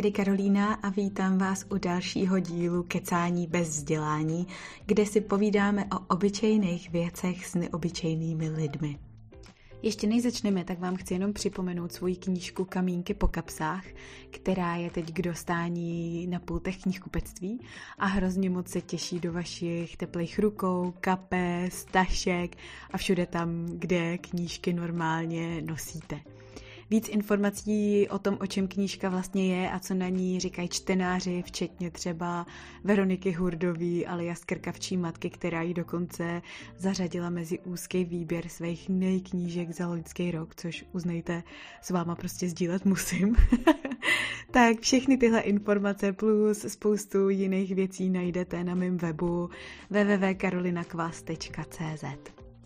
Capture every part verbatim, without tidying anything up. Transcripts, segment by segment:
tady Karolína a vítám vás u dalšího dílu Kecání bez vzdělání, kde si povídáme o obyčejných věcech s neobyčejnými lidmi. Ještě než začneme, tak vám chci jenom připomenout svoji knížku Kamínky po kapsách, která je teď k dostání na pultech knihkupectví a hrozně moc se těší do vašich teplých rukou, kapes, tašek a všude tam, kde knížky normálně nosíte. Víc informací o tom, o čem knížka vlastně je a co na ní říkají čtenáři, včetně třeba Veroniky Hurdový alias Krkavčí matky, která ji dokonce zařadila mezi úzký výběr svých nejknížek za loňský rok, což uznejte, s váma prostě sdílet musím. Tak všechny tyhle informace plus spoustu jiných věcí najdete na mém webu w w w tečka karolinakvas tečka c z.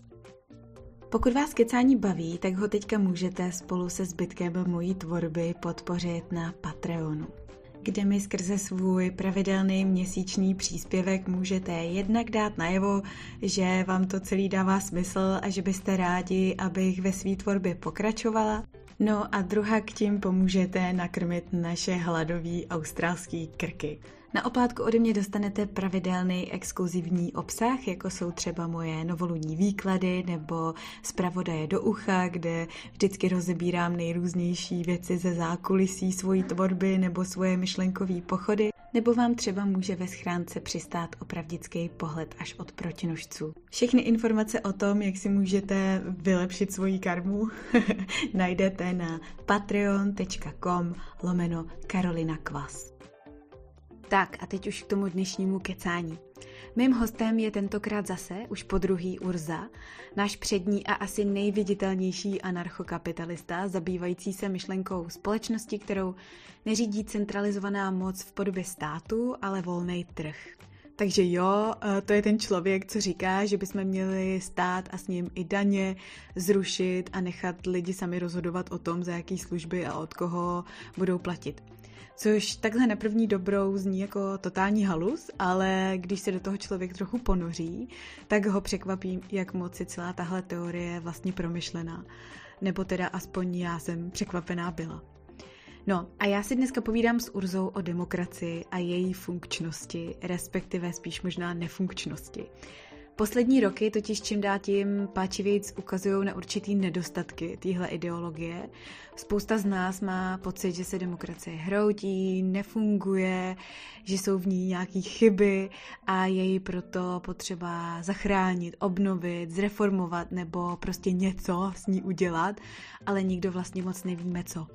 Pokud vás kecání baví, tak ho teďka můžete spolu se zbytkem mojí tvorby podpořit na Patreonu, kde mi skrze svůj pravidelný měsíční příspěvek můžete jednak dát najevo, že vám to celý dává smysl a že byste rádi, abych ve své tvorbě pokračovala. No a druhá k tím pomůžete nakrmit naše hladový australský krky. Na oplátku ode mě dostanete pravidelný exkluzivní obsah, jako jsou třeba moje novoluní výklady nebo zpravodaje do ucha, kde vždycky rozebírám nejrůznější věci ze zákulisí svojí tvorby nebo svoje myšlenkové pochody, nebo vám třeba může ve schránce přistát opravdický pohled až od protinožců. Všechny informace o tom, jak si můžete vylepšit svoji karmu, najdete na patreon tečka com lomeno karolinakvas. Tak a teď už k tomu dnešnímu kecání. Mým hostem je tentokrát zase, už po druhý Urza, náš přední a asi nejviditelnější anarchokapitalista, zabývající se myšlenkou společnosti, kterou neřídí centralizovaná moc v podobě státu, ale volný trh. Takže jo, to je ten člověk, co říká, že bychom měli stát a s ním i daně zrušit a nechat lidi sami rozhodovat o tom, za jaký služby a od koho budou platit. Což takhle na první dobrou zní jako totální halus, ale když se do toho člověk trochu ponoří, tak ho překvapí, jak moc je celá tahle teorie vlastně promyšlená. Nebo teda aspoň já jsem překvapená byla. No a já si dneska povídám s Urzou o demokracii a její funkčnosti, respektive spíš možná nefunkčnosti. Poslední roky totiž čím dál tím páčivějc ukazují na určitý nedostatky téhle ideologie. Spousta z nás má pocit, že se demokracie hroutí, nefunguje, že jsou v ní nějaký chyby a je ji proto potřeba zachránit, obnovit, zreformovat nebo prostě něco s ní udělat, ale nikdo vlastně moc nevíme co.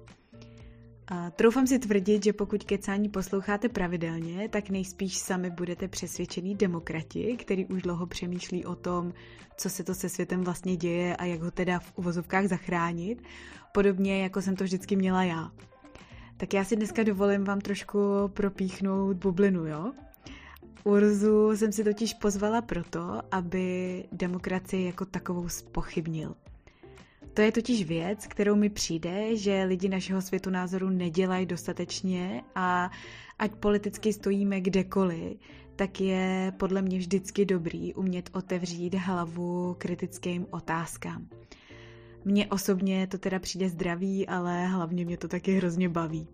A troufám si tvrdit, že pokud kecání posloucháte pravidelně, tak nejspíš sami budete přesvědčení demokrati, který už dlouho přemýšlí o tom, co se to se světem vlastně děje a jak ho teda v uvozovkách zachránit, podobně jako jsem to vždycky měla já. Tak já si dneska dovolím vám trošku propíchnout bublinu, jo? Urzu jsem si totiž pozvala proto, aby demokracii jako takovou zpochybnil. To je totiž věc, kterou mi přijde, že lidi našeho světonázoru nedělají dostatečně a ať politicky stojíme kdekoliv, tak je podle mě vždycky dobrý umět otevřít hlavu kritickým otázkám. Mně osobně to teda přijde zdravý, ale hlavně mě to taky hrozně baví.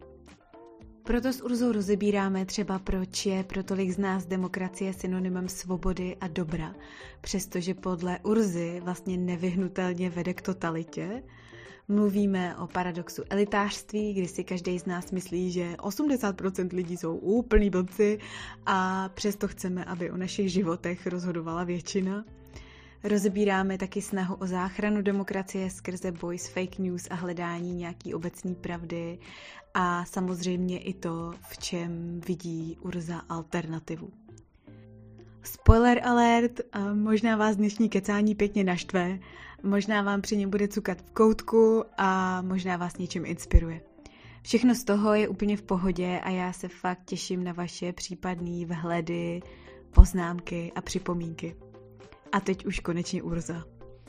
Proto s Urzou rozebíráme třeba, proč je pro tolik z nás demokracie synonymem svobody a dobra, přestože podle Urzy vlastně nevyhnutelně vede k totalitě. Mluvíme o paradoxu elitářství, kdy si každý z nás myslí, že osmdesát procent lidí jsou úplný blbci a přesto chceme, aby o našich životech rozhodovala většina. Rozebíráme taky snahu o záchranu demokracie skrze boj s fake news a hledání nějaký obecné pravdy a samozřejmě i to, v čem vidí Urza alternativu. Spoiler alert, možná vás dnešní kecání pěkně naštve, možná vám při něm bude cukat v koutku a možná vás něčím inspiruje. Všechno z toho je úplně v pohodě a já se fakt těším na vaše případné vhledy, poznámky a připomínky. A teď už konečně Urza.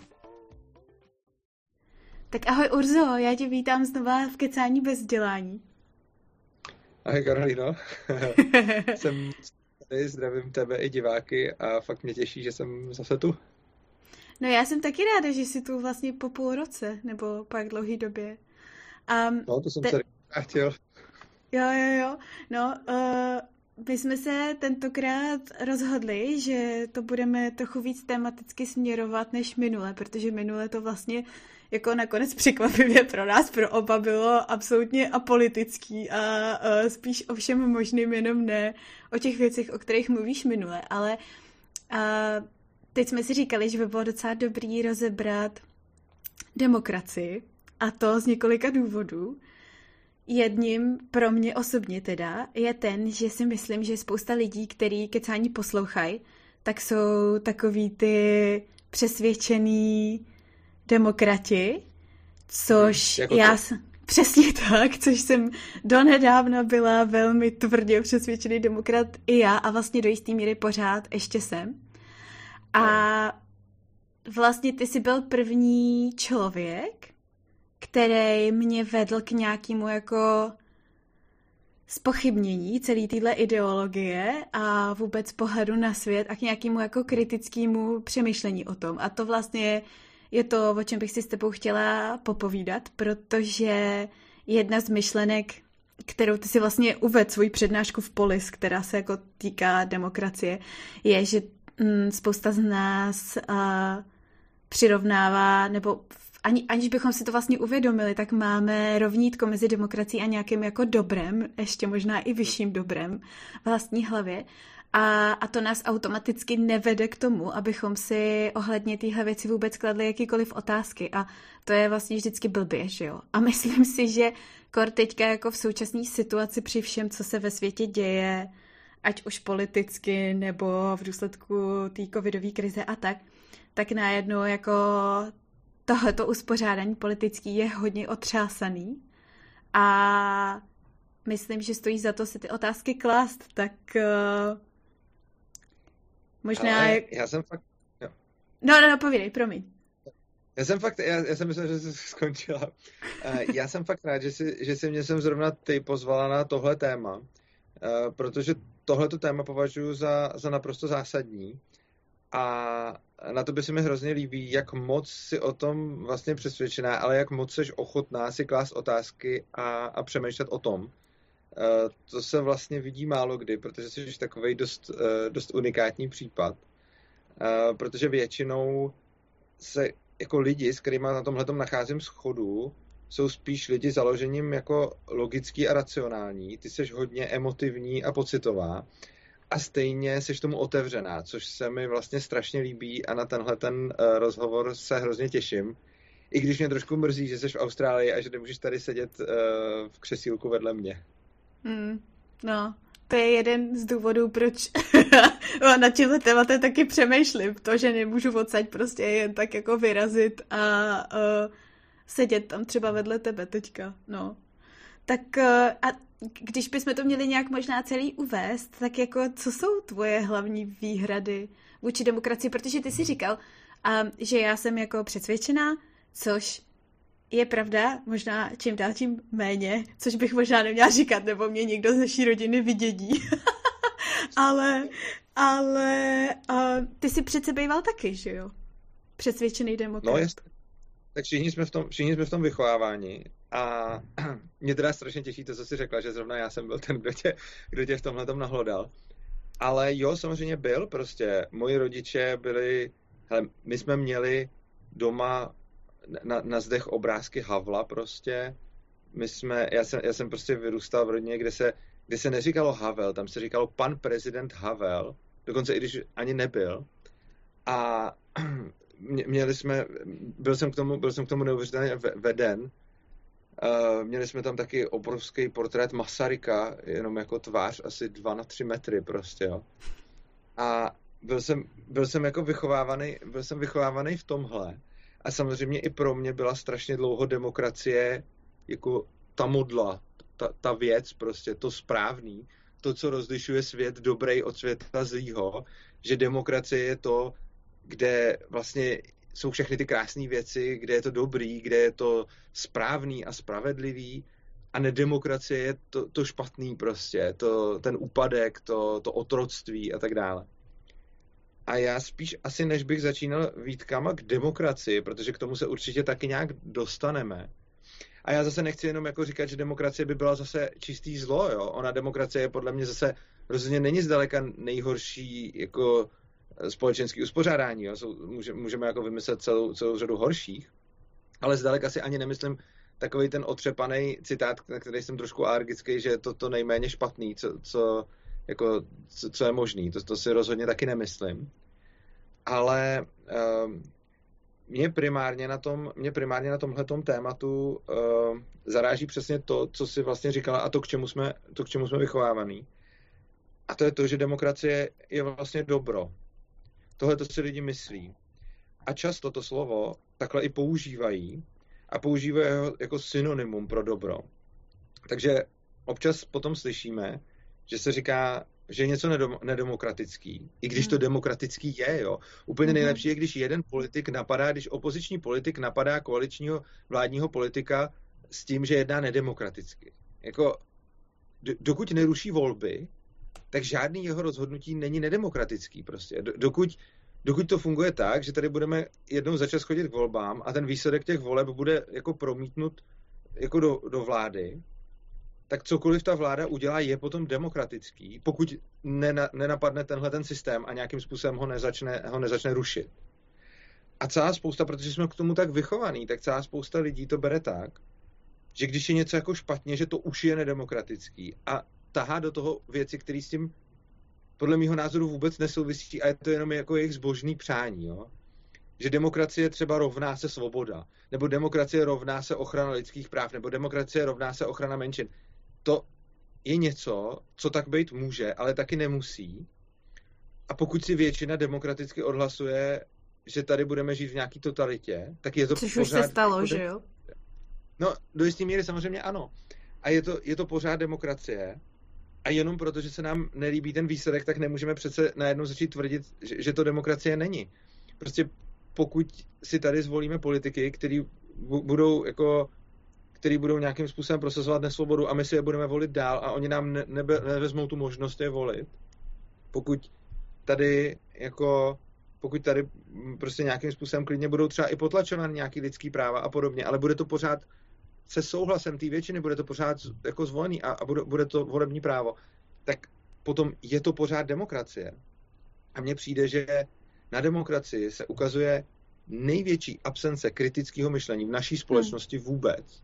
Tak ahoj Urzo, já tě vítám znova v kecání bez vzdělání. Ahoj Karolino, jsem tady, zdravím tebe i diváky a fakt mě těší, že jsem zase tu. No já jsem taky ráda, že jsi tu vlastně po půl roce, nebo po jak dlouhý době. Um, no to jsem te... se chtěl. Jo, jo, jo. No, uh, my jsme se tentokrát rozhodli, že to budeme trochu víc tematicky směrovat než minule, protože minule to vlastně jako nakonec překvapivě pro nás, pro oba bylo absolutně apolitický a uh, spíš o všem možným, jenom ne o těch věcech, o kterých mluvíš minule, ale uh, teď jsme si říkali, že by bylo docela dobrý rozebrat demokracii, a to z několika důvodů. Jedním pro mě osobně teda je ten, že si myslím, že spousta lidí, který kecání poslouchají, tak jsou takový ty přesvědčený demokrati, což jako já jsem přesně tak, což jsem donedávna byla velmi tvrdě přesvědčený demokrat i já a vlastně do jistý míry pořád ještě jsem. A vlastně ty jsi byl první člověk, který mě vedl k nějakému jako zpochybnění celé téhle ideologie a vůbec pohledu na svět a k nějakému jako kritickému přemýšlení o tom. A to vlastně je to, o čem bych si s tebou chtěla popovídat, protože jedna z myšlenek, kterou ty si vlastně uvedl svou přednášku v Polis, která se jako týká demokracie, je, že mm, spousta z nás uh, přirovnává, nebo ani, aniž bychom si to vlastně uvědomili, tak máme rovnítko mezi demokracií a nějakým jako dobrem, ještě možná i vyšším dobrem v vlastní hlavě. A, a to nás automaticky nevede k tomu, abychom si ohledně téhle věci vůbec kladli jakýkoliv otázky. A to je vlastně vždycky blbě, že jo? A myslím si, že kor teďka jako v současné situaci při všem, co se ve světě děje, ať už politicky nebo v důsledku té covidové krize a tak, tak najednou jako tohleto uspořádání politický je hodně otřásaný a myslím, že stojí za to si ty otázky klást, tak uh, možná... Ale já jsem fakt... Jo. No, no, no, povídej, promiň. Já jsem fakt, já, já jsem myslel, že jsi skončila. Uh, já jsem fakt rád, že jsi, že jsi mě sem zrovna ty pozvala na tohle téma, uh, protože tohleto téma považuji za, za naprosto zásadní. A na to by se mi hrozně líbí, jak moc si o tom vlastně přesvědčená, ale jak moc seš ochotná si klást otázky a, a přemýšlet o tom. Uh, to se vlastně vidí málo kdy, protože jsi takovej dost, uh, dost unikátní případ. Uh, protože většinou se jako lidi, s kterými na tomhletom nacházím shodu, jsou spíš lidi založením jako logický a racionální. Ty seš hodně emotivní a pocitová. A stejně jsi tomu otevřená, což se mi vlastně strašně líbí a na tenhle ten uh, rozhovor se hrozně těším. I když mě trošku mrzí, že jsi v Austrálii a že nemůžeš tady sedět uh, v křesílku vedle mě. Mm, no, to je jeden z důvodů, proč na tímhle tématem taky přemýšlím. To, že nemůžu odsaď prostě jen tak jako vyrazit a uh, sedět tam třeba vedle tebe teďka, no. Tak uh, a když bychom to měli nějak možná celý uvést, tak jako co jsou tvoje hlavní výhrady vůči demokracii? Protože ty jsi říkal, um, že já jsem jako přesvědčená, což je pravda, možná čím dál tím méně, což bych možná neměla říkat, nebo mě někdo z naší rodiny vydědí. ale ale uh, ty jsi přece býval taky, že jo? Přesvědčený demokrat. No jasně. Tak všichni jsme v tom, všichni jsme v tom vychováváni a mě teda strašně těší to, co jsi řekla, že zrovna já jsem byl ten, kdo tě, kdo tě v tomhletom nahlodal. Ale jo, samozřejmě byl prostě. Moji rodiče byli, hele, my jsme měli doma na, na zdech obrázky Havla prostě. My jsme, já jsem, já jsem prostě vyrůstal v rodině, kde se, kde se neříkalo Havel, tam se říkalo pan prezident Havel, dokonce i když ani nebyl. A měli jsme, byl jsem k tomu, byl jsem k tomu neuvěřitelně veden. Uh, měli jsme tam taky obrovský portrét Masaryka, jenom jako tvář, asi dva na tři metry prostě, jo. A byl jsem, byl jsem jako vychovávaný, byl jsem vychovávaný v tomhle. A samozřejmě i pro mě byla strašně dlouho demokracie jako ta modla, ta, ta věc prostě, to správný, to, co rozlišuje svět dobrý od světa zlýho, že demokracie je to, kde vlastně jsou všechny ty krásné věci, kde je to dobrý, kde je to správný a spravedlivý a nedemokracie je to, to špatný prostě, to, ten úpadek, to, to otroctví a tak dále. A já spíš asi, než bych začínal výtkama k demokracii, protože k tomu se určitě taky nějak dostaneme. A já zase nechci jenom jako říkat, že demokracie by byla zase čistý zlo, jo. Ona demokracie je podle mě zase rozhodně není zdaleka nejhorší jako společenský uspořádání, jo. Jsou, může, můžeme jako vymyslet celou, celou řadu horších, ale zdaleka si ani nemyslím takový ten otřepaný citát, na který jsem trošku alergický, že je to to nejméně špatný, co, co, jako, co, co je možný. To, to si rozhodně taky nemyslím. Ale um, mě primárně na tom, mě primárně na tomhletom tématu uh, zaráží přesně to, co si vlastně říkala a to, k čemu jsme, to, k čemu jsme vychovávaný. A to je to, že demokracie je vlastně dobro. Tohle to si lidi myslí. A často to slovo takhle i používají a používají ho jako synonymum pro dobro. Takže občas potom slyšíme, že se říká, že je něco nedom- nedemokratický, i když to demokratický je, jo. Úplně nejlepší je, když jeden politik napadá, když opoziční politik napadá koaličního vládního politika s tím, že jedná nedemokraticky. Jako, do- dokud neruší volby, tak žádný jeho rozhodnutí není nedemokratický prostě. Do- dokud, dokud to funguje tak, že tady budeme jednou za čas chodit k volbám a ten výsledek těch voleb bude jako promítnut jako do, do vlády, tak cokoliv ta vláda udělá, je potom demokratický, pokud nena, nenapadne tenhle ten systém a nějakým způsobem ho nezačne, ho nezačne rušit. A celá spousta, protože jsme k tomu tak vychovaný, tak celá spousta lidí to bere tak, že když je něco jako špatně, že to už je nedemokratický a tahá do toho věci, které s tím podle mýho názoru vůbec nesouvisí a je to jenom jako jejich zbožný přání, jo? Že demokracie třeba rovná se svoboda, nebo demokracie rovná se ochrana lidských práv, nebo demokracie rovná se ochrana menšin. To je něco, co tak být může, ale taky nemusí. A pokud si většina demokraticky odhlasuje, že tady budeme žít v nějaký totalitě, tak je to Což pořád... už se stalo, jako že jo? No, do jisté míry samozřejmě ano. A je to, je to pořád demokracie. A jenom proto, že se nám nelíbí ten výsledek, tak nemůžeme přece najednou začít tvrdit, že, že to demokracie není. Prostě pokud si tady zvolíme politiky, který budou jako který budou nějakým způsobem prosazovat nesvobodu a my si je budeme volit dál a oni nám ne, nebe, nevezmou tu možnost je volit. Pokud tady jako pokud tady prostě nějakým způsobem klidně budou třeba i potlačovat nějaký lidský práva a podobně, ale bude to pořád se souhlasem té většiny, bude to pořád jako zvolený a, a bude, bude to volební právo, tak potom je to pořád demokracie. A mně přijde, že na demokracii se ukazuje největší absence kritického myšlení v naší společnosti vůbec.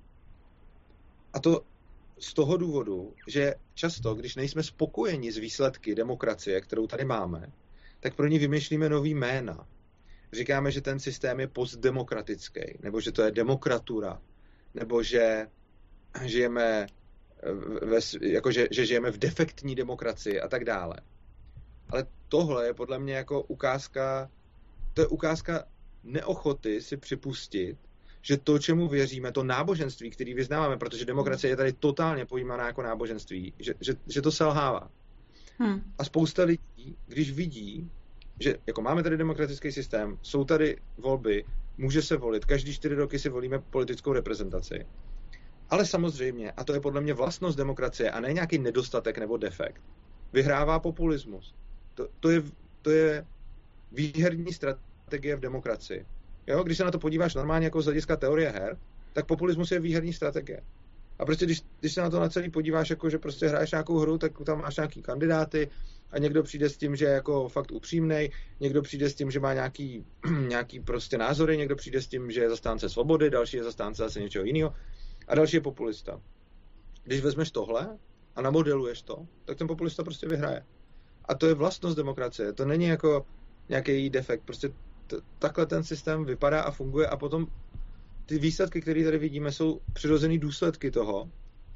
A to z toho důvodu, že často, když nejsme spokojeni s výsledky demokracie, kterou tady máme, tak pro ní vymýšlíme nový jména. Říkáme, že ten systém je postdemokratický, nebo že to je demokratura, nebo že žijeme ve, jako že, že žijeme v defektní demokracii a tak dále. Ale tohle je podle mě jako ukázka, to je ukázka neochoty si připustit, že to, čemu věříme, to náboženství, který vyznáváme, protože demokracie je tady totálně pojímaná jako náboženství, že, že, že to selhává. Hmm. A spousta lidí, když vidí, že jako máme tady demokratický systém, jsou tady volby, může se volit, každý čtyři roky si volíme politickou reprezentaci. Ale samozřejmě, a to je podle mě vlastnost demokracie a ne nějaký nedostatek nebo defekt, vyhrává populismus. To, to, je, to je výherní strategie v demokracii. Jo? Když se na to podíváš normálně jako z hlediska teorie her, tak populismus je výherní strategie. A prostě když, když se na to na celý podíváš, jako že prostě hraješ nějakou hru, tak tam máš nějaký kandidáty a někdo přijde s tím, že je jako fakt upřímnej, někdo přijde s tím, že má nějaký, nějaký prostě názory, někdo přijde s tím, že je zastánce svobody, další je zastánce zase něčeho jiného a další je populista. Když vezmeš tohle a namodeluješ to, tak ten populista prostě vyhraje. A to je vlastnost demokracie, to není jako nějaký defekt, prostě t- takhle ten systém vypadá a funguje a potom ty výsledky, které tady vidíme, jsou přirozený důsledky toho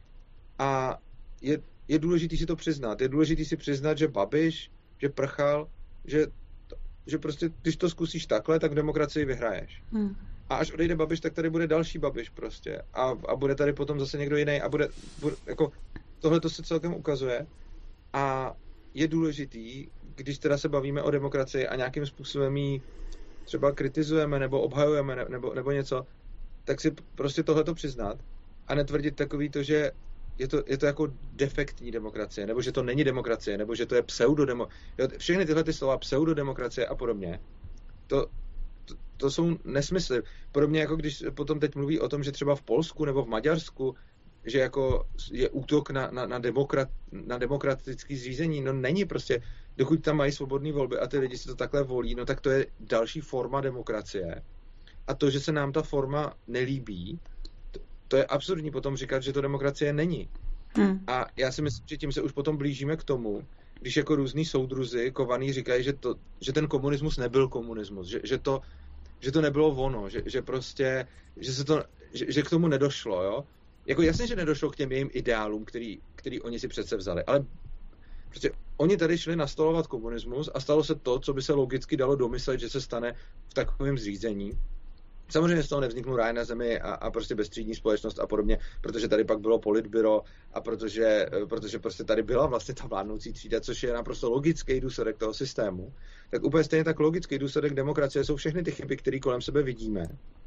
a je, je důležité si to přiznat. Je důležité si přiznat, že Babiš, že Prchal, že, že prostě, když to zkusíš takhle, tak v demokracii vyhraješ. Hmm. A až odejde Babiš, tak tady bude další Babiš prostě. A, a bude tady potom zase někdo jiný a bude, bude jako, tohle to se celkem ukazuje. A je důležitý, když teda se bavíme o demokracii a nějakým způsobem ji třeba kritizujeme nebo obhajujeme nebo, nebo něco, tak si prostě tohleto přiznat a netvrdit takový to, že je to, je to jako defektní demokracie, nebo že to není demokracie, nebo že to je pseudodemokracie. Všechny tyhle ty slova, pseudodemokracie a podobně, to, to, to jsou nesmysly. Podobně jako když potom teď mluví o tom, že třeba v Polsku nebo v Maďarsku, že jako je útok na, na, na, demokrat, na demokratické zřízení. No není prostě, dokud tam mají svobodné volby a ty lidi si to takhle volí, no tak to je další forma demokracie. A to, že se nám ta forma nelíbí, to, to je absurdní potom říkat, že to demokracie není. Hmm. A já si myslím, že tím se už potom blížíme k tomu, když jako různý soudruzi kovaný říkají, že, to, že ten komunismus nebyl komunismus, že, že, to, že to nebylo ono, že, že prostě, že, se to, že, že k tomu nedošlo, jo. Jako jasně, že nedošlo k těm jejím ideálům, který, který oni si přece vzali, ale prostě oni tady šli nastolovat komunismus a stalo se to, co by se logicky dalo domyslet, že se stane v takovém zřízení. Samozřejmě z toho nevzniknul ráj na zemi a, a prostě bezstřídní společnost a podobně, protože tady pak bylo politbyro a protože, protože prostě tady byla vlastně ta vládnoucí třída, což je naprosto logický důsledek toho systému. Tak úplně stejně tak logický důsledek demokracie jsou všechny ty chyby, které kolem sebe vidíme.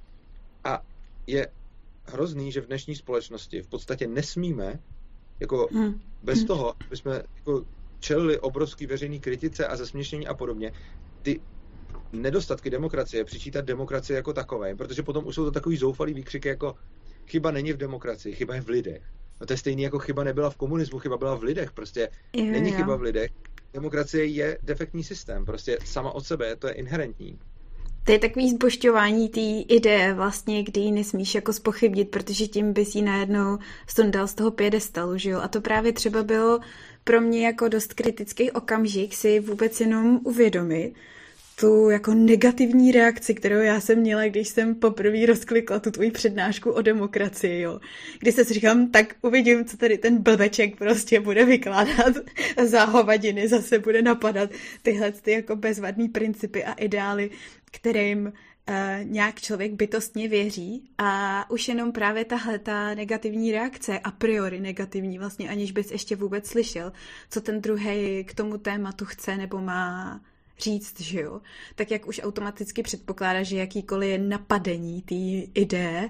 A je hrozný, že v dnešní společnosti v podstatě nesmíme jako hmm. bez toho, aby jsme jako čelili obrovský veřejný kritice a zasměšnění a podobně, ty nedostatky demokracie přičítat demokracii jako takové, protože potom už jsou to takový zoufalý výkřiky jako chyba není v demokracii, chyba je v lidech. No to je stejný jako chyba nebyla v komunismu, chyba byla v lidech, prostě je, není jo. chyba v lidech. Demokracie je defektní systém, prostě sama od sebe, to je inherentní. To je takový zbožťování té ideje vlastně, kdy ji nesmíš jako zpochybnit, protože tím bys ji najednou sundal z toho piedestalu, že jo? A to právě třeba bylo pro mě jako dost kritický okamžik si vůbec jenom uvědomit tu jako negativní reakci, kterou já jsem měla, když jsem poprvé rozklikla tu tvoji přednášku o demokracii, jo. Kdy se si říkám, tak uvidím, co tady ten blbeček prostě bude vykládat za hovadiny, zase bude napadat tyhle ty jako bezvadný principy a ideály, kterým uh, nějak člověk bytostně věří a už jenom právě tahle ta negativní reakce, a priori negativní, vlastně aniž bys ještě vůbec slyšel, co ten druhej k tomu tématu chce nebo má říct, že jo, tak jak už automaticky předpokládá, že jakýkoliv napadení té ideje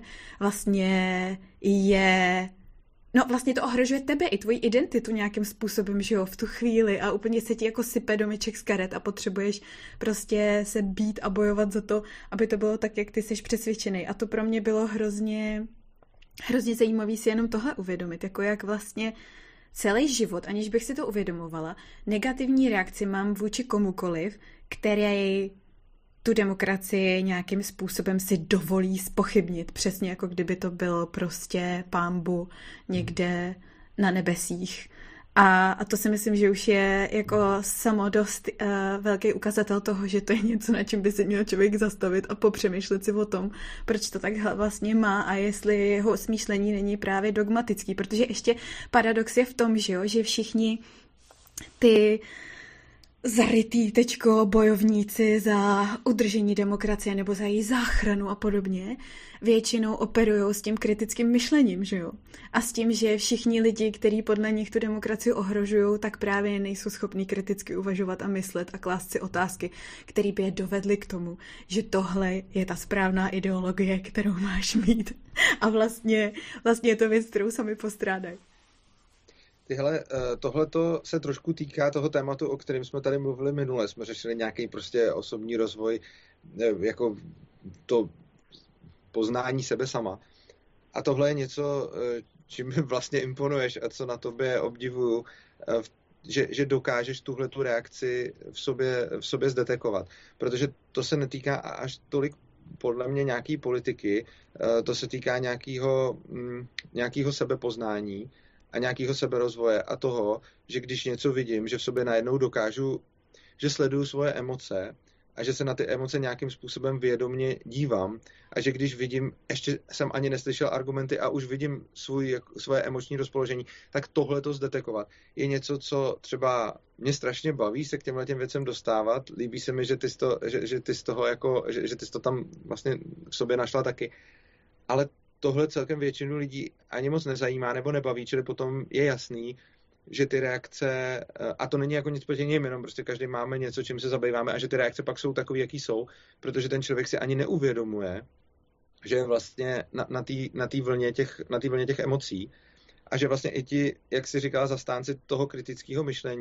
vlastně je, no vlastně to ohrožuje tebe i tvoji identitu nějakým způsobem, že jo, v tu chvíli a úplně se ti jako sype domeček z karet a potřebuješ prostě se bít a bojovat za to, aby to bylo tak, jak ty jsi přesvědčený. A to pro mě bylo hrozně, hrozně zajímavý si jenom tohle uvědomit, jako jak vlastně celý život, aniž bych si to uvědomovala, negativní reakci mám vůči komukoliv, který tu demokracii nějakým způsobem si dovolí zpochybnit, přesně jako kdyby to bylo prostě pánbu někde na nebesích. A, a to si myslím, že už je jako samo dost uh, velký ukazatel toho, že to je něco, na čem by se měl člověk zastavit a popřemýšlet si o tom, proč to takhle vlastně má a jestli jeho smýšlení není právě dogmatický, protože ještě paradox je v tom, že, jo, že všichni ty zarytý tečko bojovníci za udržení demokracie nebo za její záchranu a podobně většinou operují s tím kritickým myšlením, že jo? A s tím, že všichni lidi, kteří podle nich tu demokracii ohrožují, tak právě nejsou schopní kriticky uvažovat a myslet a klást si otázky, které by je dovedly k tomu, že tohle je ta správná ideologie, kterou máš mít. A vlastně, vlastně je to věc, kterou sami postrádají. Tyhle, tohleto se trošku týká toho tématu, o kterém jsme tady mluvili minule. Jsme řešili nějaký prostě osobní rozvoj, jako to poznání sebe sama. A tohle je něco, čím mi vlastně imponuješ a co na tobě obdivuju, že, že dokážeš tuhletu reakci v sobě, v sobě zdetekovat. Protože to se netýká až tolik podle mě nějaký politiky, to se týká nějakého, nějakého sebepoznání a nějakého seberozvoje a toho, že když něco vidím, že v sobě najednou dokážu, že sleduju svoje emoce a že se na ty emoce nějakým způsobem vědomně dívám a že když vidím, ještě jsem ani neslyšel argumenty a už vidím svůj, svoje emoční rozpoložení, tak tohle to zdetekovat je něco, co třeba mě strašně baví se k těmhle těm věcem dostávat. Líbí se mi, že ty z toho, že, že ty z toho jako, že, že ty jsi to tam vlastně v sobě našla taky. Ale tohle celkem většinu lidí ani moc nezajímá nebo nebaví, čili potom je jasný, že ty reakce, a to není jako nic proti něm, jenom prostě každý máme něco, čím se zabýváme a že ty reakce pak jsou takový, jaký jsou, protože ten člověk si ani neuvědomuje, že je vlastně na, na té na té vlně těch, na té vlně těch emocí a že vlastně i ti, jak si říkala, zastánci toho kritického myšlení,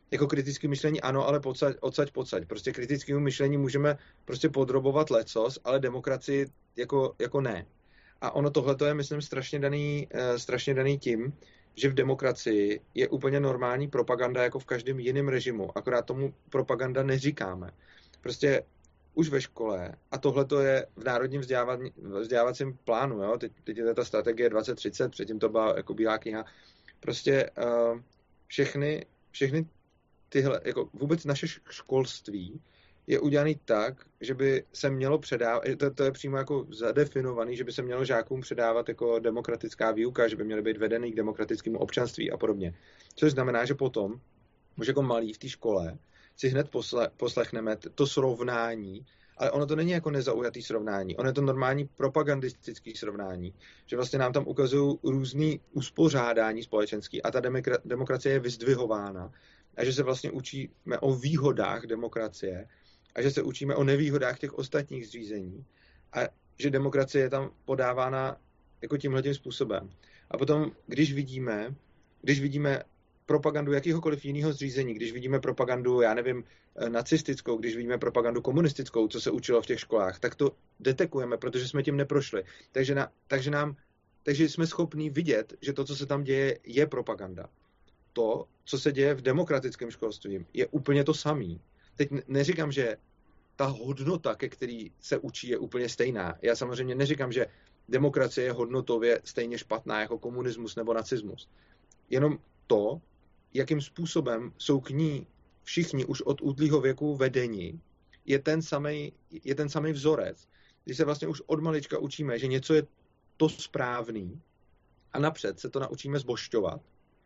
jako kritické myšlení ano, ale pocať, odsaď pocať. Prostě kritickému myšlení můžeme prostě podrobovat lecos, ale demokracii jako, jako ne. A ono tohle je, myslím, strašně daný, uh, strašně daný tím, že v demokracii je úplně normální propaganda jako v každém jiném režimu, akorát tomu propaganda neříkáme. Prostě už ve škole, a tohle to je v národním vzdělávacím plánu, jo? Teď, teď je ta strategie dvacet třicet, předtím to byla jako bílá kniha, prostě uh, všechny, všechny tyhle, jako vůbec naše školství je udělaný tak, že by se mělo předávat, to, to je přímo jako zadefinovaný, že by se mělo žákům předávat jako demokratická výuka, že by měly být vedený k demokratickému občanství a podobně. Což znamená, že potom, už jako malí v té škole, si hned posle, poslechneme to srovnání, ale ono to není jako nezaujatý srovnání, ono je to normální propagandistický srovnání, že vlastně nám tam ukazují různý uspořádání společenský a ta demokra- demokracie je vyzdvihována a že se vlastně učíme o výhodách demokracie a že se učíme o nevýhodách těch ostatních zřízení a že demokracie je tam podávána jako tímhletím způsobem. A potom, když vidíme, když vidíme propagandu jakýhokoliv jiného zřízení, když vidíme propagandu, já nevím, nacistickou, když vidíme propagandu komunistickou, co se učilo v těch školách, tak to detekujeme, protože jsme tím neprošli. Takže, na, takže, nám, takže jsme schopní vidět, že to, co se tam děje, je propaganda. To, co se děje v demokratickém školství, je úplně to samý. Teď neříkám, že ta hodnota, ke který se učí, je úplně stejná. Já samozřejmě neříkám, že demokracie je hodnotově stejně špatná jako komunismus nebo nacismus. Jenom to, jakým způsobem jsou k ní všichni už od útlýho věku vedeni, je ten samej, je ten samej vzorec. Když se vlastně už od malička učíme, že něco je to správný a napřed se to naučíme zbožťovat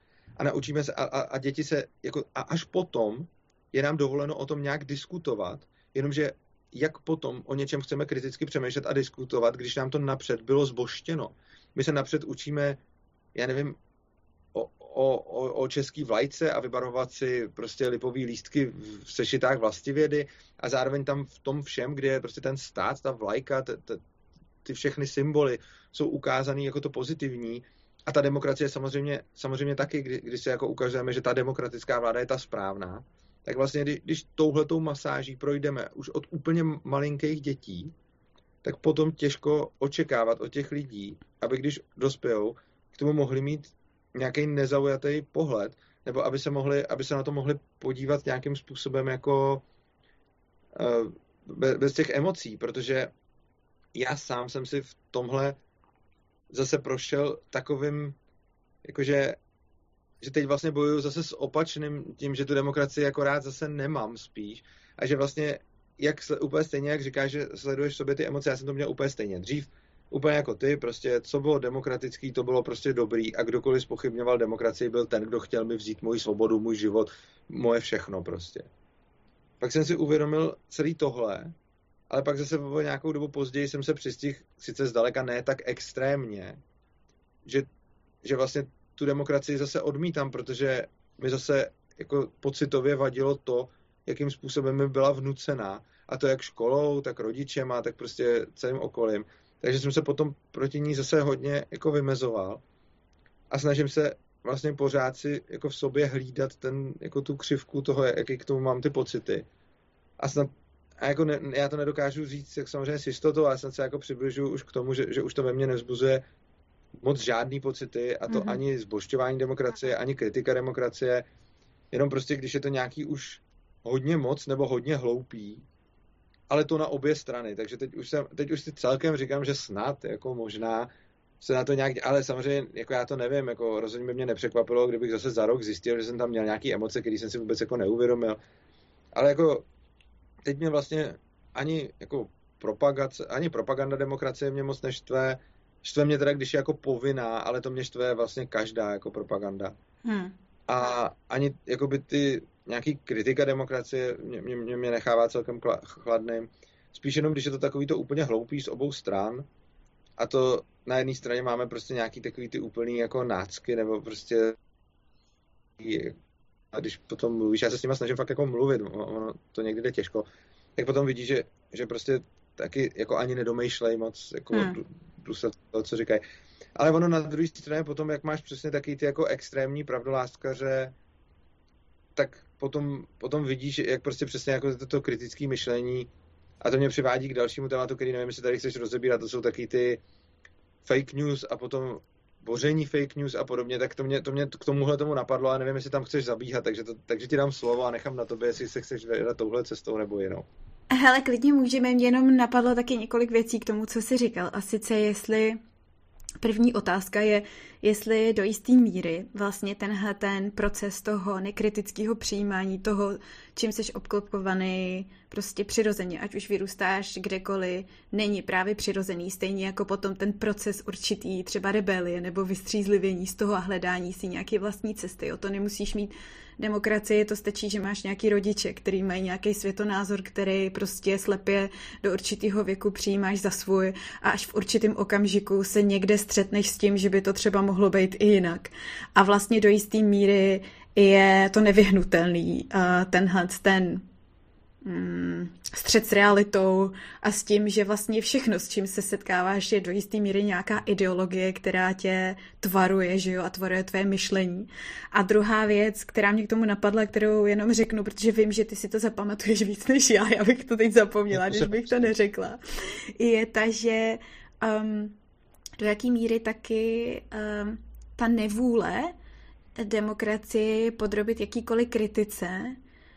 a naučíme se a, a, a děti se jako, a až potom je nám dovoleno o tom nějak diskutovat, jenomže jak potom o něčem chceme kriticky přemýšlet a diskutovat, když nám to napřed bylo zbožtěno. My se napřed učíme, já nevím, o, o, o český vlajce a vybarvovat si prostě lipový lístky v sešitách vlastivědy a zároveň tam v tom všem, kde je prostě ten stát, ta vlajka, t, t, ty všechny symboly jsou ukázaný jako to pozitivní a ta demokracie samozřejmě, samozřejmě taky, kdy, když se jako ukazujeme, že ta demokratická vláda je ta správná, tak vlastně, když, když touhletou masáží projdeme už od úplně malinkých dětí, tak potom těžko očekávat od těch lidí, aby když dospějou, k tomu mohli mít nějaký nezaujatý pohled, nebo aby se, mohli, aby se na to mohli podívat nějakým způsobem jako uh, bez, bez těch emocí, protože já sám jsem si v tomhle zase prošel takovým, jakože že teď vlastně bojuju zase s opačným tím, že tu demokracii jako rád zase nemám spíš a že vlastně jak úplně stejně, jak říkáš, že sleduješ v sobě ty emoce, já jsem to měl úplně stejně. Dřív úplně jako ty, prostě co bylo demokratický, to bylo prostě dobrý a kdokoliv zpochybňoval demokracii, byl ten, kdo chtěl mi vzít moji svobodu, můj život, moje všechno prostě. Pak jsem si uvědomil celý tohle, ale pak zase po nějakou dobu později jsem se přistihl, sice zdaleka ne tak extrémně, že, že vlastně tu demokracii zase odmítám, protože mi zase jako pocitově vadilo to, jakým způsobem mi byla vnucená. A to jak školou, tak rodičema, tak prostě celým okolím. Takže jsem se potom proti ní zase hodně jako vymezoval. A snažím se vlastně pořád si jako v sobě hlídat ten, jako tu křivku toho, jaký k tomu mám ty pocity. A, snad, a jako ne, já to nedokážu říct jak samozřejmě s jistotou, ale snad se jako přibližuju už k tomu, že, že už to ve mně nevzbuzuje moc žádný pocity a to mm-hmm. ani zbožťování demokracie, ani kritika demokracie, jenom prostě, když je to nějaký už hodně moc nebo hodně hloupý, ale to na obě strany, takže teď už, jsem, teď už si celkem říkám, že snad, jako možná se na to nějak, ale samozřejmě, jako já to nevím, jako rozhodně by mě nepřekvapilo, kdybych zase za rok zjistil, že jsem tam měl nějaký emoce, které jsem si vůbec jako neuvědomil, ale jako teď mě vlastně ani jako propagace, ani propaganda demokracie mě moc neštve. Štve mě teda, když je jako povinná, ale to mě štve vlastně každá jako propaganda. Hmm. A ani jakoby ty nějaký kritika demokracie mě, mě, mě nechává celkem chladným. Spíš jenom, když je to takový to úplně hloupý z obou stran a to na jedné straně máme prostě nějaký takový ty úplný jako nácky nebo prostě a když potom mluvíš, já se s nima snažím fakt jako mluvit, ono to někdy jde těžko, tak potom vidíš, že, že prostě taky jako ani nedomýšlej moc jako hmm. důsledku toho, co říkají. Ale ono na druhé straně potom, jak máš přesně taky ty jako extrémní pravdoláskaře, tak potom, potom vidíš, jak prostě přesně jako toto kritické myšlení, a to mě přivádí k dalšímu tématu, který nevím, jestli tady chceš rozebírat, to jsou taky ty fake news a potom boření fake news a podobně, tak to mě, to mě k tomuhle tomu napadlo a nevím, jestli tam chceš zabíhat, takže, to, takže ti dám slovo a nechám na tobě, jestli se chceš vydat touhle cestou nebo jinou. Hele, klidně můžeme, mě jenom napadlo taky několik věcí k tomu, co jsi říkal. A sice jestli, první otázka je, jestli do jisté míry vlastně tenhle ten proces toho nekritického přijímání toho, čím jsi obklopovaný prostě přirozeně, ať už vyrůstáš kdekoliv, není právě přirozený, stejně jako potom ten proces určitý třeba rebelie nebo vystřízlivění z toho a hledání si nějaké vlastní cesty. O to nemusíš mít demokracie, to stačí, že máš nějaký rodiče, který mají nějaký světonázor, který prostě slepě do určitého věku přijímáš za svůj a až v určitém okamžiku se někde střetneš s tím, že by to třeba mohlo být i jinak. A vlastně do jisté míry je to nevyhnutelný, tenhle ten mm, střet s realitou a s tím, že vlastně všechno, s čím se setkáváš, je do jisté míry nějaká ideologie, která tě tvaruje, že jo, a tvaruje tvé myšlení. A druhá věc, která mě k tomu napadla, kterou jenom řeknu, protože vím, že ty si to zapamatuješ víc než já, já bych to teď zapomněla, když bych to neřekla, je ta, že um, do jaký míry taky um, ta nevůle demokracii podrobit jakýkoliv kritice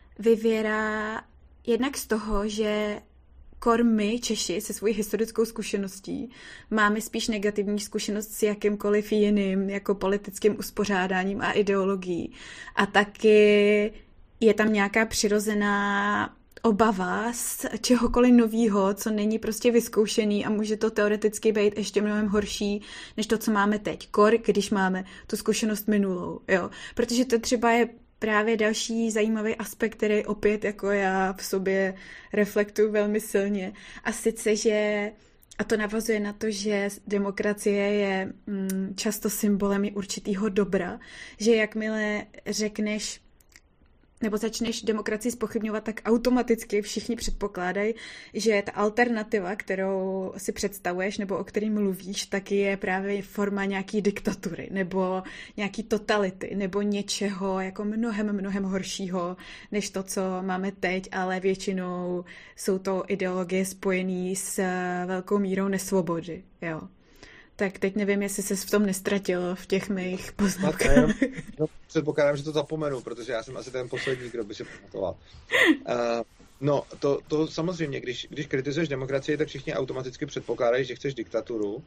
vyvěrá jednak z toho, že kor my, Češi, se svojí historickou zkušeností, máme spíš negativní zkušenost s jakýmkoliv jiným jako politickým uspořádáním a ideologií. A taky je tam nějaká přirozená obava z čehokoliv novýho, co není prostě vyzkoušený a může to teoreticky být ještě mnohem horší, než to, co máme teď. Kor, když máme tu zkušenost minulou, jo. Protože to třeba je právě další zajímavý aspekt, který opět jako já v sobě reflektuju velmi silně. A sice, že a to navazuje na to, že demokracie je mm, často symbolem určitého dobra, že jakmile řekneš nebo začneš demokracii zpochybňovat, tak automaticky všichni předpokládají, že ta alternativa, kterou si představuješ nebo o který mluvíš, taky je právě forma nějaký diktatury nebo nějaký totality nebo něčeho jako mnohem, mnohem horšího, než to, co máme teď, ale většinou jsou to ideologie spojené s velkou mírou nesvobody, jo. Tak teď nevím, jestli ses v tom nestratil v těch mých poznámkách. No, předpokládám, že to zapomenu, protože já jsem asi ten poslední, kdo by si pamatoval. Uh, no, to, to samozřejmě, když, když kritizuješ demokracii, tak všichni automaticky předpokládají, že chceš diktaturu.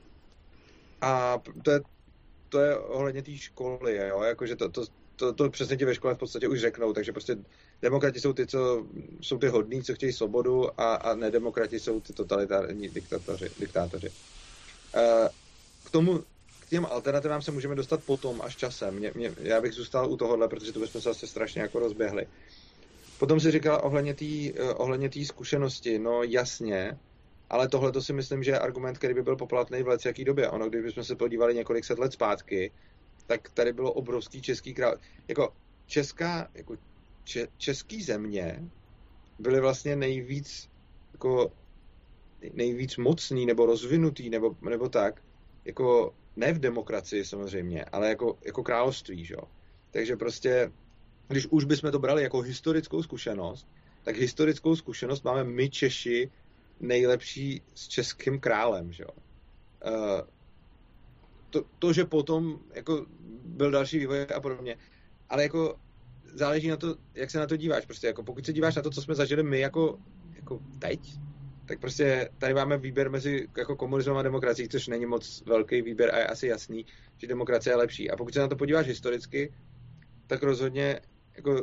A to je, to je ohledně té školy, jo? Jakože to, to, to, to přesně ti ve škole v podstatě už řeknou, takže prostě demokrati jsou ty, co jsou ty hodní, co chtějí svobodu a, a nedemokrati jsou ty totalitární diktátoři. diktátoři. Uh, K tomu, k těm alternativám se můžeme dostat potom, až časem. Mě, mě, já bych zůstal u tohohle, protože to bychom se asi strašně jako rozběhli. Potom si říkala ohledně té ohledně té zkušenosti, no jasně, ale tohle to si myslím, že je argument, který by byl poplatný v lecjaký době. Ono, když bychom se podívali několik set let zpátky, tak tady bylo obrovský český král. Jako česká, jako če, český země byly vlastně nejvíc jako nejvíc mocný nebo rozvinutý nebo, nebo tak, jako ne v demokracii samozřejmě, ale jako, jako království, že jo. Takže prostě, když už bychom to brali jako historickou zkušenost, tak historickou zkušenost máme my Češi nejlepší s českým králem, že jo. Uh, to, to, že potom jako byl další vývoj a podobně, ale jako záleží na to, jak se na to díváš. Prostě jako pokud se díváš na to, co jsme zažili my jako, jako teď, tak prostě tady máme výběr mezi jako komunismem a demokracií, což není moc velký výběr a je asi jasný, že demokracie je lepší. A pokud se na to podíváš historicky, tak rozhodně jako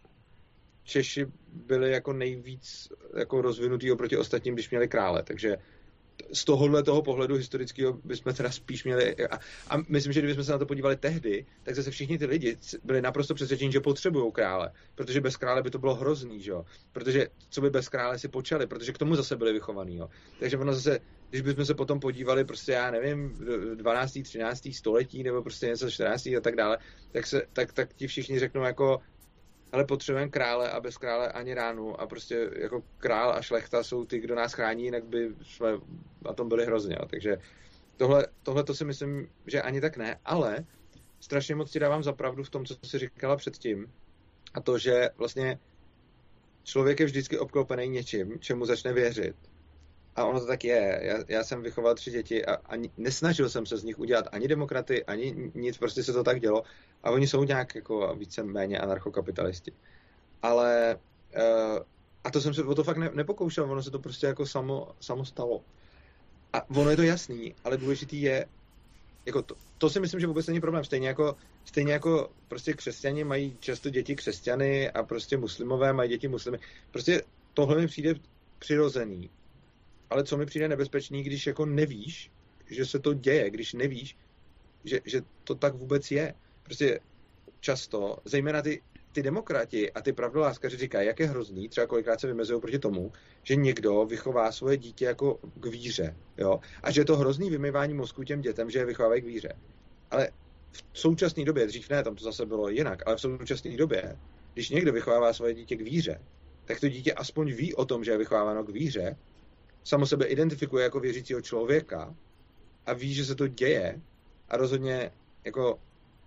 Češi byli jako nejvíc jako rozvinutý oproti ostatním, když měli krále. Takže z tohohle toho pohledu historického bychom teda spíš měli... A, a myslím, že kdybychom se na to podívali tehdy, tak zase všichni ty lidi byli naprosto přesvědčeni, že potřebují krále. Protože bez krále by to bylo hrozný, že jo? Protože co by bez krále si počali? Protože k tomu zase byli vychovaný, jo? Takže ono zase, když bychom se potom podívali prostě, já nevím, dvanáctého třináctého století nebo prostě něco čtrnáctého a tak dále, tak, se, tak, tak ti všichni řeknou jako ale potřebujeme krále a bez krále ani ránu a prostě jako král a šlechta jsou ty, kdo nás chrání, jinak by jsme na tom byli hrozně. Jo. Takže tohle, tohle to si myslím, že ani tak ne, ale strašně moc ti dávám za pravdu v tom, co jsi říkala předtím A to, že vlastně člověk je vždycky obklopený něčím, čemu začne věřit. A ono to tak je. Já, já jsem vychoval tři děti a ani, nesnažil jsem se z nich udělat ani demokraty, ani nic, prostě se to tak dělo. A oni jsou nějak jako více méně anarchokapitalisti. Ale uh, a to jsem se o to fakt ne, nepokoušel, ono se to prostě jako samo, samo stalo. A ono je to jasný, ale důležitý je, jako to, to si myslím, že vůbec není problém. Stejně jako, stejně jako prostě křesťani mají často děti křesťany a prostě muslimové mají děti muslimy. Prostě tohle mi přijde přirozený. Ale co mi přijde nebezpečný, když jako nevíš, že se to děje, když nevíš, že, že to tak vůbec je. Prostě často, zejména ty, ty demokrati a ty pravdoláskaři říkají, jak je hrozný, třeba kolikrát se vymezují proti tomu, že někdo vychová svoje dítě jako k víře, jo? A že je to hrozný vymývání mozku těm dětem, že je vychovávají k víře. Ale v současné době, dřív ne, tam to zase bylo jinak, ale v současné době, když někdo vychovává svoje dítě k víře, tak to dítě aspoň ví o tom, že je vychováváno k víře, samo sebe identifikuje jako věřícího člověka a ví, že se to děje a rozhodně jako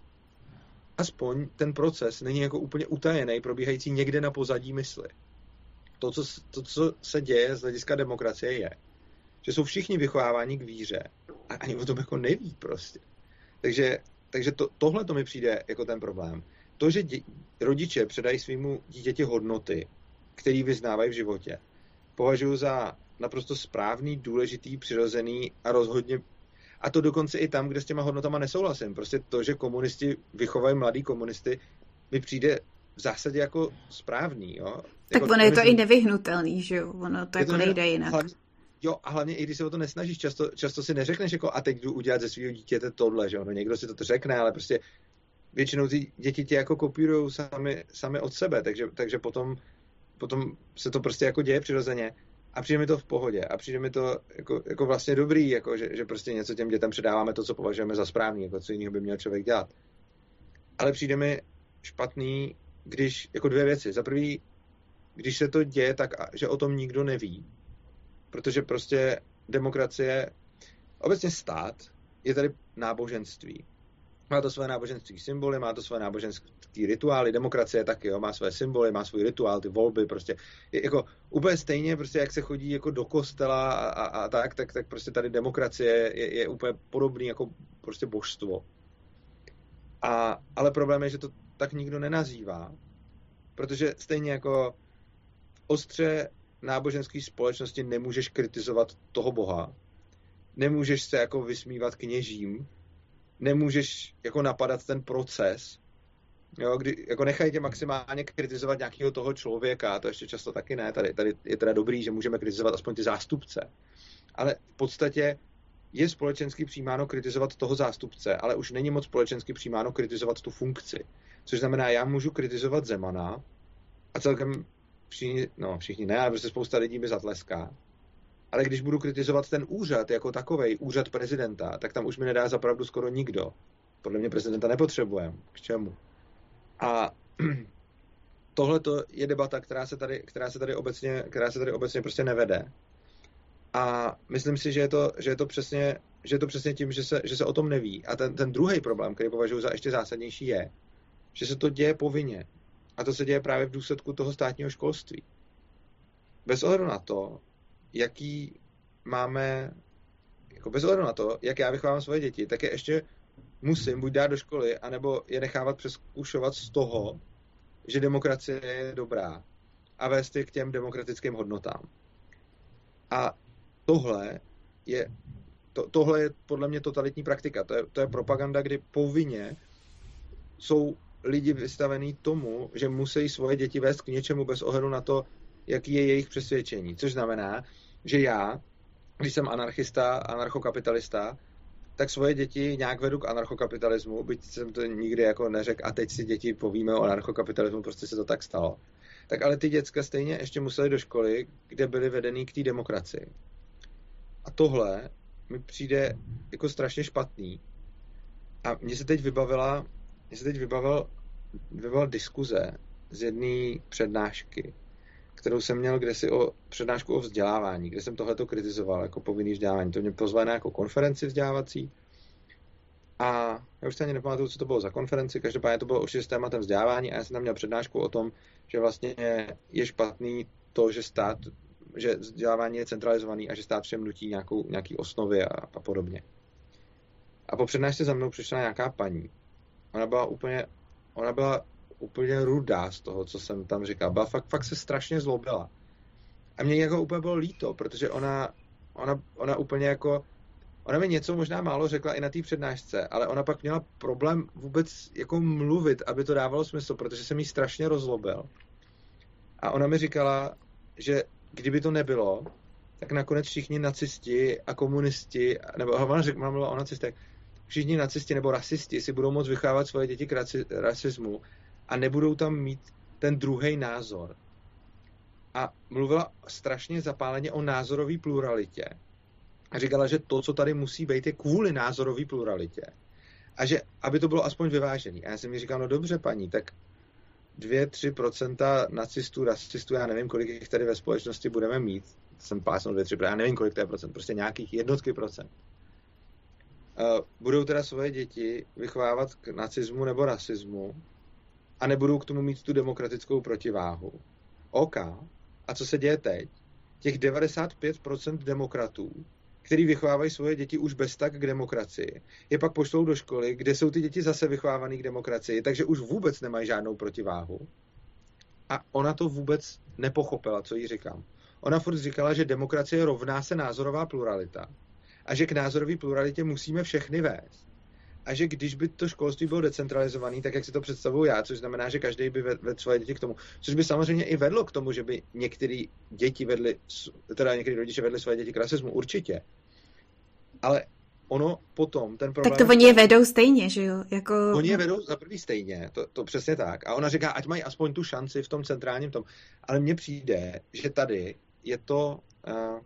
aspoň ten proces není jako úplně utajený, probíhající někde na pozadí mysli. To co, to, co se děje z hlediska demokracie je, že jsou všichni vychováváni k víře a ani o tom jako neví prostě. Takže, takže to, tohle to mi přijde jako ten problém. To, že dě, rodiče předají svýmu dítěti hodnoty, které vyznávají v životě, považuji za naprosto správný, důležitý, přirozený a rozhodně, a to dokonce i tam, kde s těma hodnotama nesouhlasím. Prostě to, že komunisti vychovají mladý komunisty, mi přijde v zásadě jako správný. Jo? Tak jako, ono je to i nevyhnutelný, že jo? Ono to jako to nejde jinak. Hlavně, jo, a hlavně i když se o to nesnažíš, často, často si neřekneš, jako a teď jdu udělat ze svého dítěte tohle, že jo? No, někdo si to řekne, ale prostě většinou ty děti tě jako kopírujou sami, sami od sebe, takže, takže potom, potom se to prostě jako děje přirozeně. A přijde mi to v pohodě. A přijde mi to jako, jako vlastně dobrý, jako, že, že prostě něco těm dětem předáváme to, co považujeme za správný, jako co jiného by měl člověk dělat. Ale přijde mi špatný, když, jako dvě věci. Za prvý, když se to děje tak, že o tom nikdo neví. Protože prostě demokracie, obecně stát, je tady náboženství. Má to své náboženství symboly, má to své náboženství rituály, demokracie taky, jo, má své symboly, má svůj rituál, ty volby, prostě je jako úplně stejně, prostě jak se chodí jako do kostela a, a, a tak, tak, tak prostě tady demokracie je, je úplně podobný jako prostě božstvo. A, ale problém je, že to tak nikdo nenazývá, protože stejně jako v ostře náboženské společnosti nemůžeš kritizovat toho boha, nemůžeš se jako vysmívat kněžím, nemůžeš jako napadat ten proces, jo, kdy jako nechají tě maximálně kritizovat nějakého toho člověka, to ještě často taky ne, tady, tady je teda dobrý, že můžeme kritizovat aspoň ty zástupce, ale v podstatě je společensky přijímáno kritizovat toho zástupce, ale už není moc společensky přijímáno kritizovat tu funkci, což znamená, já můžu kritizovat Zemana a celkem všichni, no všichni ne, ale prostě spousta lidí mi zatleská. Ale když budu kritizovat ten úřad jako takovej, úřad prezidenta, tak tam už mi nedá zapravdu skoro nikdo. Podle mě prezidenta nepotřebujeme. K čemu? A tohle je debata, která se tady, která se tady obecně, která se tady obecně prostě nevede. A myslím si, že je to, že je to přesně, že je to přesně tím, že se, že se o tom neví. A ten, ten druhý problém, který považuji za ještě zásadnější, je, že se to děje povinně. A to se děje právě v důsledku toho státního školství. Bez ohledu na to, jaký máme, jako bez ohledu na to, jak já vychovávám svoje děti, tak je ještě musím buď dát do školy, anebo je nechávat přezkušovat z toho, že demokracie je dobrá a vést je k těm demokratickým hodnotám. A tohle je, to, tohle je podle mě totalitní praktika. To je, to je propaganda, kdy povinně jsou lidi vystavení tomu, že musí svoje děti vést k něčemu bez ohledu na to, jaký je jejich přesvědčení. Což znamená, že já, když jsem anarchista, anarchokapitalista, tak svoje děti nějak vedu k anarchokapitalismu, byť jsem to nikdy jako neřekl a teď si děti povíme o anarchokapitalismu, prostě se to tak stalo. Tak ale ty děcka stejně ještě museli do školy, kde byly vedený k té demokracii. A tohle mi přijde jako strašně špatný. A mně se teď vybavila, mně se teď vybavil, vybavila diskuze z jedné přednášky, kterou jsem měl kdesi o přednášku o vzdělávání, kde jsem tohleto kritizoval jako povinný vzdělávání. To mě pozvali na jako konferenci vzdělávací A já už se ani nepamatuju, co to bylo za konferenci, každopádně to bylo určitě s tématem vzdělávání a já jsem tam měl přednášku o tom, že vlastně je špatný to, že stát, že vzdělávání je centralizovaný a že stát všem nutí nějakou, nějaký osnovy a, a podobně. A po přednášce za mnou přišla nějaká paní. Ona byla úplně, ona byla úplně rudá z toho, co jsem tam říkal. Byla fakt, fakt se strašně zlobila. A mě jako úplně bylo líto, protože ona, ona, ona úplně jako, ona mi něco možná málo řekla i na té přednášce, ale ona pak měla problém vůbec jako mluvit, aby to dávalo smysl, protože jsem jí strašně rozlobil. A ona mi říkala, že kdyby to nebylo, tak nakonec všichni nacisti a komunisti, nebo ona řekla, mluvila o nacistech, všichni nacisti nebo rasisti si budou moct vychovávat svoje děti k raci, rasismu a nebudou tam mít ten druhý názor. A mluvila strašně zapáleně o názorové pluralitě. A říkala, že to, co tady musí být, je kvůli názorové pluralitě. A že, aby to bylo aspoň vyvážený. A já jsem mi říkal, no dobře, paní, tak dvě, tři procenta nacistů, rasistů, já nevím, kolik jich tady ve společnosti budeme mít. Jsem pásnul dvě, tři procenta, já nevím, kolik to je procent, prostě nějakých jednotky procent. Uh, budou teda svoje děti vychovávat k nacismu nebo rasismu a nebudou k tomu mít tu demokratickou protiváhu. OK. A co se děje teď? Těch devadesát pět procent demokratů, který vychovávají svoje děti už bez tak k demokracii, je pak pošlou do školy, kde jsou ty děti zase vychovávaný k demokracii, takže už vůbec nemají žádnou protiváhu. A ona to vůbec nepochopila, co jí říkám. Ona furt říkala, že demokracie rovná se názorová pluralita a že k názorové pluralitě musíme všechny vést. A že když by to školství bylo decentralizované, tak jak si to představuju já, což znamená, že každý by vedl svoje děti k tomu, což by samozřejmě i vedlo k tomu, že by některé děti vedly, teda některé rodiče vedli svoje děti k rasismu, určitě. Ale ono potom, ten problém... Tak to oni je vedou stejně, že jo? Jako... Oni je vedou za prvý stejně, to, to přesně tak. A ona říká, ať mají aspoň tu šanci v tom centrálním tom. Ale mně přijde, že tady je to... Uh,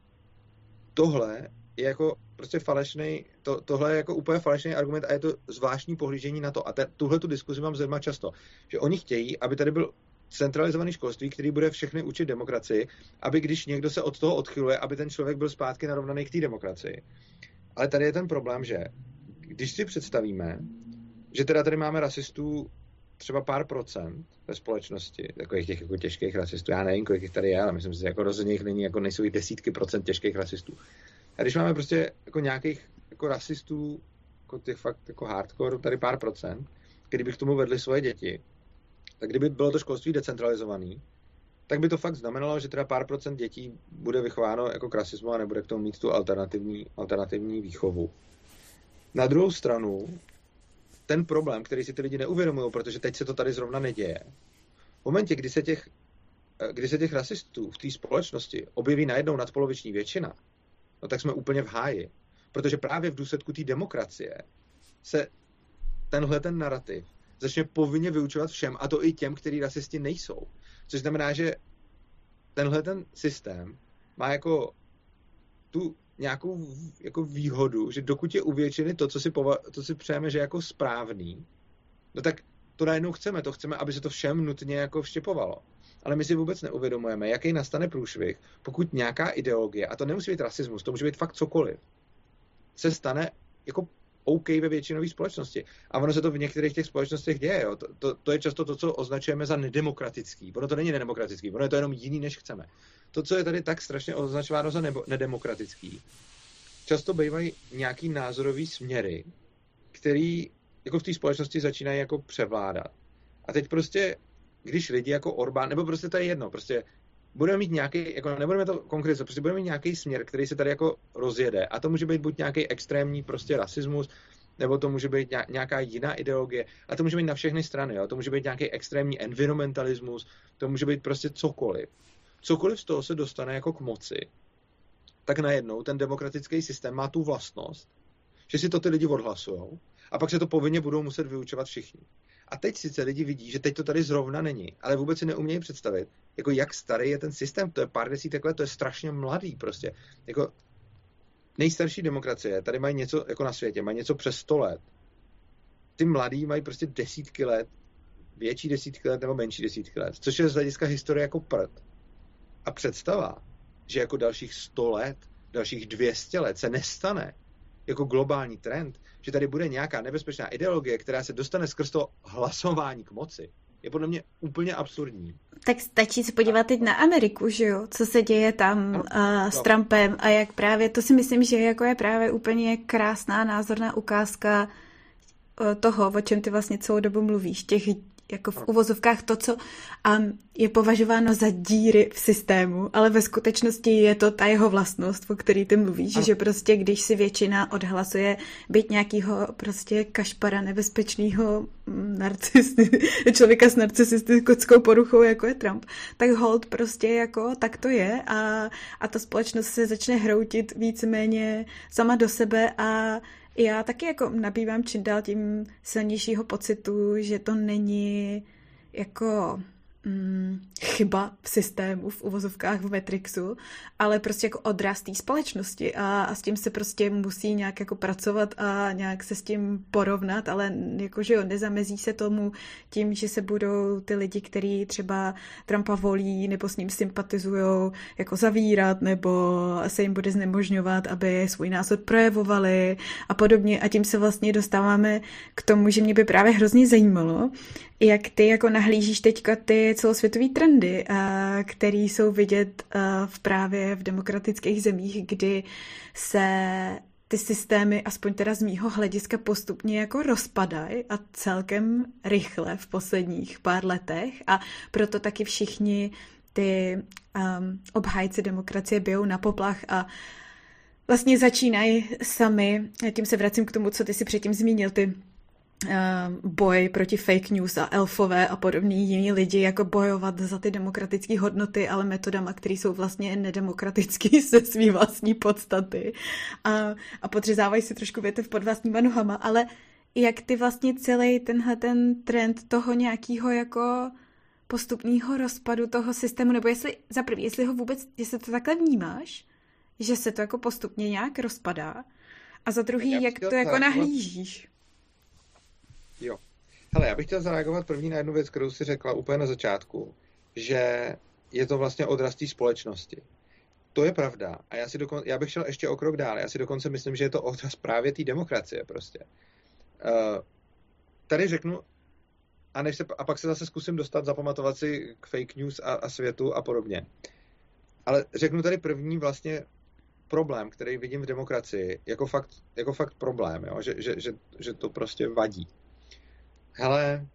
tohle je jako prostě falešný, to, tohle je jako úplně falešný argument a je to zvláštní pohlížení na to. A tuhle tu diskuzi mám zrovna často, že oni chtějí, aby tady byl centralizovaný školství, který bude všechny učit demokracii, aby když někdo se od toho odchyluje, aby ten člověk byl zpátky narovnaný k té demokracii. Ale tady je ten problém, že když si představíme, že teda tady máme rasistů třeba pár procent ve společnosti, takových těch jako těžkých rasistů, já nevím, kolik jich tady je, ale myslím si, že jako rozhodně jich není, jako nejsou jich desítky procent těžkých rasistů. A když máme prostě jako nějakých jako rasistů, jako těch fakt jako hardcore, tady pár procent, kdyby k tomu vedli svoje děti, tak kdyby bylo to školství decentralizovaný, tak by to fakt znamenalo, že teda pár procent dětí bude vychováno jako k rasismu a nebude k tomu mít tu alternativní, alternativní výchovu. Na druhou stranu, ten problém, který si ty lidi neuvědomují, protože teď se to tady zrovna neděje, v momentě, kdy se těch, kdy se těch rasistů v té společnosti objeví najednou nadpoloviční většina, no tak jsme úplně v háji. Protože právě v důsledku té demokracie se tenhle ten narrativ začne povinně vyučovat všem, a to i těm, kteří rasisti nejsou. Což znamená, že tenhle ten systém má jako tu nějakou jako výhodu, že dokud je u většiny to, co si, pova- to si přejeme, že je jako správný, no tak to najednou chceme. To chceme, aby se to všem nutně jako vštěpovalo. Ale my si vůbec neuvědomujeme, jaký nastane průšvih, pokud nějaká ideologie, a to nemusí být rasismus, to může být fakt cokoliv, se stane jako OK ve většinové společnosti. A ono se to v některých těch společnostech děje. Jo. To, to, to je často to, co označujeme za nedemokratický. Ono to není nedemokratický, ono je to jenom jiný, než chceme. To, co je tady tak strašně označováno za nebo, nedemokratický, často bývají nějaký názorový směry, který jako v té společnosti začínají jako převládat. A teď prostě, když lidi jako Orbán, nebo prostě to je jedno, prostě budeme mít nějaký, jako nebudeme to konkrétně, prostě budeme mít nějaký směr, který se tady jako rozjede. A to může být buď nějaký extrémní prostě rasismus, nebo to může být nějaká jiná ideologie. A to může být na všechny strany, jo. To může být nějaký extrémní environmentalismus, to může být prostě cokoliv. Cokoliv z toho se dostane jako k moci, tak najednou ten demokratický systém má tu vlastnost, že si to ty lidi odhlasujou a pak se to povinně budou muset vyučovat všichni. A teď sice lidi vidí, že teď to tady zrovna není, ale vůbec si neumějí představit, jako jak starý je ten systém. To je pár desítek let, to je strašně mladý prostě. Jako nejstarší demokracie, tady mají něco jako na světě, mají něco přes sto let. Ty mladí mají prostě desítky let, větší desítky let nebo menší desítky let, což je z hlediska historie jako prd. A představa, že jako dalších sto let, dalších dvě stě let se nestane jako globální trend, že tady bude nějaká nebezpečná ideologie, která se dostane skrz to hlasování k moci, je podle mě úplně absurdní. Tak stačí se podívat teď na Ameriku, že jo? Co se děje tam uh, s Trumpem a jak právě, to si myslím, že jako je právě úplně krásná názorná ukázka uh, toho, o čem ty vlastně celou dobu mluvíš, těch jako v uvozovkách to, co um, je považováno za díry v systému, ale ve skutečnosti je to ta jeho vlastnost, o který ty mluvíš, ano. Že prostě když si většina odhlasuje být nějakýho prostě kašpara nebezpečného narcisty, člověka s narcistickou poruchou, jako je Trump, tak hold prostě jako tak to je a, a ta společnost se začne hroutit víceméně sama do sebe a já taky jako nabývám čím dál tím silnějšího pocitu, že to není jako mm, chyba v systému, v uvozovkách v Matrixu, ale prostě jako odraz té společnosti a, a s tím se prostě musí nějak jako pracovat a nějak se s tím porovnat, ale jakože jo, nezamezí se tomu tím, že se budou ty lidi, kteří třeba Trumpa volí nebo s ním sympatizujou, jako zavírat nebo se jim bude znemožňovat, aby svůj názor projevovali a podobně a tím se vlastně dostáváme k tomu, že mě by právě hrozně zajímalo, jak ty jako nahlížíš teďka ty celosvětový trendy, který jsou vidět v právě v demokratických zemích, kdy se ty systémy, aspoň teda z mýho hlediska, postupně jako rozpadají a celkem rychle v posledních pár letech a proto taky všichni ty um, obhájci demokracie bijou na poplach a vlastně začínají sami, tím se vracím k tomu, co ty si předtím zmínil, ty boj proti fake news a elfové a podobní jiní lidi, jako bojovat za ty demokratické hodnoty, ale metodama, které jsou vlastně nedemokratické ze svý vlastní podstaty a, a podřezávají si trošku větev pod vlastníma nohama, ale jak ty vlastně celý tenhle ten trend toho nějakého jako postupného rozpadu toho systému, nebo jestli za první, jestli ho vůbec, jestli to takhle vnímáš, že se to jako postupně nějak rozpadá a za druhý, jak to jako nahlížíš? Jo. Hele, já bych chtěl zareagovat první na jednu věc, kterou jsi řekla úplně na začátku, že je to vlastně odraz té společnosti. To je pravda. A já, si dokon... já bych šel ještě o krok dál. Já si dokonce myslím, že je to odraz právě té demokracie prostě. Uh, tady řeknu, a, než se... a pak se zase zkusím dostat, zapamatovat si k fake news a, a světu a podobně. Ale řeknu tady první vlastně problém, který vidím v demokracii, jako fakt, jako fakt problém, jo? Že, že, že, že to prostě vadí. Hele,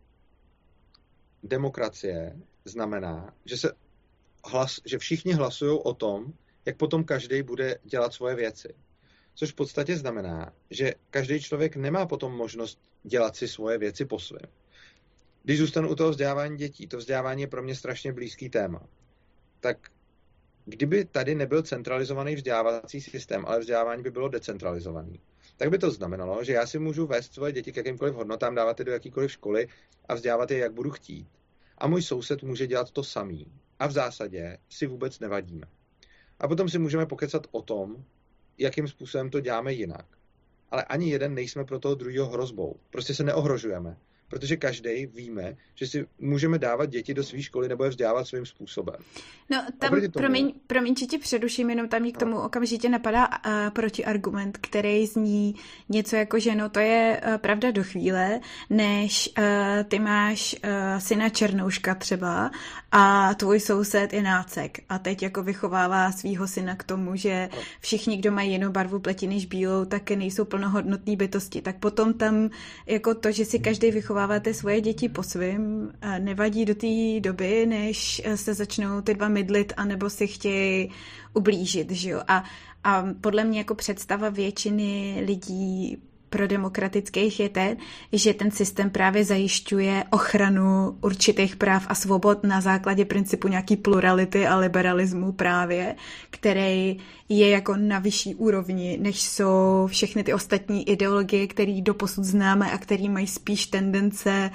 demokracie znamená, že, se hlas, že všichni hlasují o tom, jak potom každý bude dělat svoje věci. Což v podstatě znamená, že každý člověk nemá potom možnost dělat si svoje věci po svém. Když zůstanu u toho vzdělávání dětí, to vzdělávání je pro mě strašně blízký téma, tak kdyby tady nebyl centralizovaný vzdělávací systém, ale vzdělávání by bylo decentralizovaný, tak by to znamenalo, že já si můžu vést svoje děti k jakýmkoliv hodnotám, dávat je do jakýkoliv školy a vzdělávat je, jak budu chtít. A můj soused může dělat to samý. A v zásadě si vůbec nevadíme. A potom si můžeme pokecat o tom, jakým způsobem to děláme jinak. Ale ani jeden nejsme pro toho druhého hrozbou. Prostě se neohrožujeme. Protože každý víme, že si můžeme dávat děti do své školy nebo je vzdělávat svým způsobem. No tam, promiň, promiň, že ti předuším, jenom tam mi k tomu no. okamžitě napadá uh, protiargument, který zní něco jako, že no to je uh, pravda do chvíle, než uh, ty máš uh, syna Černouška třeba a tvůj soused je nácek a teď jako vychovává svýho syna k tomu, že no. všichni, kdo mají jinou barvu pleti než bílou, tak nejsou plnohodnotní bytosti. Tak potom tam jako to, že si každý vychová vychováváte svoje děti po svým, nevadí do té doby, než se začnou ty dva mydlit, anebo si chtějí ublížit, že jo. A, a podle mě jako představa většiny lidí prodemokratických je ten, že ten systém právě zajišťuje ochranu určitých práv a svobod na základě principu nějaký plurality a liberalismu právě, který je jako na vyšší úrovni, než jsou všechny ty ostatní ideologie, které doposud známe a které mají spíš tendence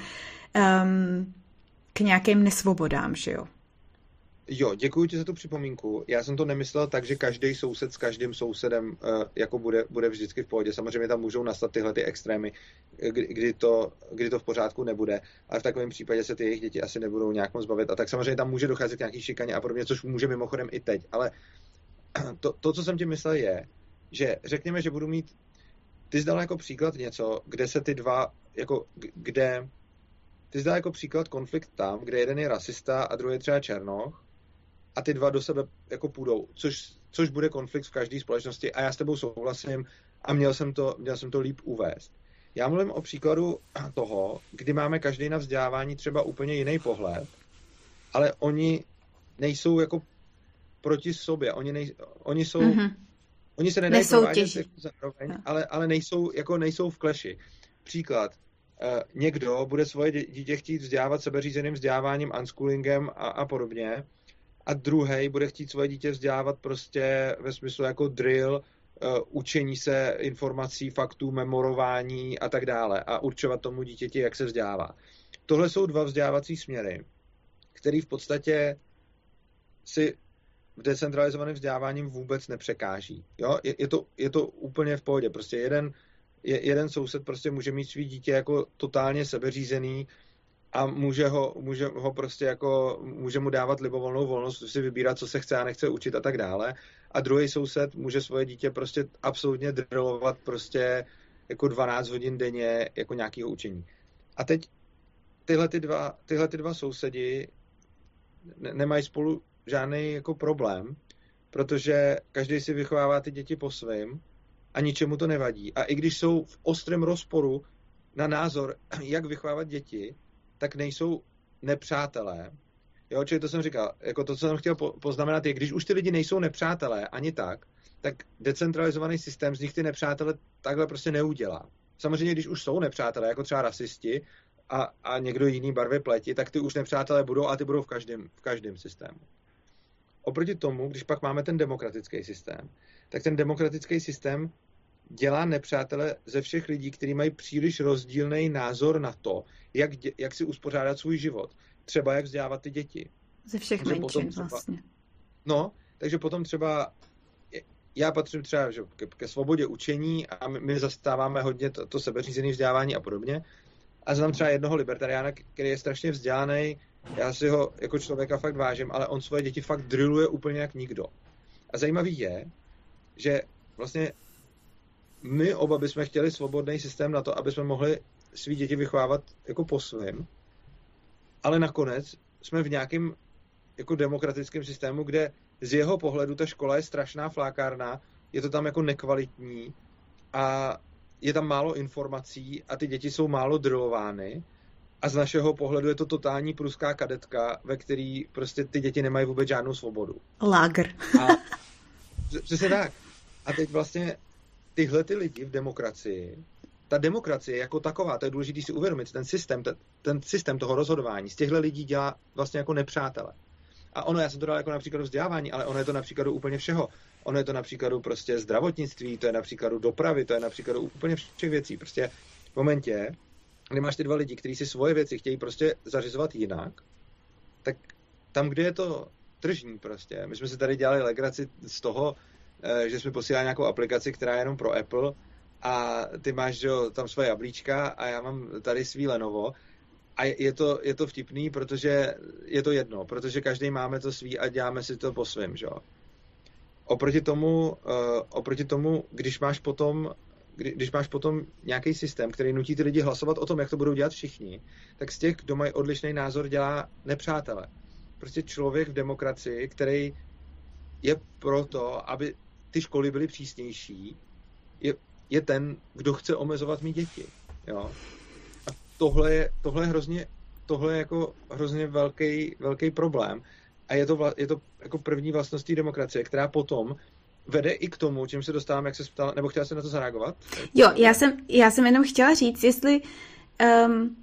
um, k nějakým nesvobodám, že jo? Jo, děkuji ti za tu připomínku. Já jsem to nemyslel tak, že každý soused s každým sousedem uh, jako bude, bude vždycky v pohodě. Samozřejmě tam můžou nastat tyhle ty extrémy, kdy, kdy, to, kdy to v pořádku nebude, ale v takovém případě se ty jejich děti asi nebudou nějak moc bavit. A tak samozřejmě tam může docházet k nějaký šikaně a podobně, což může mimochodem i teď. Ale to, to co jsem ti myslel, je, že řekněme, že budu mít ty jsi dal jako příklad něco, kde se ty dva, jako kde, ty jsi dal jako příklad konflikt tam, kde jeden je rasista a druhý je třeba černoch a ty dva do sebe jako půjdou, což, což bude konflikt v každé společnosti a já s tebou souhlasím a měl jsem to, měl jsem to líp uvést. Já mluvím o příkladu toho, kdy máme každý na vzdělávání třeba úplně jiný pohled, ale oni nejsou jako proti sobě, oni, nej, oni jsou, mm-hmm. oni se nedají provádět zároveň, ale, ale nejsou, jako nejsou v kleši. Příklad, eh, někdo bude svoje dítě chtít vzdělávat sebeřízeným vzděláváním, unschoolingem a, a podobně, a druhej bude chtít svoje dítě vzdělávat prostě ve smyslu jako drill, uh, učení se informací, faktů, memorování a tak dále a určovat tomu dítěti, jak se vzdělává. Tohle jsou dva vzdělávací směry, které v podstatě si v decentralizovaném vzděláváním vůbec nepřekáží. Jo? Je, je, to, je to úplně v pohodě. Prostě jeden, je, jeden soused prostě může mít svý dítě jako totálně sebeřízený a může ho, může ho prostě jako, může mu dávat libovolnou volnost si vybírat, co se chce a nechce učit a tak dále. A druhý soused může svoje dítě prostě absolutně drillovat prostě jako dvanáct hodin denně jako nějakého učení. A teď tyhle, ty dva, tyhle ty dva sousedi ne, nemají spolu žádný jako problém, protože každý si vychovává ty děti po svém a ničemu to nevadí. A i když jsou v ostrém rozporu na názor, jak vychovávat děti, tak nejsou nepřátelé. Jo, čili to jsem říkal, jako to, co jsem chtěl poznamenat, je, když už ty lidi nejsou nepřátelé ani tak, tak decentralizovaný systém z nich ty nepřátele takhle prostě neudělá. Samozřejmě, když už jsou nepřátelé, jako třeba rasisti a, a někdo jiný barvy pleti, tak ty už nepřátelé budou a ty budou v každém, v každém systému. Oproti tomu, když pak máme ten demokratický systém, tak ten demokratický systém dělá nepřátele ze všech lidí, kteří mají příliš rozdílný názor na to, jak, jak si uspořádat svůj život. Třeba jak vzdělávat ty děti. Ze všech menšin vlastně. No, takže potom třeba já patřím třeba že, ke, ke svobodě učení a my, my zastáváme hodně to, to sebeřízené vzdělávání a podobně. A znám třeba jednoho libertariána, který je strašně vzdělaný, já si ho jako člověka fakt vážím, ale on svoje děti fakt drilluje úplně jak nikdo. A zajímavý je, že vlastně my oba bychom chtěli svobodný systém na to, aby jsme mohli svý děti vychovávat jako po svým, ale nakonec jsme v nějakém jako demokratickém systému, kde z jeho pohledu ta škola je strašná flákárna, je to tam jako nekvalitní a je tam málo informací a ty děti jsou málo drillovány a z našeho pohledu je to totální pruská kadetka, ve který prostě ty děti nemají vůbec žádnou svobodu. Lágr. A přesně tak. A teď vlastně tyhle ty lidi v demokracii, ta demokracie jako taková, to je důležité si uvědomit, ten systém, ten, ten systém toho rozhodování z těchto lidí dělá vlastně jako nepřátele. A ono, já jsem to dal jako například vzdělávání, ale ono je to například úplně všeho. Ono je to například prostě zdravotnictví, to je například dopravy, to je například úplně všech věcí. Prostě v momentě, kdy máš ty dva lidi, kteří si svoje věci chtějí prostě zařizovat jinak, tak tam, kde je to tržní prostě. My jsme si tady dělali legraci z toho, že jsme posílali nějakou aplikaci, která je jenom pro Apple a ty máš že, tam svoje jablíčka a já mám tady svý Lenovo a je to, je to vtipný, protože je to jedno, protože každý máme to svý a děláme si to po svém, že? Oproti tomu, uh, oproti tomu, když máš potom kdy, když máš potom nějaký systém, který nutí ty lidi hlasovat o tom, jak to budou dělat všichni, tak z těch, kdo mají odlišný názor, dělá nepřátele. Prostě člověk v demokracii, který je proto, aby ty školy byly přísnější, je, je ten, kdo chce omezovat mý děti. Jo? A tohle je, tohle je hrozně, tohle je jako hrozně velký, velký problém. A je to, vla, je to jako první vlastností demokracie, která potom vede i k tomu, čím se dostávám, jak se ptala, nebo chtěla jsem na to zareagovat? Jo, já jsem, já jsem jenom chtěla říct, jestli um,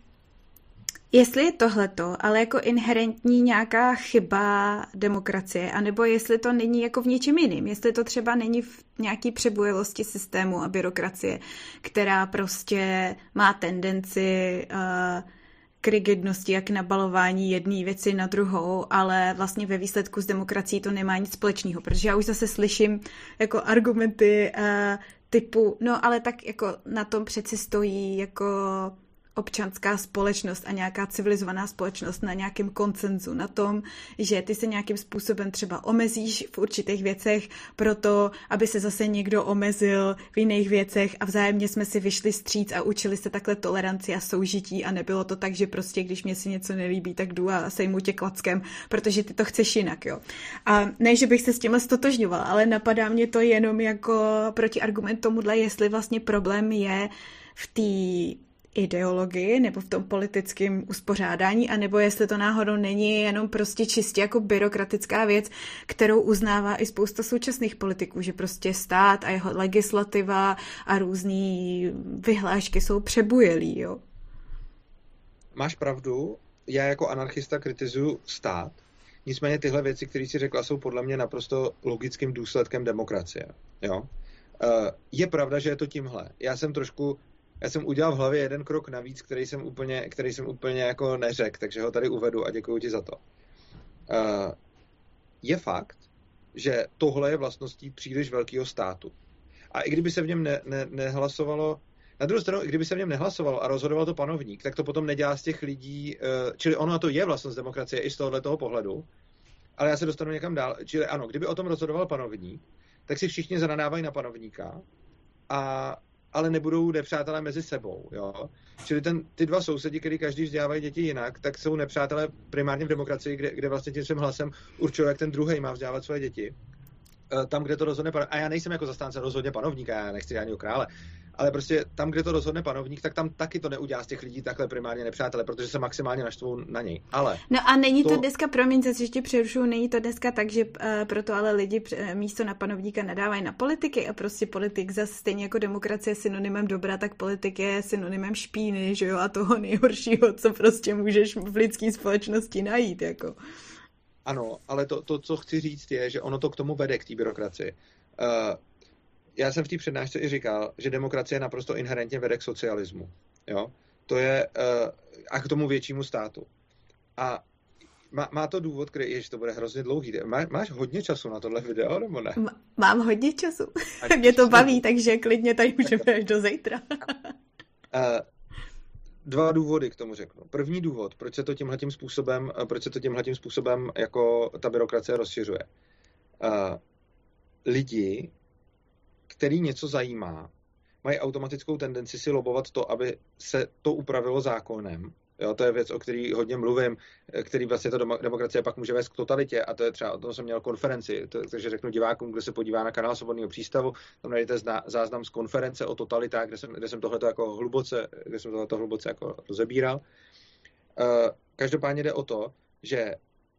jestli je tohleto, ale jako inherentní nějaká chyba demokracie, anebo jestli to není jako v něčem jiným, jestli to třeba není v nějaký přebujelosti systému a byrokracie, která prostě má tendenci uh, k rigidnosti a k nabalování jedné věci na druhou, ale vlastně ve výsledku s demokracií to nemá nic společného, protože já už zase slyším jako argumenty uh, typu, no ale tak jako na tom přeci stojí jako občanská společnost a nějaká civilizovaná společnost na nějakém konsenzu, na tom, že ty se nějakým způsobem třeba omezíš v určitých věcech proto, aby se zase někdo omezil v jiných věcech a vzájemně jsme si vyšli vstříc a učili se takhle toleranci a soužití a nebylo to tak, že prostě když mě si něco nelíbí, tak jdu a sejmu tě klackem, protože ty to chceš jinak, jo. A ne, že bych se s tímhle stotožňovala, ale napadá mě to jenom jako protiargument tomuhle, jestli vlastně problém je v té ideologii nebo v tom politickém uspořádání, anebo jestli to náhodou není jenom prostě čistě jako byrokratická věc, kterou uznává i spousta současných politiků, že prostě stát a jeho legislativa a různý vyhlášky jsou přebujelý, jo? Máš pravdu, já jako anarchista kritizuju stát, nicméně tyhle věci, které si řekla, jsou podle mě naprosto logickým důsledkem demokracie, jo? Je pravda, že je to tímhle. Já jsem trošku Já jsem udělal v hlavě jeden krok navíc, který jsem úplně, který jsem úplně jako neřekl, takže ho tady uvedu a děkuji ti za to. Uh, je fakt, že tohle je vlastností příliš velkého státu. A i kdyby se v něm ne, ne, nehlasovalo, na druhou stranu, i kdyby se v něm nehlasovalo a rozhodoval to panovník, tak to potom nedělá z těch lidí, uh, čili ono to je vlastnost demokracie i z tohoto pohledu, ale já se dostanu někam dál. Čili ano, kdyby o tom rozhodoval panovník, tak si všichni zanadávají na panovníka a ale nebudou nepřátelé mezi sebou, jo. Čili ten, ty dva sousedi, kteří každý vzdělávají děti jinak, tak jsou nepřátelé primárně v demokracii, kde, kde vlastně tím svým hlasem určují, jak ten druhej má vzdělávat své děti. Tam, kde to rozhodne panovník, a já nejsem jako zastánce rozhodně panovníka, já nechci ani o krále, ale prostě tam, kde to rozhodne panovník, tak tam taky to neudělá z těch lidí takhle primárně nepřátelé, protože se maximálně naštvou na něj. Ale no a není to, to dneska, promiň, zase ještě přerušuju, není to dneska tak, že uh, proto ale lidi místo na panovníka nadávají na politiky a prostě politik zase stejně jako demokracie je synonymem dobra, tak politik je synonymem špíny, že jo, a toho nejhoršího, co prostě můžeš v lidské společnosti najít, jako. Ano, ale to, to, co chci říct, je, že ono to k tomu vede, k té byrokracii. Uh, já jsem v té přednášce i říkal, že demokracie naprosto inherentně vede k socialismu. Jo? To je uh, a k tomu většímu státu. A má, má to důvod, který, jež to bude hrozně dlouhý. Má, máš hodně času na tohle video, nebo ne? M- mám hodně času. Mě to baví, takže klidně tady můžeme až do zítra. uh, Dva důvody k tomu řeknu. První důvod, proč se to tímhletím způsobem, proč se to tímhletím způsobem jako ta byrokracie rozšiřuje. Uh, lidi, který něco zajímá, mají automatickou tendenci si lobovat to, aby se to upravilo zákonem. Jo, to je věc, o který hodně mluvím, který vlastně to demokracie pak může vést k totalitě, a to je třeba, o tom jsem měl konferenci, to, takže řeknu divákům, kdo se podívá na kanál Svobodného přístavu, tam najdete zna, záznam z konference o totalitách, kde jsem, kde jsem tohleto jako hluboce, kde jsem tohleto hluboce jako rozebíral. Uh, každopádně jde o to, že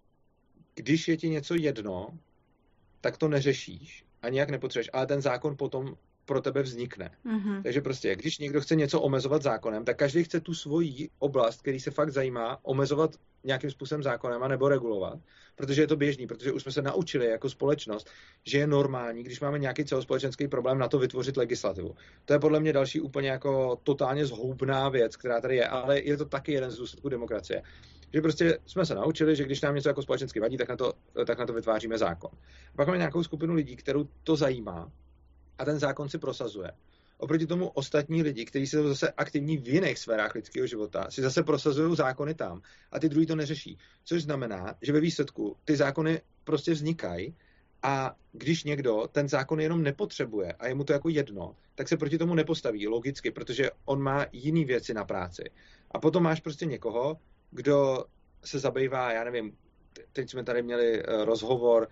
když je ti něco jedno, tak to neřešíš a nijak nepotřebuješ, ale ten zákon potom pro tebe vznikne. Mm-hmm. Takže prostě, když někdo chce něco omezovat zákonem, tak každý chce tu svoji oblast, který se fakt zajímá, omezovat nějakým způsobem zákonem a nebo regulovat, protože je to běžný, protože už jsme se naučili jako společnost, že je normální, když máme nějaký celospolečenský problém, na to vytvořit legislativu. To je podle mě další úplně jako totálně zhoubná věc, která tady je, ale je to taky jeden z důsledků demokracie. Že prostě jsme se naučili, že když nám něco jako společensky vadí, tak na to, tak na to vytváříme zákon. Pak máme nějakou skupinu lidí, kterou to zajímá, a ten zákon si prosazuje. Oproti tomu ostatní lidi, kteří jsou zase aktivní v jiných sférách lidského života, si zase prosazují zákony tam a ty druhý to neřeší. Což znamená, že ve výsledku ty zákony prostě vznikají a když někdo ten zákon jenom nepotřebuje a je mu to jako jedno, tak se proti tomu nepostaví logicky, protože on má jiný věci na práci. A potom máš prostě někoho, kdo se zabývá, já nevím, teď jsme tady měli rozhovor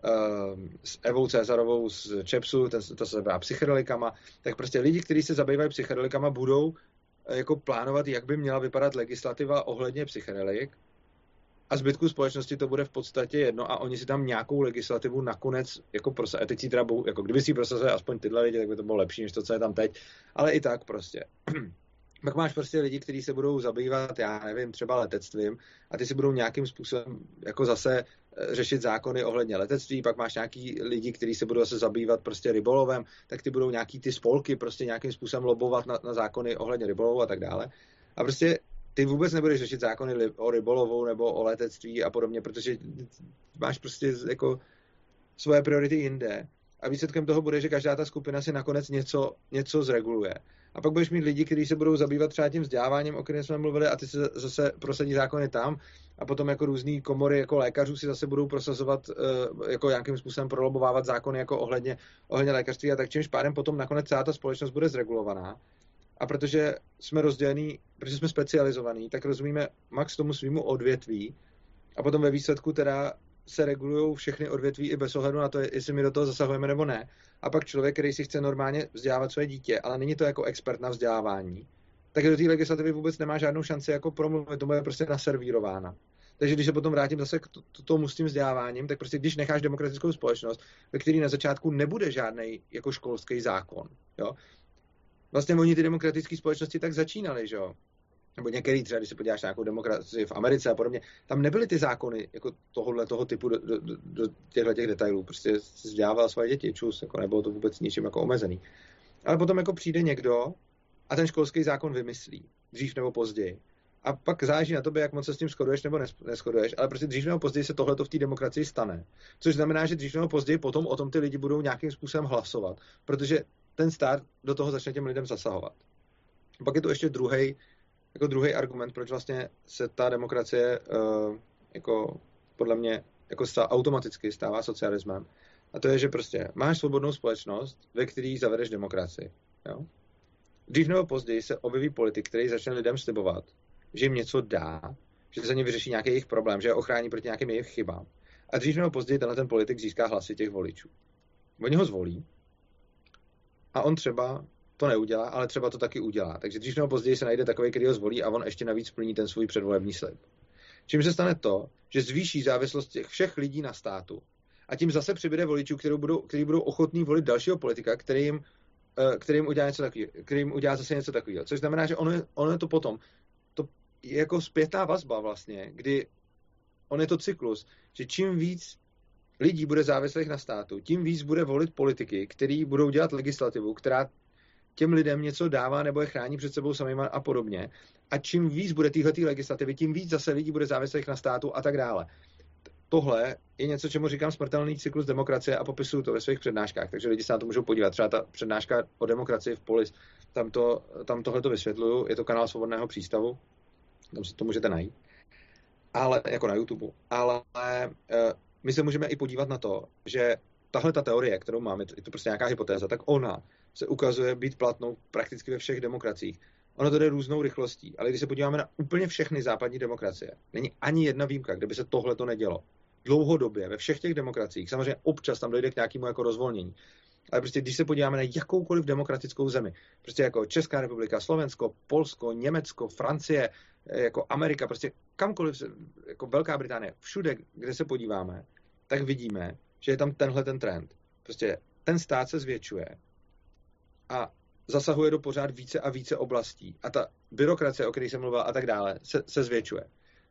s Evou Cezarovou z Čepsu, ten, to se zabývá psychedelikama, tak prostě lidi, kteří se zabývají psychedelikama, budou jako plánovat, jak by měla vypadat legislativa ohledně psychedelik a zbytku společnosti to bude v podstatě jedno a oni si tam nějakou legislativu nakonec jako prosazují. Teď si teda budou, jako kdyby si ji prosazovali aspoň tyhle lidi, tak by to bylo lepší, než to, co je tam teď, ale i tak prostě. Pak máš prostě lidi, kteří se budou zabývat, já nevím, třeba letectvím a ty si budou nějakým způsobem jako zase řešit zákony ohledně letectví, pak máš nějaký lidi, kteří se budou zase zabývat prostě rybolovem, tak ty budou nějaký ty spolky prostě nějakým způsobem lobovat na, na zákony ohledně rybolovu a tak dále. A prostě ty vůbec nebudeš řešit zákony o rybolovu nebo o letectví a podobně, protože máš prostě jako svoje priority jinde. a výsledkem toho bude, že každá ta skupina si nakonec něco, něco zreguluje. A pak budeš mít lidi, kteří se budou zabývat třeba tím vzděláváním, o kterém jsme mluvili, a ty se zase prosadí zákony tam, a potom jako různý komory jako lékařů si zase budou prosazovat, jako nějakým způsobem prolobovávat zákony jako ohledně, ohledně lékařství, a tak čímž pádem potom nakonec celá ta společnost bude zregulovaná. A protože jsme rozdělení, protože jsme specializovaní, tak rozumíme max tomu svýmu odvětví, a potom ve výsledku teda se regulují všechny odvětví i bez ohledu na to, jestli my do toho zasahujeme nebo ne. A pak člověk, který si chce normálně vzdělávat své dítě, ale není to jako expert na vzdělávání, tak do té legislativy vůbec nemá žádnou šanci jako promluvit, tomu je prostě naservírována. Takže když se potom vrátím zase k tomu s tím vzděláváním, tak prostě když necháš demokratickou společnost, ve které na začátku nebude žádný jako školský zákon, jo. Vlastně oni ty demokratické společnosti tak začínaly, že jo. Nebo některý třeba, když se podíváš na nějakou demokracii v Americe a podobně, tam nebyly ty zákony jako tohohle toho typu do, do, do těchto těch detailů. Prostě si vzdělával svoje děti, čus, jako nebylo to vůbec ničím jako omezený. Ale potom jako přijde někdo a ten školský zákon vymyslí, dřív nebo později. A pak záleží na tobě, jak moc se s tím shoduješ nebo neshoduješ, ale prostě dřív nebo později se tohleto v té demokracii stane. Což znamená, že dřív nebo později potom o tom ty lidi budou nějakým způsobem hlasovat, protože ten stát do toho začne těm lidem zasahovat. A pak je to ještě druhý jako druhý argument, proč vlastně se ta demokracie uh, jako podle mě jako stá, automaticky stává socialismem. A to je, že prostě máš svobodnou společnost, ve které zavedeš demokracii. Jo? Dřív nebo později se objeví politik, který začne lidem slibovat, že jim něco dá, že za ně vyřeší nějaký jejich problém, že je ochrání proti nějakým jejich chybám. A dřív nebo později tenhle ten politik získá hlasy těch voličů. Oni ho zvolí a on třeba to neudělá, ale třeba to taky udělá. Takže dřív nebo později se najde takový, který ho zvolí, a on ještě navíc plní ten svůj předvolební slib. Čím se stane to, že zvýší závislost těch všech lidí na státu, a tím zase přibude voličů, kteří budou, kteří budou ochotní volit dalšího politika, který jim, který jim udělá něco takového, který jim udělá zase něco takového. Což znamená, že ono je, ono je to potom, to je jako zpětná vazba vlastně, kdy on je to cyklus, že čím víc lidí bude závislých na státu, tím víc bude volit politiky, který budou dělat legislativu, která těm lidem něco dává nebo je chrání před sebou samýma a podobně. A čím víc bude téhletý legislativy, tím víc zase lidí bude závislých na státu a tak dále. Tohle je něco, čemu říkám smrtelný cyklus demokracie, a popisuju to ve svých přednáškách, takže lidi se na to můžou podívat. Třeba ta přednáška o demokracii v Polis, tam, to, tam tohle to vysvětluju, je to kanál Svobodného přístavu, tam si to můžete najít, ale jako na YouTube. Ale e, my se můžeme i podívat na to, že tahle ta teorie, kterou máme, je to prostě nějaká hypotéza, tak ona se ukazuje být platnou prakticky ve všech demokraciích. Ono to jde různou rychlostí, ale když se podíváme na úplně všechny západní demokracie, není ani jedna výjimka, kde by se tohle to nedělo. Dlouhodobě ve všech těch demokraciích, samozřejmě občas tam dojde k nějakému jako rozvolnění. Ale prostě když se podíváme na jakoukoliv demokratickou zemi, prostě jako Česká republika, Slovensko, Polsko, Německo, Francie, jako Amerika, prostě kamkoliv, jako Velká Británie, všude, kde se podíváme, tak vidíme, že je tam tenhle ten trend. Prostě ten stát se zvětšuje a zasahuje do pořád více a více oblastí. A ta byrokracie, o které jsem mluvil a tak dále, se, se zvětšuje.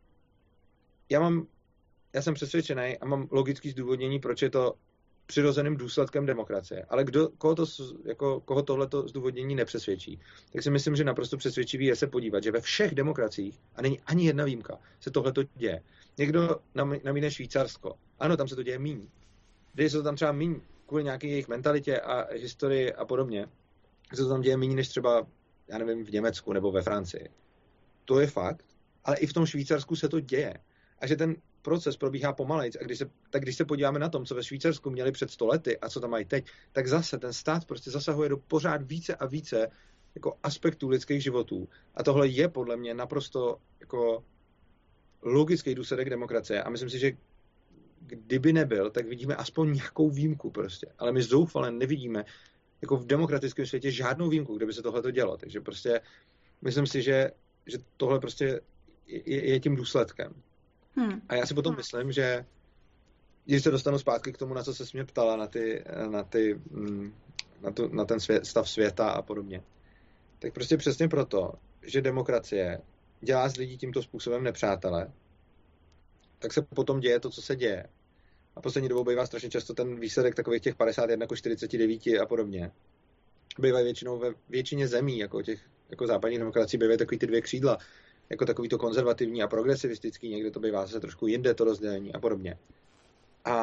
Já mám, já jsem přesvědčený a mám logické zdůvodnění, proč je to přirozeným důsledkem demokracie. Ale kdo, koho, to, jako, koho tohleto zdůvodnění nepřesvědčí, tak si myslím, že naprosto přesvědčivý je se podívat, že ve všech demokraciích, a není ani jedna výjimka, se tohleto děje. Někdo namíne Švýcarsko. Ano, tam se to děje míň. Děje se to tam třeba míň kvůli nějaké jejich mentalitě a historii a podobně. Se to tam děje méně než třeba, já nevím, v Německu nebo ve Francii. To je fakt, ale i v tom Švýcarsku se to děje. A že ten proces probíhá pomalejc. A když se, tak když se podíváme na tom, co ve Švýcarsku měli před sto lety a co tam mají teď, tak zase ten stát prostě zasahuje do pořád více a více jako aspektů lidských životů. A tohle je podle mě naprosto jako logický důsledek demokracie. A myslím si, že kdyby nebyl, tak vidíme aspoň nějakou výjimku prostě. Ale my zoufale nevidíme jako v demokratickém světě žádnou výjimku, kde by se tohle dělo. Takže prostě myslím si, že, že tohle prostě je, je tím důsledkem. Hmm. A já si potom myslím, že když se dostanu zpátky k tomu, na co se mě ptala, na, ty, na, ty, na, tu, na ten svět, stav světa a podobně, tak prostě přesně proto, že demokracie dělá z lidí tímto způsobem nepřátele, tak se potom děje to, co se děje. A poslední dobou bývá strašně často ten výsledek takových těch padesát jedna ku čtyřiceti devíti a podobně. Bývají většinou ve většině zemí, jako těch jako západních demokracií, bývají takový ty dvě křídla, jako takový to konzervativní a progresivistický, někde to bývá zase trošku jinde to rozdělení a podobně. A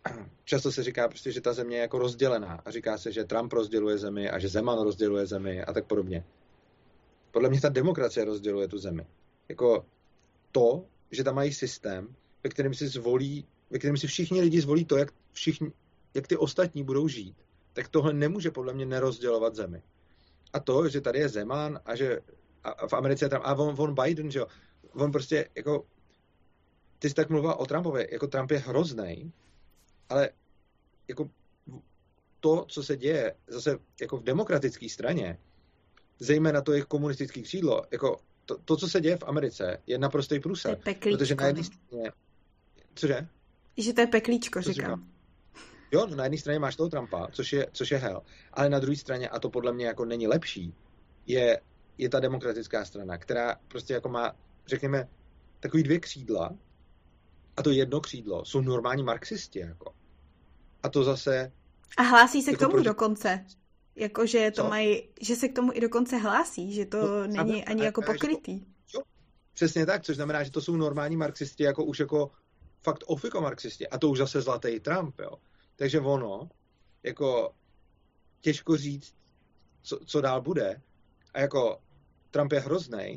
často se říká prostě, že ta země je jako rozdělená a říká se, že Trump rozděluje zemi a že Zeman rozděluje zemi a tak podobně. Podle mě ta demokracie rozděluje tu zemi. Jako to, že tam mají systém, ve kterém si zvolí, ve kterém si všichni lidi zvolí to, jak, všichni, jak ty ostatní budou žít, tak tohle nemůže podle mě nerozdělovat zemi. A to, že tady je Zeman a že a v Americe je tam, a on, on Biden, že jo, on prostě jako, ty jsi tak mluvila o Trumpovi, jako Trump je hroznej, ale jako to, co se děje zase jako v demokratické straně, zejména to jejich komunistické křídlo, jako to, to, co se děje v Americe, je naprostý průser. Protože na jedné straně... Cože? Že to je peklíčko, co říkám. říkám. Jo, no na jedné straně máš toho Trumpa, což je, což je hell, ale na druhé straně, a to podle mě jako není lepší, je, je ta demokratická strana, která prostě jako má, řekněme, takový dvě křídla, a to jedno křídlo jsou normální marxisti, jako. A to zase... A hlásí se jako k tomu proti... dokonce. Jako, že to Co? mají, že se k tomu i dokonce hlásí, že to no, není ani jako pokrytý. To, jo, přesně tak, což znamená, že to jsou normální marxisti, jako už jako fakt ofiko marxisti. A to už zase zlatý Trump, jo. Takže ono, jako těžko říct, co, co dál bude. A jako Trump je hroznej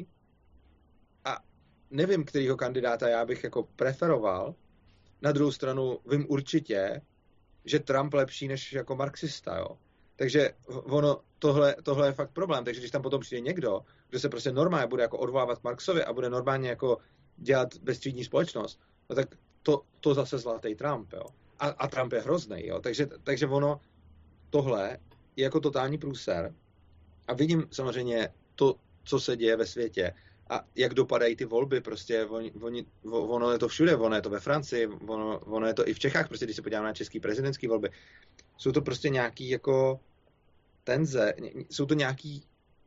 a nevím, kterýho kandidáta já bych jako preferoval. Na druhou stranu vím určitě, že Trump lepší než jako marxista, jo. Takže ono, tohle, tohle je fakt problém. Takže když tam potom přijde někdo, kdo se prostě normálně bude jako odvolávat k Marxovi a bude normálně jako dělat bezstřídní společnost, no tak to, to zase zlatý Trump, jo. A, a Trump je hrozný, jo. Takže, takže ono, tohle je jako totální průser. A vidím samozřejmě to, co se děje ve světě a jak dopadají ty volby, prostě oni, oni, ono je to všude, ono je to ve Francii, ono, ono je to i v Čechách, prostě když se podíváme na český prezidentský volby, jsou to prostě nějaký jako tenze, jsou to nějaký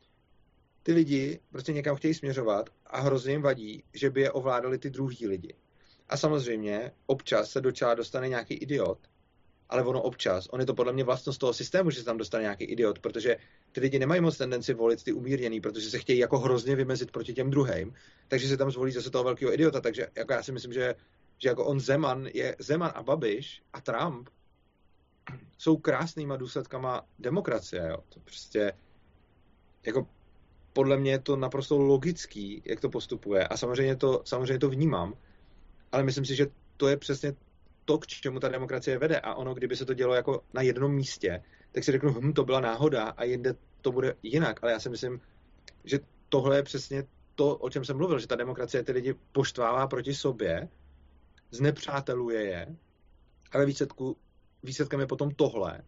ty lidi prostě někam chtějí směřovat a hrozně jim vadí, že by je ovládali ty druhý lidi. A samozřejmě občas se do čela dostane nějaký idiot, ale ono občas, on je to podle mě vlastnost toho systému, že se tam dostane nějaký idiot, protože ty lidi nemají moc tendenci volit ty umírněný, protože se chtějí jako hrozně vymezit proti těm druhým, takže se tam zvolí zase toho velkého idiota, takže jako já si myslím, že, že jako on Zeman je Zeman a Babiš a Trump jsou krásnýma důsledkama demokracie, jo. To prostě jako podle mě je to naprosto logický, jak to postupuje a samozřejmě to, samozřejmě to vnímám, ale myslím si, že to je přesně to, k čemu ta demokracie vede a ono, kdyby se to dělo jako na jednom místě, tak si řeknu, hm, to byla náhoda a jinde to bude jinak, ale já si myslím, že tohle je přesně to, o čem jsem mluvil, že ta demokracie ty lidi poštvává proti sobě, znepřáteluje je a ve výsledku výsledkem je potom tohle.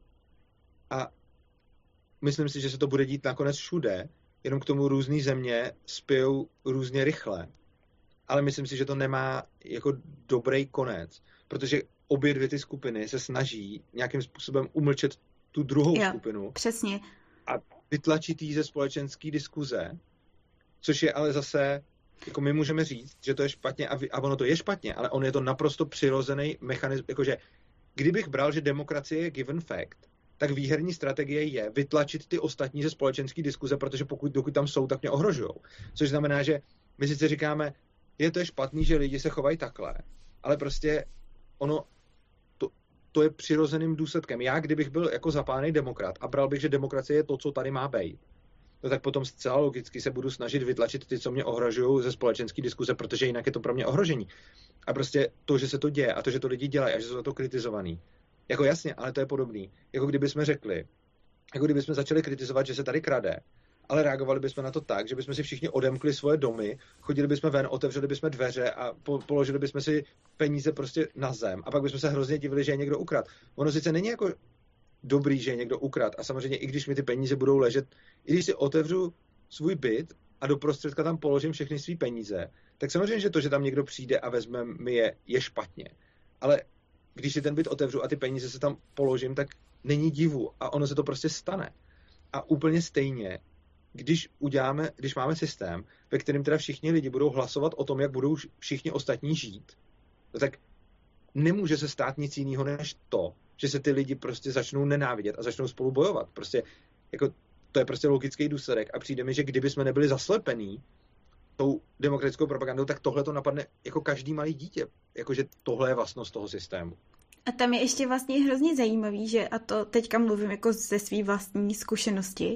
A myslím si, že se to bude dít nakonec všude, jenom k tomu různý země spijou různě rychle. Ale myslím si, že to nemá jako dobrý konec, protože obě dvě ty skupiny se snaží nějakým způsobem umlčet tu druhou jo, skupinu. Přesně. A vytlačit jí ze společenské diskuze, což je ale zase, jako my můžeme říct, že to je špatně a, vy, a ono to je špatně, ale on je to naprosto přirozený mechanismus, jakože kdybych bral, že demokracie je given fact, tak výherní strategie je vytlačit ty ostatní ze společenské diskuze, protože pokud dokud tam jsou, tak mě ohrožujou. Což znamená, že my sice říkáme, je to je špatný, že lidi se chovají takhle, ale prostě ono, to, to je přirozeným důsledkem. Já, kdybych byl jako zapálený demokrat a bral bych, že demokracie je to, co tady má být, no tak potom zcela logicky se budu snažit vytlačit ty, co mě ohrožují ze společenské diskuze, protože jinak je to pro mě ohrožení. A prostě to, že se to děje a to, že to lidi dělají a že jsou za to kritizovaný. Jako jasně, ale to je podobný. Jako kdyby jsme řekli, jako kdyby jsme začali kritizovat, že se tady krade, ale reagovali bychom na to tak, že bychom si všichni odemkli svoje domy, chodili bychom ven, otevřeli bychom dveře a po, položili bychom si peníze prostě na zem a pak bychom se hrozně divili, že je někdo ukrad. Ono sice není jako dobrý, že je někdo ukrad a samozřejmě i když mi ty peníze budou ležet, i když si otevřu svůj byt a do prostředka tam položím všechny své peníze, tak samozřejmě, že to, že tam někdo přijde a vezme mi je, je špatně. Ale když si ten byt otevřu a ty peníze se tam položím, tak není divu a ono se to prostě stane. A úplně stejně, když uděláme, když máme systém, ve kterém teda všichni lidi budou hlasovat o tom, jak budou všichni ostatní žít, no tak nemůže se stát nic jiného než to, že se ty lidi prostě začnou nenávidět a začnou spolu bojovat. Prostě jako to je prostě logický důsledek a přijde mi, že kdyby jsme nebyli zaslepení tou demokratickou propagandou, tak tohle to napadne jako každý malý dítě. Jakože tohle je vlastnost toho systému. A tam je ještě vlastně hrozně zajímavý, že, a to teďka mluvím jako ze své vlastní zkušenosti,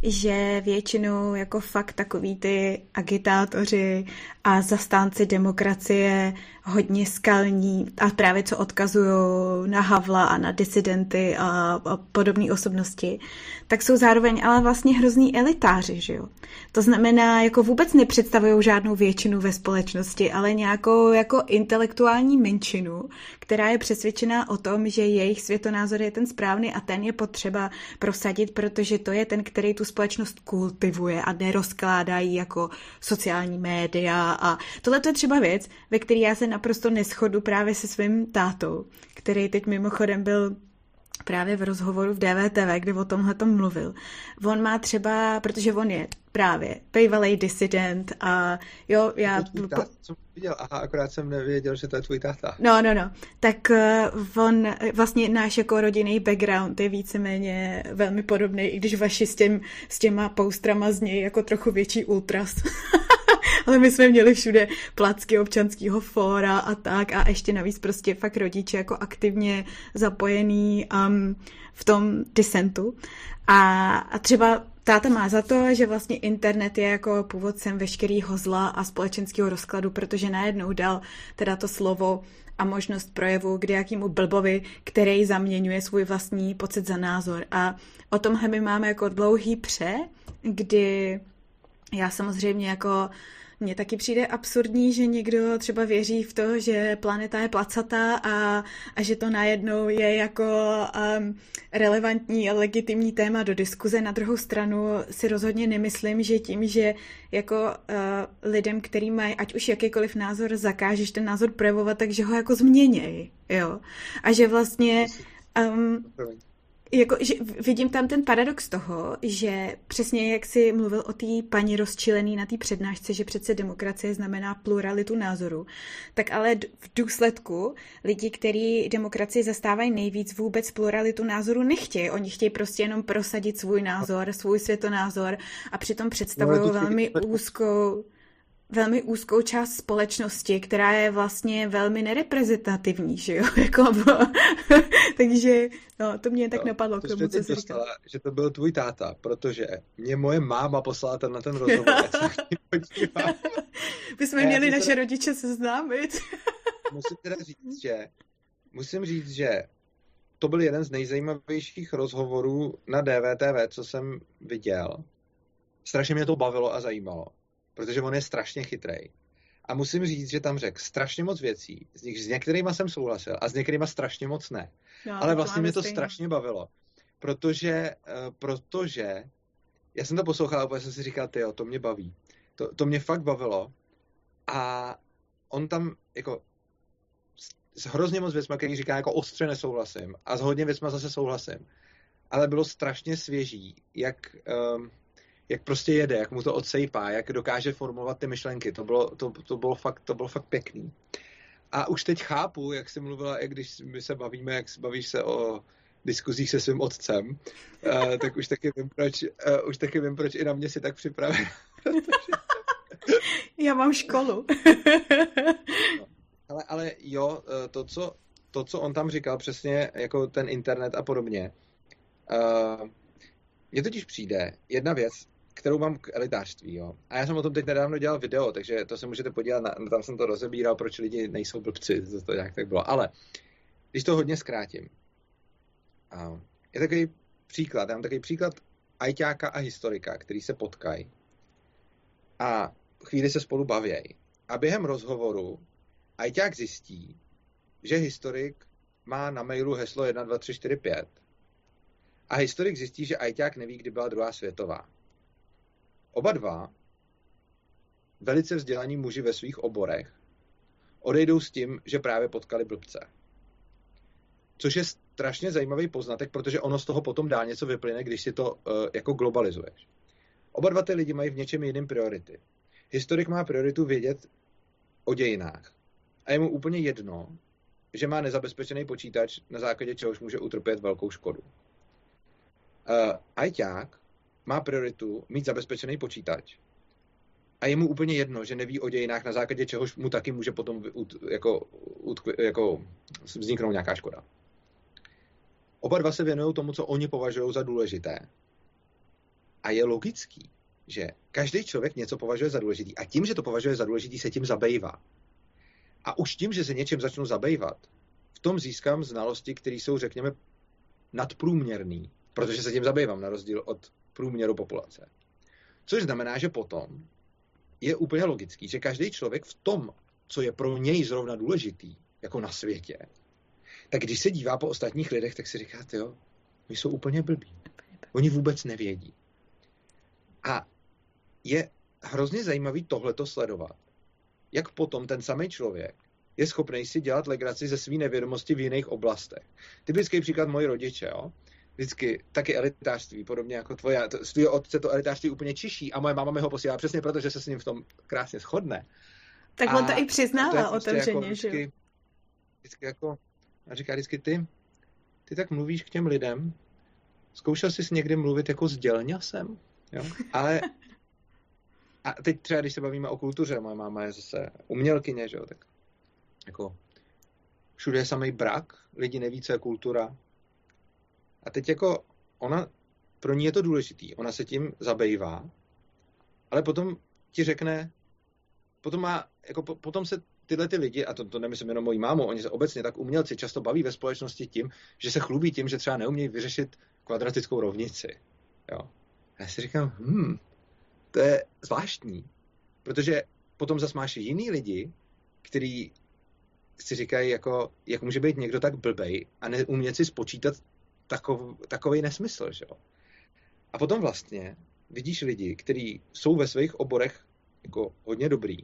že většinou jako fakt takový ty agitátoři a zastánci demokracie hodně skalní a právě co odkazují na Havla a na disidenty a, a podobné osobnosti, tak jsou zároveň ale vlastně hrozný elitáři, že jo. To znamená, jako vůbec nepředstavují žádnou většinu ve společnosti, ale nějakou jako intelektuální menšinu, která je přesvědčená o tom, že jejich světonázor je ten správný a ten je potřeba prosadit, protože to je ten, který tu společnost kultivuje a nerozkládají jako sociální média. A tohle to je třeba věc, ve které já se naprosto neshodu právě se svým tátou, který teď mimochodem byl právě v rozhovoru v D V T V, kde o tomhle tom mluvil. On má třeba, protože on je právě bývalej disident a jo, já... To táta, jsem viděl, aha, akorát jsem nevěděl, že to je tvůj táta. No, no, no. Tak uh, on, vlastně náš jako rodinný background je víceméně velmi podobný, i když vaši s, těm, s těma poustrama z něj jako trochu větší ultras. Ale my jsme měli všude placky občanského fóra a tak a ještě navíc prostě fakt rodiče jako aktivně zapojený um, v tom disentu. A, a třeba táta má za to, že vlastně internet je jako původcem veškerýho zla a společenského rozkladu, protože najednou dal teda to slovo a možnost projevu k nějakému blbovi, který zaměňuje svůj vlastní pocit za názor. A o tomhle my máme jako dlouhý pře, kdy já samozřejmě jako mně taky přijde absurdní, že někdo třeba věří v to, že planeta je placatá a, a že to najednou je jako um, relevantní a legitimní téma do diskuze. Na druhou stranu si rozhodně nemyslím, že tím, že jako uh, lidem, který mají ať už jakýkoliv názor, zakážeš ten názor projevovat, takže ho jako změněj, jo. A že vlastně... Um, Jako, že vidím tam ten paradox toho, že přesně jak jsi mluvil o té paní rozčilený na té přednášce, že přece demokracie znamená pluralitu názoru, tak ale v důsledku lidi, kteří demokracii zastávají nejvíc, vůbec pluralitu názoru nechtějí. Oni chtějí prostě jenom prosadit svůj názor, svůj světonázor a přitom představují no, velmi úzkou... velmi úzkou část společnosti, která je vlastně velmi nereprezentativní, že jo? Jako, takže no, to mě tak no, napadlo k tomu, co jsi říkal. Že to byl tvůj táta, protože mě moje máma poslala ten na ten rozhovor. My jsme měli naše teda... rodiče seznámit. Musím teda říct, že musím říct, že to byl jeden z nejzajímavějších rozhovorů na D V T V, co jsem viděl. Strašně mě to bavilo a zajímalo. Protože on je strašně chytrej. A musím říct, že tam řekl strašně moc věcí, z nich s některýma jsem souhlasil a s některýma strašně moc ne. No, ale vlastně mě to stejno. strašně bavilo. Protože, uh, protože já jsem to poslouchal a jsem si říkal, tyjo, to mě baví. To, to mě fakt bavilo. A on tam jako s hrozně moc věcma, který říká, jako ostře nesouhlasím. A s hodně věcma zase souhlasím. Ale bylo strašně svěží, jak... Um, jak prostě jede, jak mu to odsejpá, jak dokáže formulovat ty myšlenky. To bylo, to, to bylo, fakt, to bylo fakt pěkný. A už teď chápu, jak jsi mluvila, jak když my se bavíme, jak bavíš se o diskuzích se svým otcem, uh, tak už taky vím, proč, uh, už taky vím, proč i na mě si tak připravil. Já mám školu. No, ale, ale jo, to co, to, co on tam říkal, přesně jako ten internet a podobně, uh, mně totiž přijde jedna věc, kterou mám k elitářství, jo. A já jsem o tom teď nedávno dělal video, takže to se můžete podívat, na, tam jsem to rozebíral, proč lidi nejsou blbci, to, to nějak tak bylo. Ale když to hodně zkrátím, je takový příklad, já mám takový příklad ajťáka a historika, který se potkají a chvíli se spolu bavějí. A během rozhovoru ajťák zjistí, že historik má na mailu heslo jedna, dva, tři, čtyři, pět a historik zjistí, že ajťák neví, kdy byla druhá světová. Oba dva, velice vzdělaní muži ve svých oborech, odejdou s tím, že právě potkali blbce. Což je strašně zajímavý poznatek, protože ono z toho potom dál něco vyplyne, když si to uh, jako globalizuješ. Oba dva ty lidi mají v něčem jiném priority. Historik má prioritu vědět o dějinách. A je mu úplně jedno, že má nezabezpečený počítač, na základě čehož může utrpět velkou škodu. Uh, ajťák má prioritu mít zabezpečený počítač. A je mu úplně jedno, že neví o dějinách, na základě čehož mu taky může potom jako jako vzniknout nějaká škoda. Oba dva se věnují tomu, co oni považují za důležité. A je logický, že každý člověk něco považuje za důležitý a tím, že to považuje za důležitý, se tím zabývá. A už tím, že se něčím začnu zabývat, v tom získám znalosti, které jsou, řekněme, nadprůměrný, protože se tím zabývám, na rozdíl od průměru populace. Což znamená, že potom je úplně logický, že každý člověk v tom, co je pro něj zrovna důležitý, jako na světě, tak když se dívá po ostatních lidech, tak si říká, jo, oni jsou úplně blbí. Oni vůbec nevědí. A je hrozně zajímavý tohleto sledovat. Jak potom ten samý člověk je schopný si dělat legraci ze své nevědomosti v jiných oblastech. Typický příklad moji rodiče, jo. Vždycky taky elitářství, podobně jako tvoje, to, z tvýho otce to elitářství úplně čiší a moje máma mi ho posílá přesně proto, že se s ním v tom krásně shodne. Tak a on to i přiznává prostě otevřeně, jako vždycky, že jo? Vždycky jako, a říká vždycky ty, ty tak mluvíš k těm lidem, zkoušel jsi někdy mluvit jako s dělňasem, jo? Ale a teď třeba, když se bavíme o kultuře, moje máma je zase umělkyně, že jo, tak jako všude je samej brak, lidi neví, co je kultura. A teď jako ona, pro ní je to důležitý, ona se tím zabývá, ale potom ti řekne, potom má, jako po, potom se tyhle ty lidi, a to, to nemyslím jenom mojí mámu, oni se obecně tak umělci často baví ve společnosti tím, že se chlubí tím, že třeba neumějí vyřešit kvadratickou rovnici. Jo. A já si říkám, hm, to je zvláštní, protože potom zas máš jiný lidi, který si říkají, jako, jak může být někdo tak blbej a neumět si spočítat takov, takovej nesmysl, že jo. A potom vlastně vidíš lidi, kteří jsou ve svých oborech jako hodně dobrý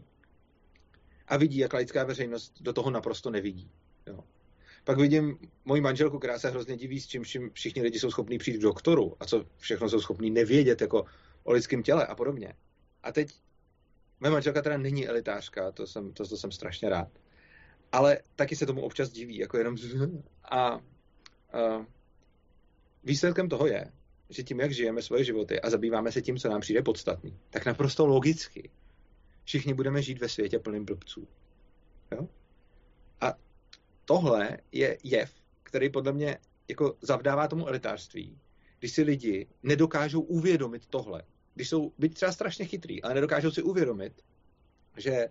a vidí, jak laická veřejnost do toho naprosto nevidí. Jo. Pak vidím moji manželku, která se hrozně diví, s čím všichni lidi jsou schopní přijít k doktoru a co všechno jsou schopní nevědět jako o lidském těle a podobně. A teď moje manželka teda není elitářka, to jsem, to, to jsem strašně rád. Ale taky se tomu občas diví, jako jenom a, a výsledkem toho je, že tím, jak žijeme svoje životy a zabýváme se tím, co nám přijde podstatný, tak naprosto logicky všichni budeme žít ve světě plným blbců. Jo? A tohle je jev, který podle mě jako zavdává tomu elitářství, když si lidi nedokážou uvědomit tohle. Když jsou byť třeba strašně chytrý, ale nedokážou si uvědomit, že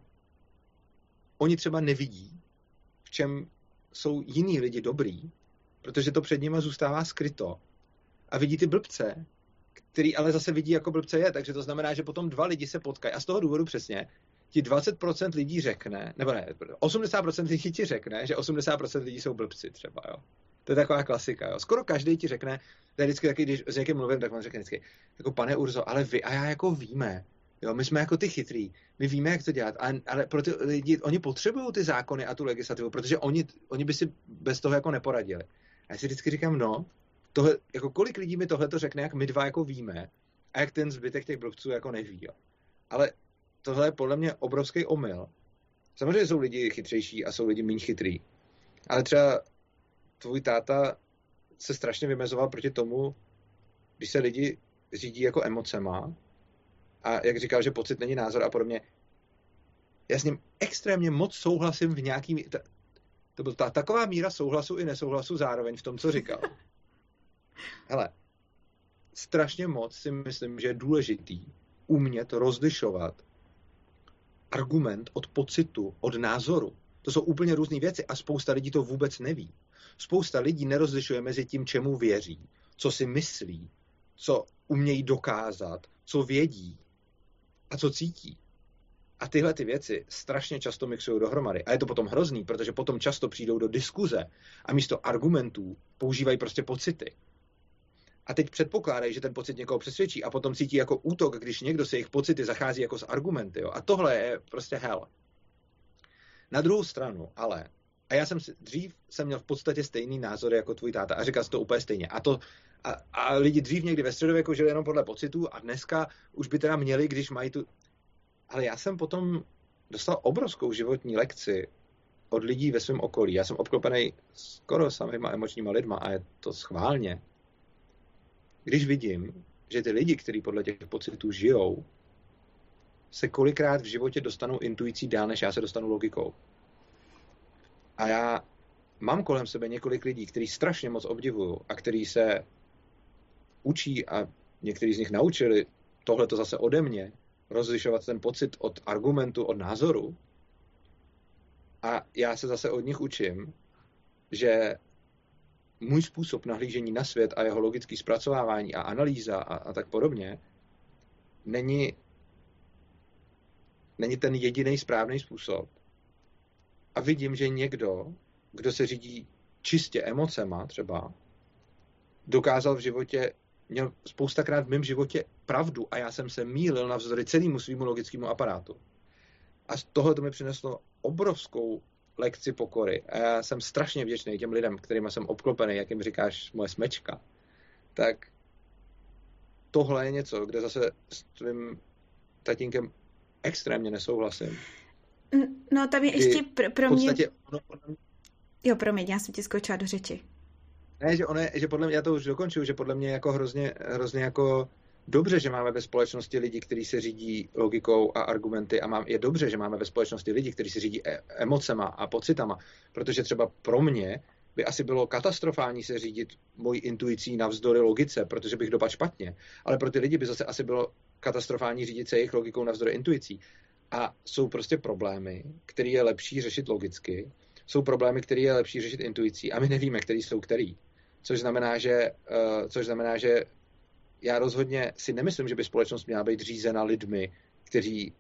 oni třeba nevidí, v čem jsou jiní lidi dobrý, protože to před nimi zůstává skryto. A vidí ty blbce, který ale zase vidí, jako blbce je, takže to znamená, že potom dva lidi se potkají. A z toho důvodu přesně ti dvacet procent lidí řekne, nebo ne, osmdesát procent lidí ti řekne, že osmdesát procent lidí jsou blbci třeba, jo. To je taková klasika, jo. Skoro každý ti řekne, to je vždycky taky, když s někým mluvím, tak on řekne vždycky, jako pane Urzo, ale vy a já jako víme, jo, my jsme jako ty chytrý, my víme, jak to dělat, ale pro ty lidi, oni potřebují ty zákony a tu legislativu, protože oni, oni by si bez toho jako neporadili. A já si vždycky říkám, no, tohle, jako kolik lidí mi tohle to řekne, jak my dva jako víme a jak ten zbytek těch blbců jako neví, jo. Ale tohle je podle mě obrovský omyl. Samozřejmě jsou lidi chytřejší a jsou lidi méně chytrý. Ale třeba tvůj táta se strašně vymezoval proti tomu, když se lidi řídí jako emocema a jak říkal, že pocit není názor a podobně. Já s ním extrémně moc souhlasím v nějaký... Ta, to byla ta, taková míra souhlasu i nesouhlasu zároveň v tom, co říkal. Hele, strašně moc si myslím, že je důležitý umět rozlišovat argument od pocitu, od názoru. To jsou úplně různé věci a spousta lidí to vůbec neví. Spousta lidí nerozlišuje mezi tím, čemu věří, co si myslí, co umějí dokázat, co vědí a co cítí. A tyhle ty věci strašně často mixují dohromady. A je to potom hrozný, protože potom často přijdou do diskuze a místo argumentů používají prostě pocity. A teď předpokládají, že ten pocit někoho přesvědčí a potom cítí jako útok, když někdo se jejich pocity zachází jako s argumenty. Jo? A tohle je prostě hell. Na druhou stranu, ale, a já jsem si, dřív jsem měl v podstatě stejný názor jako tvůj táta a říkal jsi to úplně stejně. A, to, a, a lidi dřív někdy ve středověku žili jenom podle pocitů a dneska už by teda měli, když mají tu... Ale já jsem potom dostal obrovskou životní lekci od lidí ve svém okolí. Já jsem obklopený skoro samýma emočníma lidma a je to schválně. Když vidím, že ty lidi, kteří podle těch pocitů žijou, se kolikrát v životě dostanou intuicí dál, než já se dostanu logikou. A já mám kolem sebe několik lidí, který strašně moc obdivuju a který se učí a někteří z nich naučili tohleto zase ode mě, rozlišovat ten pocit od argumentu, od názoru. A já se zase od nich učím, že můj způsob nahlížení na svět a jeho logické zpracovávání a analýza a, a tak podobně není, není ten jediný správný způsob. A vidím, že někdo, kdo se řídí čistě emocema třeba, dokázal v životě, měl spoustakrát v mém životě pravdu a já jsem se mýlil navzdory celému svýmu logickému aparátu. A z toho to mi přineslo obrovskou lekci pokory. A já jsem strašně vděčný těm lidem, kterými jsem obklopený, jak jim říkáš, moje smečka. Tak tohle je něco, kde zase s tvým tatínkem extrémně nesouhlasím. No tam je ještě pro, pro mě... Podstatě, ono, ono... Jo, promiň, já jsem ti skočila do řeči. Ne, že, ono je, že podle mě, já to už dokončuju, že podle mě jako hrozně, hrozně jako dobře, že máme ve společnosti lidi, kteří se řídí logikou a argumenty a mám, je dobře, že máme ve společnosti lidi, kteří se řídí e- emocema a pocitama, protože třeba pro mě by asi bylo katastrofální se řídit mojí intuicí navzdory logice, protože bych dopadl špatně, ale pro ty lidi by zase asi bylo katastrofální řídit se jejich logikou navzdory intuicí. A jsou prostě problémy, které je lepší řešit logicky, jsou problémy, které je lepší řešit intuicí a my nevíme, který jsou který. Což znamená, že, uh, což znamená, že já rozhodně si nemyslím, že by společnost měla být řízena lidmi, kteří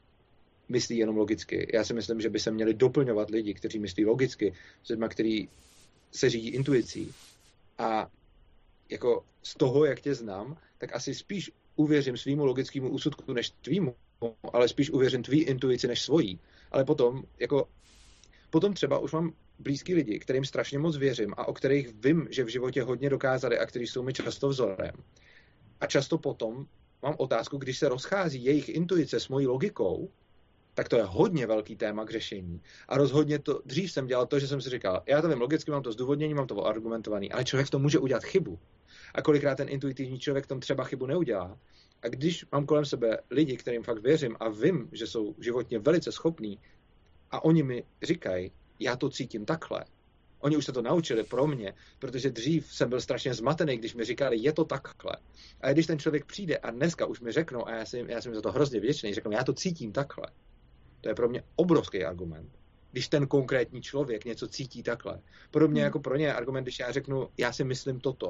myslí jenom logicky. Já si myslím, že by se měli doplňovat lidi, kteří myslí logicky, s lidmi, kteří se řídí intuicí. A jako z toho, jak tě znám, tak asi spíš uvěřím svýmu logickému úsudku než tvýmu, ale spíš uvěřím tvý intuici než svojí. Ale potom, jako, potom třeba už mám blízký lidi, kterým strašně moc věřím a o kterých vím, že v životě hodně dokázali a kteří jsou mi často vzorem. A často potom mám otázku, když se rozchází jejich intuice s mojí logikou, tak to je hodně velký téma k řešení. A rozhodně to, dřív jsem dělal to, že jsem si říkal, já to vím logicky, mám to zdůvodnění, mám to argumentovaný, ale člověk v tom může udělat chybu. A kolikrát ten intuitivní člověk v tom třeba chybu neudělá. A když mám kolem sebe lidi, kterým fakt věřím a vím, že jsou životně velice schopní a oni mi říkají, já to cítím takhle. Oni už se to naučili pro mě, protože dřív jsem byl strašně zmatený, když mi říkali, je to takhle. A když ten člověk přijde a dneska už mi řeknou, a já jsem, já jsem za to hrozně vděčný, řeknou, já to cítím takhle. To je pro mě obrovský argument. Když ten konkrétní člověk něco cítí takhle. Podobně hmm. jako pro ně je argument, když já řeknu, já si myslím toto.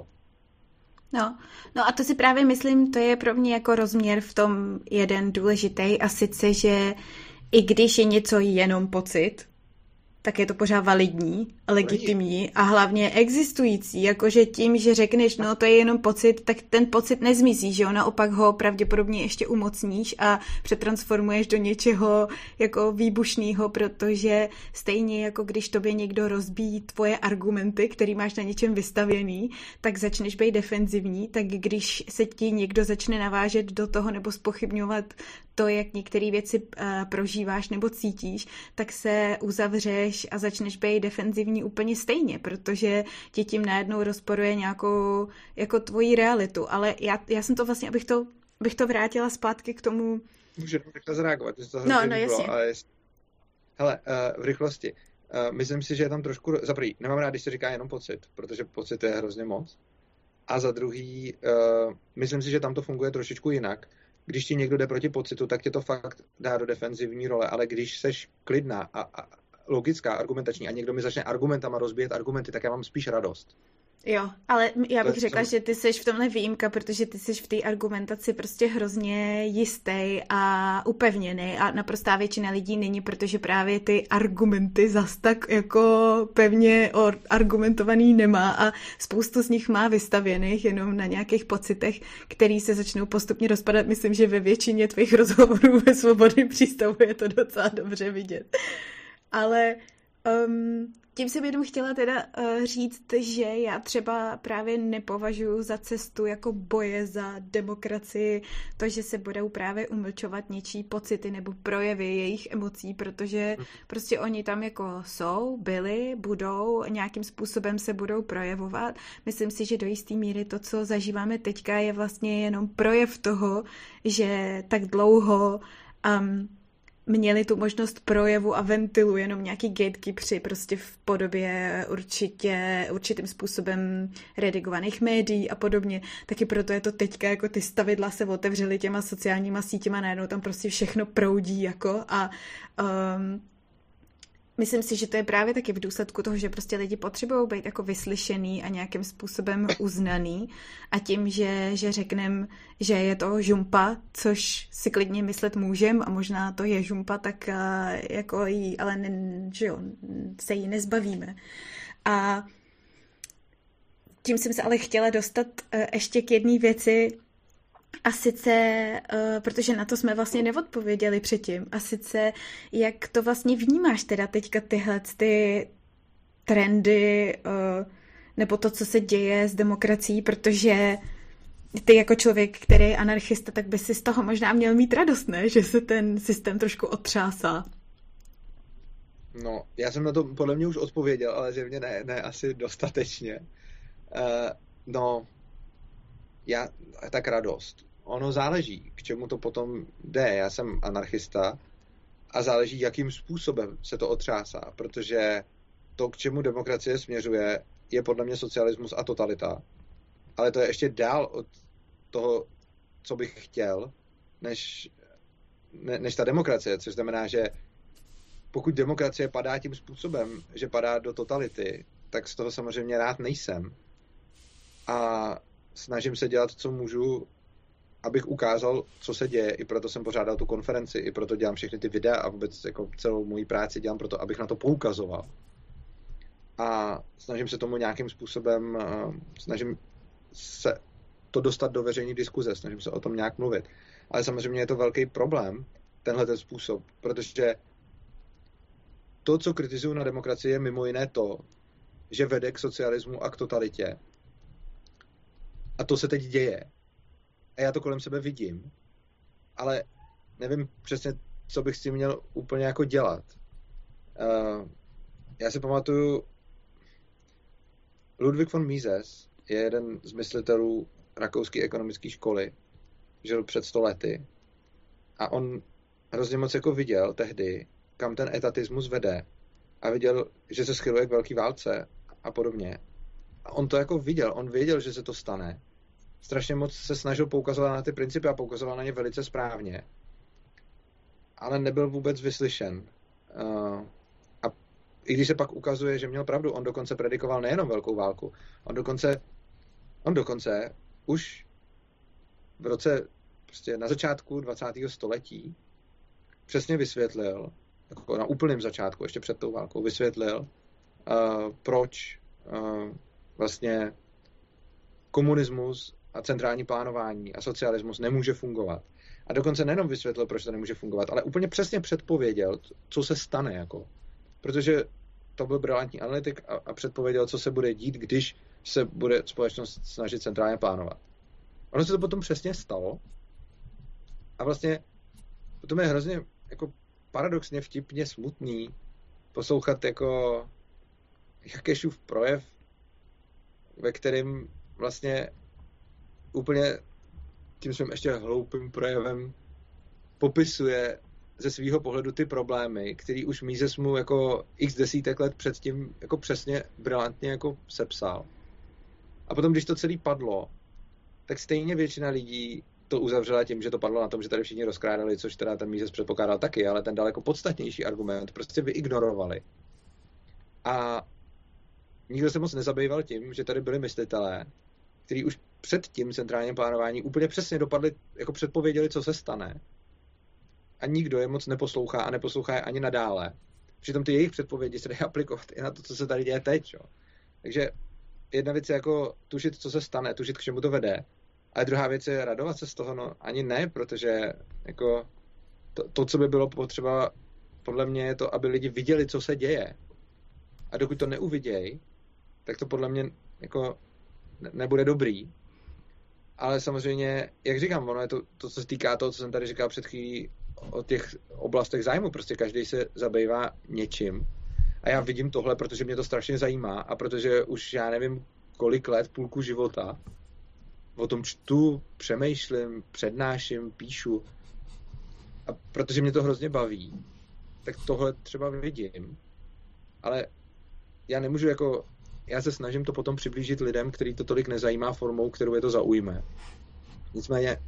No, no a to si právě myslím, to je pro mě jako rozměr v tom jeden důležitý a sice, že i když je něco jenom pocit, tak je to pořád validní, legitimní a hlavně existující. Jakože tím, že řekneš, no to je jenom pocit, tak ten pocit nezmizí, že jo? Naopak ho pravděpodobně ještě umocníš a přetransformuješ do něčeho jako výbušnýho, protože stejně jako když tobě někdo rozbíjí tvoje argumenty, který máš na něčem vystavěný, tak začneš být defenzivní, tak když se ti někdo začne navážet do toho nebo zpochybňovat to, jak některé věci uh, prožíváš nebo cítíš, tak se uzavřeš a začneš být defenzivní úplně stejně, protože ti tím najednou rozporuje nějakou jako tvoji realitu. Ale já, já jsem to vlastně, abych to, abych to vrátila zpátky k tomu... Můžu rychle zareagovat, že to no, no, jasně. Ale jest... Hele, uh, v rychlosti. Uh, myslím si, že je tam trošku... Za prvý, nemám rád, když se říká jenom pocit, protože pocit je hrozně moc. A za druhý, uh, myslím si, že tam to funguje trošičku jinak. Když ti někdo jde proti pocitu, tak tě to fakt dá do defenzivní role, ale když seš klidná a, a logická, argumentační a někdo mi začne argumentama rozbíjet argumenty, tak já mám spíš radost. Jo, ale já bych to řekla, jsem... že ty seš v tomhle výjimka, protože ty seš v té argumentaci prostě hrozně jistý a upevněný a naprostá většina lidí není, protože právě ty argumenty zas tak jako pevně argumentovaný nemá a spoustu z nich má vystavěných jenom na nějakých pocitech, který se začnou postupně rozpadat. Myslím, že ve většině tvých rozhovorů ve Svobodném přístavu je to docela dobře vidět. Ale... Um, tím jsem jenom chtěla teda uh, říct, že já třeba právě nepovažuji za cestu jako boje za demokracii to, že se budou právě umlčovat něčí pocity nebo projevy jejich emocí, protože prostě oni tam jako jsou, byli, budou, nějakým způsobem se budou projevovat. Myslím si, že do jisté míry to, co zažíváme teďka, je vlastně jenom projev toho, že tak dlouho um, měli tu možnost projevu a ventilu, jenom nějaký gatekeepři prostě v podobě určitě, určitým způsobem redigovaných médií a podobně. Taky proto je to teďka, jako ty stavidla se otevřely těma sociálníma sítěma, najednou tam prostě všechno proudí jako a um, myslím si, že to je právě taky v důsledku toho, že prostě lidi potřebují být jako vyslyšený a nějakým způsobem uznaný a tím, že, že řekneme, že je to žumpa, což si klidně myslet můžem a možná to je žumpa, tak jako jí, ale ne, že jo, se jí nezbavíme. A tím jsem se ale chtěla dostat ještě k jedné věci, a sice, uh, protože na to jsme vlastně neodpověděli předtím, a sice, jak to vlastně vnímáš teda teďka tyhle ty trendy uh, nebo to, co se děje s demokracií, protože ty jako člověk, který je anarchista, tak by si z toho možná měl mít radost, ne? Že se ten systém trošku otřásá. No, já jsem na to podle mě už odpověděl, ale zjevně ne, ne asi dostatečně. Uh, no, já, tak radost. Ono záleží, k čemu to potom jde. Já jsem anarchista a záleží, jakým způsobem se to otřásá, protože to, k čemu demokracie směřuje, je podle mě socialismus a totalita. Ale to je ještě dál od toho, co bych chtěl, než, ne, než ta demokracie, což znamená, že pokud demokracie padá tím způsobem, že padá do totality, tak z toho samozřejmě rád nejsem. A snažím se dělat, co můžu, abych ukázal, co se děje. I proto jsem pořádal tu konferenci, i proto dělám všechny ty videa a vůbec jako celou moji práci dělám proto, abych na to poukazoval. A snažím se tomu nějakým způsobem, snažím se to dostat do veřejné diskuze, snažím se o tom nějak mluvit. Ale samozřejmě je to velký problém, tenhle ten způsob, protože to, co kritizuju na demokracii, je mimo jiné to, že vede k socialismu a k totalitě. A to se teď děje. A já to kolem sebe vidím. Ale nevím přesně, co bych s tím měl úplně jako dělat. Uh, já si pamatuju, Ludwig von Mises je jeden z myslitelů rakouské ekonomické školy. Žil před sto lety. A on hrozně moc jako viděl tehdy, kam ten etatismus vede. A viděl, že se schyluje k velké válce a podobně. A on to jako viděl. On věděl, že se to stane. Strašně moc se snažil poukazovat na ty principy a poukazoval na ně velice správně. Ale nebyl vůbec vyslyšen. Uh, a i když se pak ukazuje, že měl pravdu, on dokonce predikoval nejenom velkou válku, on dokonce, on dokonce už v roce, prostě na začátku dvacátého století přesně vysvětlil, jako na úplném začátku, ještě před tou válkou, vysvětlil, uh, proč uh, vlastně komunismus a centrální plánování a socialismus nemůže fungovat. A dokonce nejenom vysvětlil, proč to nemůže fungovat, ale úplně přesně předpověděl, co se stane. Jako. Protože to byl brilantní analytik a, a předpověděl, co se bude dít, když se bude společnost snažit centrálně plánovat. Ono se to potom přesně stalo a vlastně potom je hrozně jako paradoxně vtipně smutný poslouchat jako Jakešův projev, ve kterém vlastně úplně tím svým ještě hloupým projevem popisuje ze svého pohledu ty problémy, který už Mises mu jako x desítek let předtím jako přesně brilantně jako sepsal. A potom, když to celé padlo, tak stejně většina lidí to uzavřela tím, že to padlo na tom, že tady všichni rozkrádali, což teda ten Mises předpokládal taky, ale ten daleko podstatnější argument prostě vyignorovali. A nikdo se moc nezabýval tím, že tady byli myslitelé, kteří už před tím centrálním plánování úplně přesně dopadli, jako předpověděli, co se stane. A nikdo je moc neposlouchá a neposlouchá je ani nadále. Přitom ty jejich předpovědi se dají aplikovat i na to, co se tady děje teď. Jo. Takže jedna věc je jako tušit, co se stane, tušit, k čemu to vede. Ale druhá věc je radovat se z toho, no ani ne, protože jako to, to, co by bylo potřeba, podle mě je to, aby lidi viděli, co se děje. A dokud to neuvidějí, tak to podle mě jako nebude dobrý. Ale samozřejmě, jak říkám, ono je to, to, co se týká toho, co jsem tady říkal před chvílí o těch oblastech zájmu. Prostě každý se zabývá něčím. A já vidím tohle, protože mě to strašně zajímá a protože už já nevím kolik let, půlku života o tom čtu, přemýšlím, přednáším, píšu. a protože mě to hrozně baví, tak tohle třeba vidím. Ale já nemůžu jako, já se snažím to potom přiblížit lidem, který to tolik nezajímá formou, kterou je to zaujme. Nicméně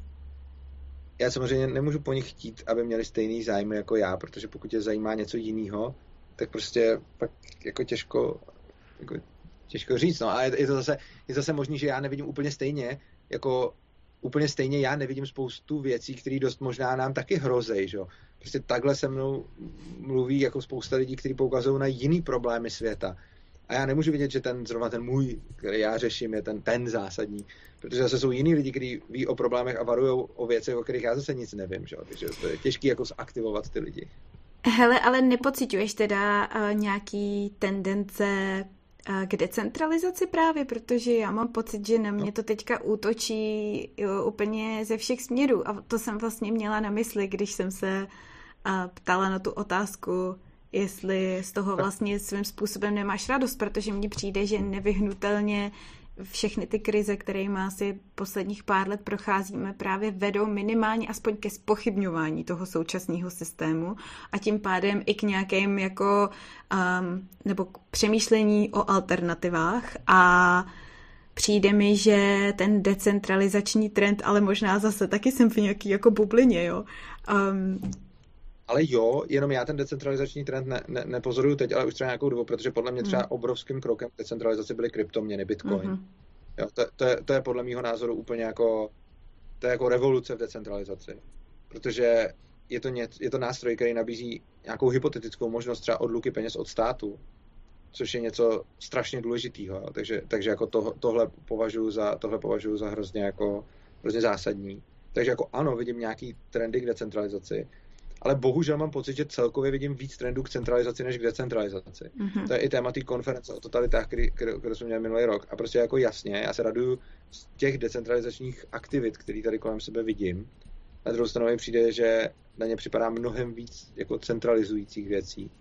já samozřejmě nemůžu po nich chtít, aby měli stejný zájmy jako já, protože pokud je zajímá něco jiného, tak prostě pak jako těžko, jako těžko říct. No a je, je to zase, je zase možný, že já nevidím úplně stejně, jako úplně stejně já nevidím spoustu věcí, které dost možná nám taky hrozej, že jo. Prostě takhle se mnou mluví jako spousta lidí, kteří poukazují na jiný problémy světa. A já nemůžu vidět, že ten zrovna ten můj, který já řeším, je ten, ten zásadní. Protože zase jsou jiní lidi, kteří ví o problémech a varují o věcech, o kterých já zase nic nevím, že jo. Takže to je těžký jako zaktivovat ty lidi. Hele, ale nepociťuješ teda uh, nějaký tendence uh, k decentralizaci právě, protože já mám pocit, že na mě to teďka útočí jo, úplně ze všech směrů. A to jsem vlastně měla na mysli, když jsem se uh, ptala na tu otázku, jestli z toho vlastně svým způsobem nemáš radost, protože mně přijde, že nevyhnutelně všechny ty krize, kterými asi posledních pár let procházíme, právě vedou minimálně aspoň ke zpochybňování toho současného systému a tím pádem i k nějakým jako um, nebo k přemýšlení o alternativách a přijde mi, že ten decentralizační trend, ale možná zase taky jsem v nějaký jako bublině, jo. Um, Ale jo, jenom já ten decentralizační trend ne, ne, nepozoruju teď, ale už třeba nějakou dobu, protože podle mě třeba obrovským krokem decentralizace byly kryptoměny, Bitcoin. Mm-hmm. Jo, to, to, je, to je podle mýho názoru úplně jako, to je jako revoluce v decentralizaci. Protože je to, něco, je to nástroj, který nabízí nějakou hypotetickou možnost třeba odluky peněz od státu, což je něco strašně důležitého. Takže, takže jako to, tohle považuji za, tohle považuji za hrozně, jako, hrozně zásadní. Takže jako ano, vidím nějaký trendy k decentralizaci, ale bohužel mám pocit, že celkově vidím víc trendů k centralizaci než k decentralizaci. Mm-hmm. To je i téma té konference o totalitách, kterou jsme měli minulý rok. A prostě jako jasně, já se raduju z těch decentralizačních aktivit, které tady kolem sebe vidím. Na druhou stranu mi přijde, že na ně připadá mnohem víc jako centralizujících věcí.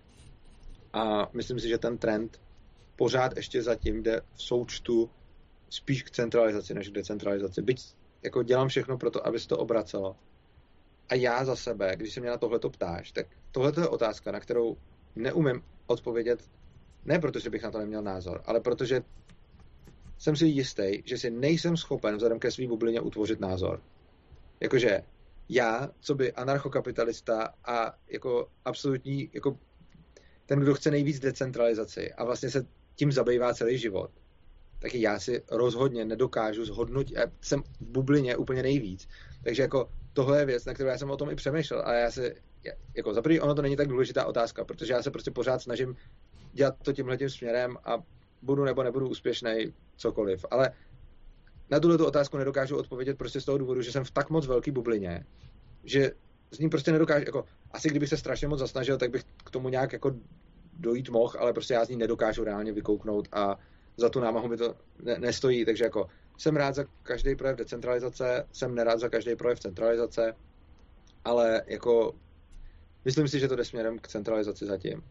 A myslím si, že ten trend pořád ještě zatím jde v součtu spíš k centralizaci než k decentralizaci. Byť jako dělám všechno pro to, aby se to obracelo. A já za sebe, když se mě na tohleto ptáš, tak tohleto je otázka, na kterou neumím odpovědět, ne protože bych na to neměl názor, ale protože jsem si jistý, že si nejsem schopen vzhledem ke svý bublině utvořit názor. Jakože já, co by anarchokapitalista a jako absolutní, jako ten, kdo chce nejvíc decentralizaci a vlastně se tím zabývá celý život, tak já si rozhodně nedokážu zhodnotit, já jsem v bublině úplně nejvíc. Takže jako tohle je věc, na kterou já jsem o tom i přemýšlel, ale já se, jako za první, ono to není tak důležitá otázka, protože já se prostě pořád snažím dělat to tímhletím směrem a budu nebo nebudu úspěšnej, cokoliv. Ale na tuhle tu otázku nedokážu odpovědět prostě z toho důvodu, že jsem v tak moc velký bublině, že s ním prostě nedokážu, jako asi kdybych se strašně moc zasnažil, tak bych k tomu nějak jako dojít mohl, ale prostě já z ní nedokážu reálně vykouknout a za tu námahu mi to ne, nestojí, takže jako jsem rád za každý projev decentralizace, jsem nerád za každý projev centralizace, ale jako myslím si, že to jde směrem k centralizaci zatím.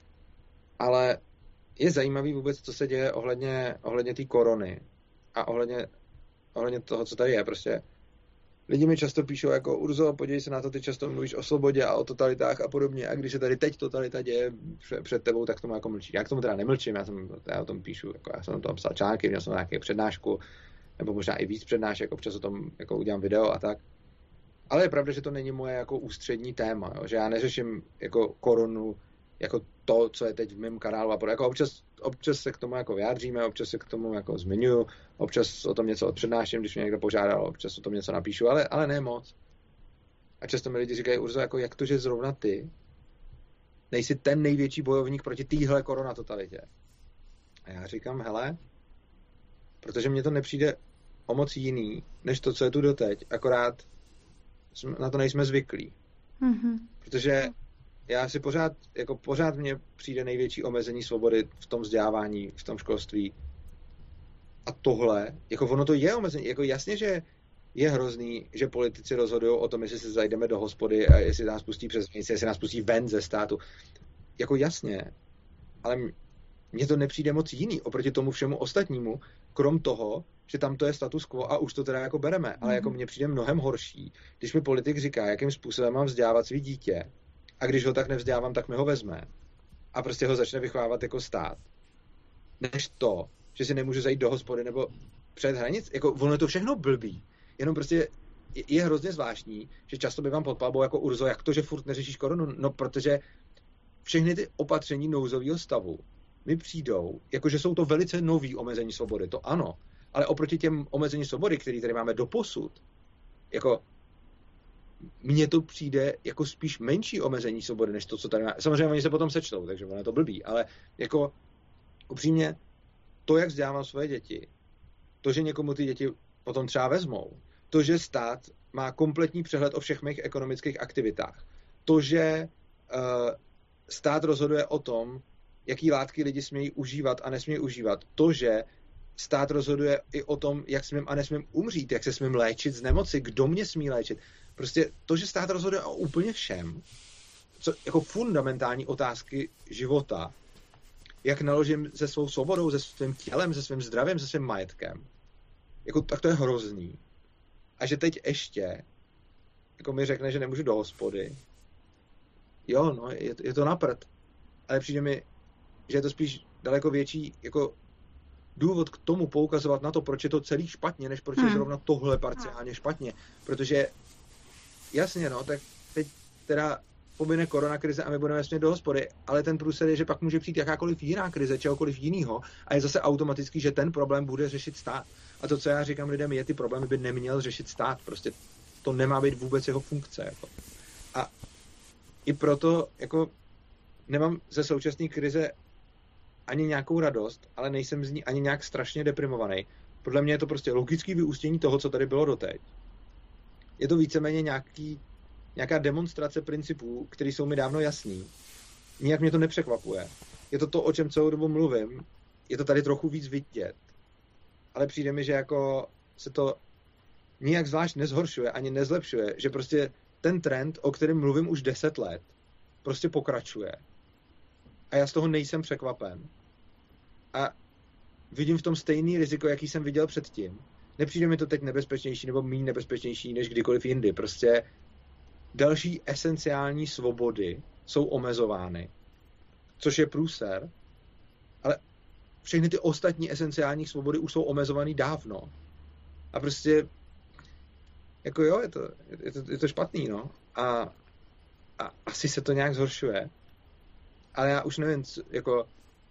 Ale je zajímavý vůbec, co se děje ohledně, ohledně té korony a ohledně, ohledně toho, co tady je. Prostě lidi mi často píšou jako Urzo, podívej se na to, ty často mluvíš o svobodě a o totalitách a podobně a když se tady teď totalita děje před tebou, tak tomu jako mlčí. Já k tomu teda nemlčím, já, jsem, já o tom píšu, jako já jsem o tom psal články, měl jsem nějakou přednášku, nebo možná i víc přednášek, občas o tom jako udělám video a tak. Ale je pravda, že to není moje jako ústřední téma, jo? Že já neřeším jako korunu jako to, co je teď v mém kanálu a podobně. Jako občas, občas se k tomu jako vyjádříme, občas se k tomu jako zmiňuju, občas o tom něco odpřednáším, když mě někdo požádal, občas o tom něco napíšu, ale, ale ne moc. A často mi lidi říkají, Urzo, jako jak to, že zrovna ty nejsi ten největší bojovník proti téhle koronatotalitě. A já říkám, hele, protože mně to nepřijde o moc jiný, než to, co je tu doteď, akorát na to nejsme zvyklí. Mm-hmm. Protože já si pořád, jako pořád mně přijde největší omezení svobody v tom vzdělávání, v tom školství. A tohle, jako ono to je omezení, jako jasně, že je hrozný, že politici rozhodují o tom, jestli se zajdeme do hospody a jestli nás pustí přes hranice, jestli nás pustí ven ze státu. Jako jasně, ale mně to nepřijde moc jiný oproti tomu všemu ostatnímu, krom toho, že tam to je status quo a už to teda jako bereme, ale jako mně přijde mnohem horší, když mi politik říká, jakým způsobem mám vzdělávat svý dítě a když ho tak nevzdělávám, tak mi ho vezme a prostě ho začne vychovávat jako stát. Než to, že si nemůžu zajít do hospody nebo před hranic, jako ono je to všechno blbý, jenom prostě je, je hrozně zvláštní, že často bývám pod palbou jako Urzo, jak to, že furt neřešíš koronu, no protože všechny ty opatření nouzového stavu mi přijdou, jakože jsou to velice nový omezení svobody, to ano, ale oproti těm omezení svobody, které tady máme doposud, jako mně to přijde jako spíš menší omezení svobody, než to, co tady máme. Samozřejmě oni se potom sečtou, takže ono je to blbý, ale jako upřímně to, jak vzdělávám svoje děti, to, že někomu ty děti potom třeba vezmou, to, že stát má kompletní přehled o všech mých ekonomických aktivitách, to, že uh, stát rozhoduje o tom, jaký látky lidi smějí užívat a nesmějí užívat, to, že stát rozhoduje i o tom, jak smím a nesmím umřít, jak se smím léčit z nemoci, kdo mě smí léčit. Prostě to, že stát rozhoduje o úplně všem, co, jako fundamentální otázky života, jak naložím se svou svobodou, se svým tělem, se svým zdravím, se svým majetkem, jako, tak to je hrozný. A že teď ještě jako mi řekne, že nemůžu do hospody. Jo, no, je, je to na prd. Ale přijde mi, že je to spíš daleko větší jako důvod k tomu poukazovat na to, proč je to celý špatně, než proč je zrovna tohle parciálně špatně. Protože jasně, no, tak teď teda pomine koronakrize a my budeme smět do hospody, ale ten průser je, že pak může přijít jakákoliv jiná krize, čehokoliv jinýho a je zase automatický, že ten problém bude řešit stát. A to, co já říkám lidem, je, ty problémy by neměl řešit stát. Prostě to nemá být vůbec jeho funkce. Jako. A i proto jako nemám ze současné krize ani nějakou radost, ale nejsem z ní ani nějak strašně deprimovaný. Podle mě je to prostě logické vyústění toho, co tady bylo doteď. Je to víceméně nějaký, nějaká demonstrace principů, které jsou mi dávno jasný. Nijak mě to nepřekvapuje. Je to to, o čem celou dobu mluvím. Je to tady trochu víc vidět. Ale přijde mi, že jako se to nijak zvlášť nezhoršuje, ani nezlepšuje. Že prostě ten trend, o kterém mluvím už deset let, prostě pokračuje. A já z toho nejsem překvapen. A vidím v tom stejný riziko, jaký jsem viděl předtím. Nepřijde mi to teď nebezpečnější nebo méně nebezpečnější než kdykoliv jindy. Prostě další esenciální svobody jsou omezovány, což je průser, ale všechny ty ostatní esenciální svobody už jsou omezovaný dávno. A prostě jako jo, je to, je to, je to špatný, no. A, a asi se to nějak zhoršuje. Ale já už nevím, jako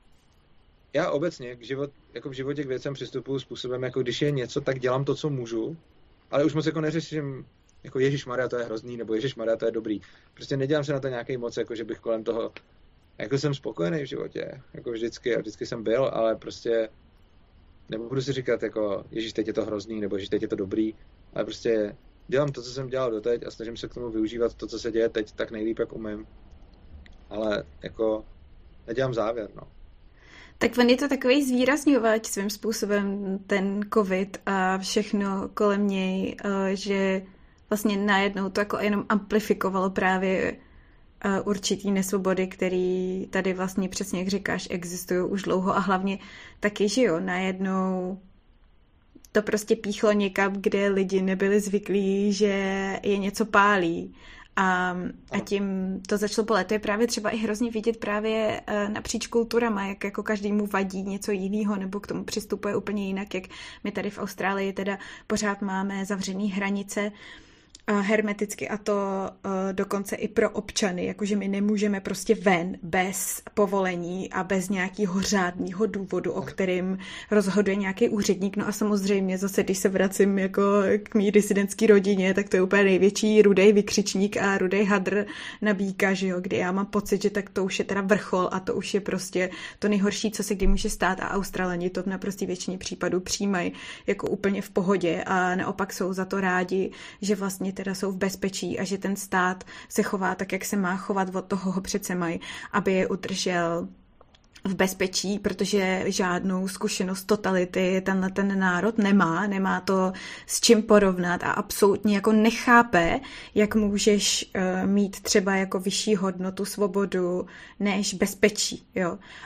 já obecně k, život, jako v životě k věcem přistupuji způsobem, jako když je něco, tak dělám to, co můžu, ale už moc jako neřeším, jako ježišmarja, to je hrozný, nebo ježišmarja, to je dobrý. Prostě nedělám se na to nějaký moc, jako že bych kolem toho, jako jsem spokojený v životě, jako vždycky a vždycky jsem byl, ale prostě nebudu si říkat, jako ježiš, teď je to hrozný, nebo ježiš, teď je to dobrý, ale prostě dělám to, co jsem dělal doteď a snažím se k tomu využívat to, co se děje teď, tak nejlíp, jak umím. Ale jako nedělám závěr, no. Tak on je to takový zvýrazňovač svým způsobem, ten covid a všechno kolem něj, že vlastně najednou to jako jenom amplifikovalo právě určitý nesvobody, který tady vlastně přesně, jak říkáš, existují už dlouho a hlavně taky, že jo, najednou to prostě píchlo někam, kde lidi nebyli zvyklí, že je něco pálí. A, a tím to začalo bolet. To je právě třeba i hrozně vidět právě napříč kulturama, jak jako každému vadí něco jiného, nebo k tomu přistupuje úplně jinak, jak my tady v Austrálii teda pořád máme zavřený hranice hermeticky a to uh, dokonce i pro občany, jakože my nemůžeme prostě ven bez povolení a bez nějakého řádného důvodu, o kterým rozhoduje nějaký úředník. No a samozřejmě zase, když se vracím jako k mý disidentský rodině, tak to je úplně největší rudej vykřičník a rudej hadr na býka, že jo, kdy já mám pocit, že tak to už je teda vrchol a to už je prostě to nejhorší, co se kdy může stát a Australani to v naprostý většině případů přijímají jako úplně v pohodě a naopak jsou za to rádi, že vlastně teda jsou v bezpečí a že ten stát se chová tak, jak se má chovat, od toho ho přece mají, aby je udržel v bezpečí, protože žádnou zkušenost totality tenhle ten národ nemá, nemá to s čím porovnat a absolutně jako nechápe, jak můžeš uh, mít třeba jako vyšší hodnotu svobodu než bezpečí, jo. A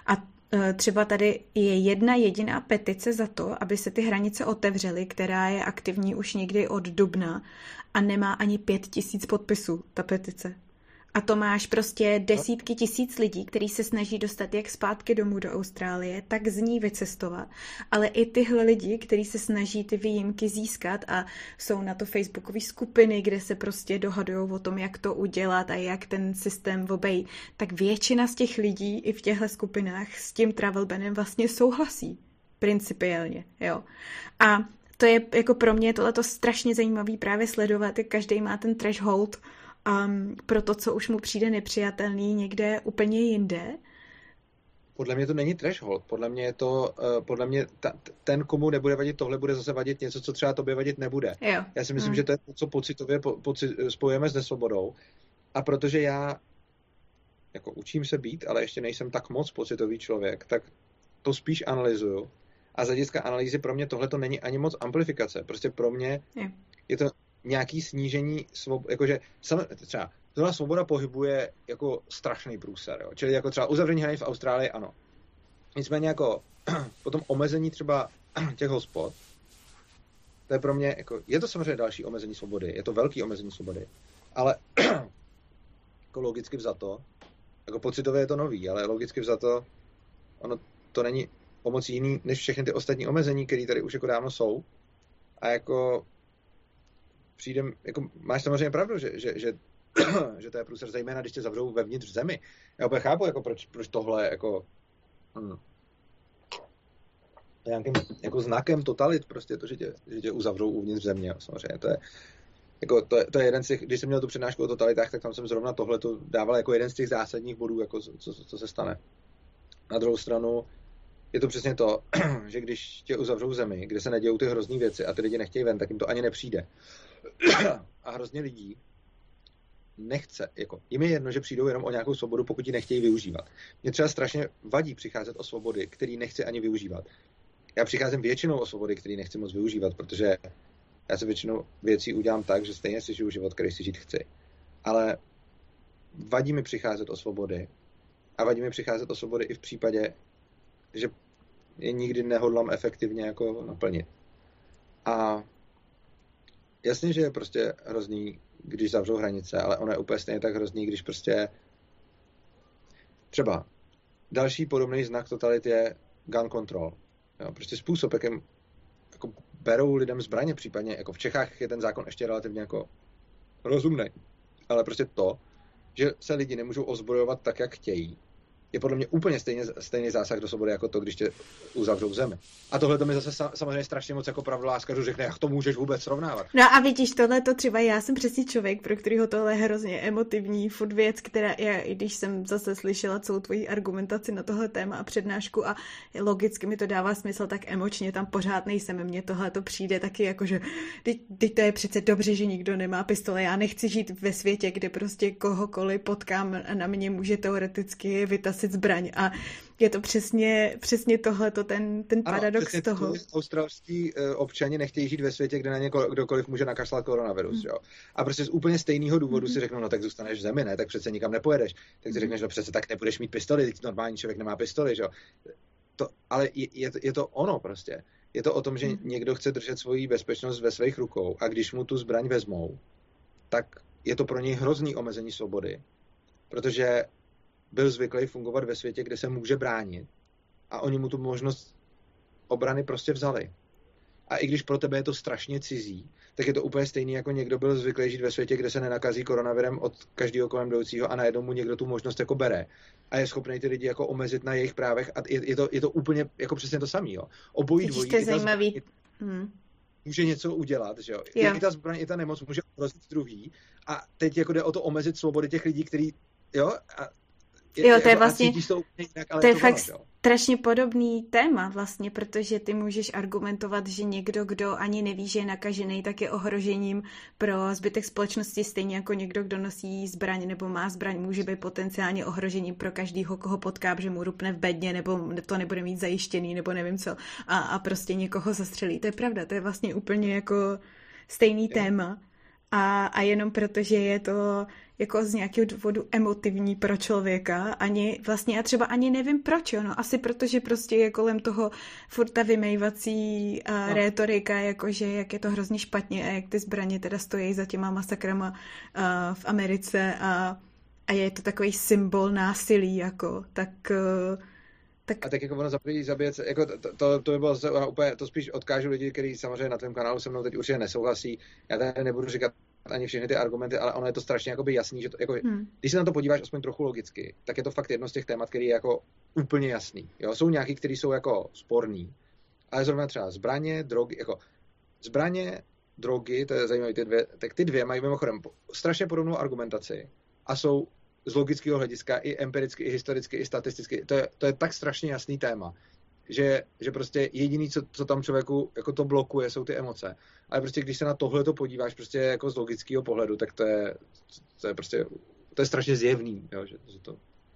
Třeba tady je jedna jediná petice za to, aby se ty hranice otevřely, která je aktivní už někdy od dubna a nemá ani pět tisíc podpisů, ta petice. A to máš prostě desítky tisíc lidí, kteří se snaží dostat jak zpátky domů do Austrálie, tak z ní vycestovat. Ale i tyhle lidi, kteří se snaží ty výjimky získat a jsou na to facebookové skupiny, kde se prostě dohadují o tom, jak to udělat a jak ten systém obejít, tak většina z těch lidí i v těchto skupinách s tím travel banem vlastně souhlasí. Principiálně, jo. A to je jako pro mě tohleto strašně zajímavý právě sledovat, jak každý má ten threshold Um, pro to, co už mu přijde nepřijatelný někde úplně jinde? Podle mě to není threshold. Podle mě je to, uh, podle mě ta, ten, komu nebude vadit tohle, bude zase vadit něco, co třeba tobě vadit nebude. Jo. Já si myslím, mm. že to je to, co pocitově po, poci, spojujeme s nesvobodou. A protože já jako učím se být, ale ještě nejsem tak moc pocitový člověk, tak to spíš analyzuju. A z hlediska analýzy pro mě tohle to není ani moc amplifikace. Prostě pro mě je, je to nějaký snížení svobody, jakože sam, třeba tohle svoboda pohybu je jako strašný průser, jo? Čili jako třeba uzavření hranic v Austrálii, ano. Nicméně jako potom omezení třeba těch hospod, to je pro mě, jako, je to samozřejmě další omezení svobody, je to velký omezení svobody, ale jako logicky vzato, jako pocitově je to nový, ale logicky vzato, ono to není o moc jiný, než všechny ty ostatní omezení, které tady už jako dávno jsou. A jako přijdem, jako máš samozřejmě pravdu, že, že, že, že to je průser, zejména když tě zavřou vevnitř v zemi. Já úplně chápu, jako proč, proč tohle jako hmm, nějakým jako znakem totalit, prostě to, že tě, že tě uzavřou uvnitř země, samozřejmě, to je jako, to, je, to je jeden z těch, když jsem měl tu přednášku o totalitách, tak tam jsem zrovna tohle to dával jako jeden z těch zásadních bodů, jako co, co, co se stane. Na druhou stranu je to přesně to, že když tě uzavřou zemi, kde se nedějou ty hrozný věci a ty lidi nechtějí ven, tak jim to ani nepřijde. A hrozně lidí nechce, jako, jim je jedno, že přijdou jenom o nějakou svobodu, pokud ji nechtějí využívat. Mě třeba strašně vadí přicházet o svobody, který nechci ani využívat. Já přicházím většinou o svobody, který nechci moc využívat, protože já se většinou věcí udělám tak, že stejně si žiju život, který si žít chci. Ale vadí mi přicházet o svobody a vadí mi přicházet o svobody i v případě, že je nikdy nehodlám efektivně jako naplnit. A jasně, že je prostě hrozný, když zavřou hranice, ale ono je úplně stejně tak hrozný, když prostě třeba další podobný znak totality je gun control. Jo, prostě způsob, jakým jako berou lidem zbraně, případně jako v Čechách je ten zákon ještě relativně jako rozumný. Ale prostě to, že se lidi nemůžou ozbrojovat tak, jak chtějí, je podle mě úplně stejně, stejný zásah do svobody jako to, když tě uzavřou v zemi. A tohle to mi zase samozřejmě strašně moc jako pravdoláskařů řekne, jak to můžeš vůbec srovnávat. No a vidíš, tohle to třeba já jsem přesně člověk, pro kterýho tohle je hrozně emotivní furt věc, která já, i když jsem zase slyšela celou tvoji argumentaci na tohle téma a přednášku a logicky mi to dává smysl, tak emočně tam pořád nejsem. Mně tohle to přijde taky jako, že teď to je přece dobře, že nikdo nemá pistole. Já nechci žít ve světě, kde prostě kohokoliv potkám a na mě může teoreticky vytasit zbraň a je to přesně, přesně tohleto, ten, ten ano, paradox toho. Australští uh, občani nechtějí žít ve světě, kde na ně kdokoliv může nakašlat koronavirus, mm. jo. A prostě z úplně stejného důvodu mm. si řeknou, no tak zůstaneš v zemi, ne, tak přece nikam nepojedeš. Tak si mm. řekneš, no přece tak nebudeš mít pistoli, teď normální člověk nemá pistoli, jo. To, ale je, je, to, je to ono prostě. Je to o tom, že mm. někdo chce držet svoji bezpečnost ve svých rukou a když mu tu zbraň vezmou, tak je to pro něj hrozný omezení svobody, protože byl zvyklý fungovat ve světě, kde se může bránit a oni mu tu možnost obrany prostě vzali. A i když pro tebe je to strašně cizí, tak je to úplně stejný, jako někdo byl zvyklý žít ve světě, kde se nenakazí koronavirem od každého kolem jdoucího a najednou mu někdo tu možnost jako bere. A je schopný ty lidi jako omezit na jejich právech a je, je, to, je to úplně jako přesně to samý. Jo. Obojí dvojí. To je zajímavý. Hmm. Může něco udělat, že jo. jo. I ta zbraň, i ta nemoc může ohrozit druhý. A teď jako jde o to omezit svobody těch lidí, kteří, jo, a Je, jo, to je vlastně, to, jinak, ale to je to fakt bylo, strašně podobný téma vlastně, protože ty můžeš argumentovat, že někdo, kdo ani neví, že je nakažený, tak je ohrožením pro zbytek společnosti, stejně jako někdo, kdo nosí zbraň nebo má zbraň, může být potenciálně ohrožením pro každýho, koho potká, že mu rupne v bedně, nebo to nebude mít zajištěný, nebo nevím co, a, a prostě někoho zastřelí. To je pravda, to je vlastně úplně jako stejný jo. téma. A, a jenom protože je to jako z nějakého důvodu emotivní pro člověka, ani vlastně já třeba ani nevím proč, no asi protože prostě je kolem toho furt ta vymejvací uh, no. rétorika, jakože jak je to hrozně špatně a jak ty zbraně teda stojí za těma masakrama uh, v Americe a, a je to takový symbol násilí, jako, tak... Uh, Tak... A tak jako ono zabíjí, zabíjet, jako to, to, to by bylo zase úplně, to spíš odkážu lidi, kteří samozřejmě na tvém kanálu se mnou teď určitě nesouhlasí. Já tady nebudu říkat ani všechny ty argumenty, ale ono je to strašně jakoby jasný, že to, jako, hmm. když se na to podíváš aspoň trochu logicky, tak je to fakt jedno z těch témat, který je jako úplně jasný. Jo? Jsou nějaký, který jsou jako sporný, ale zrovna třeba zbraně, drogy, jako zbraně, drogy, to je zajímavé, ty dvě, tak ty dvě mají mimochodem strašně podobnou argumentaci a jsou z logického hlediska i empiricky, i historicky, i statisticky. To je, to je tak strašně jasný téma, že, že prostě jediný, co, co tam člověku jako to blokuje, jsou ty emoce. Ale prostě když se na tohle to podíváš prostě jako z logického pohledu, tak to je, to je prostě, to je strašně zjevný, jo, že, že, to,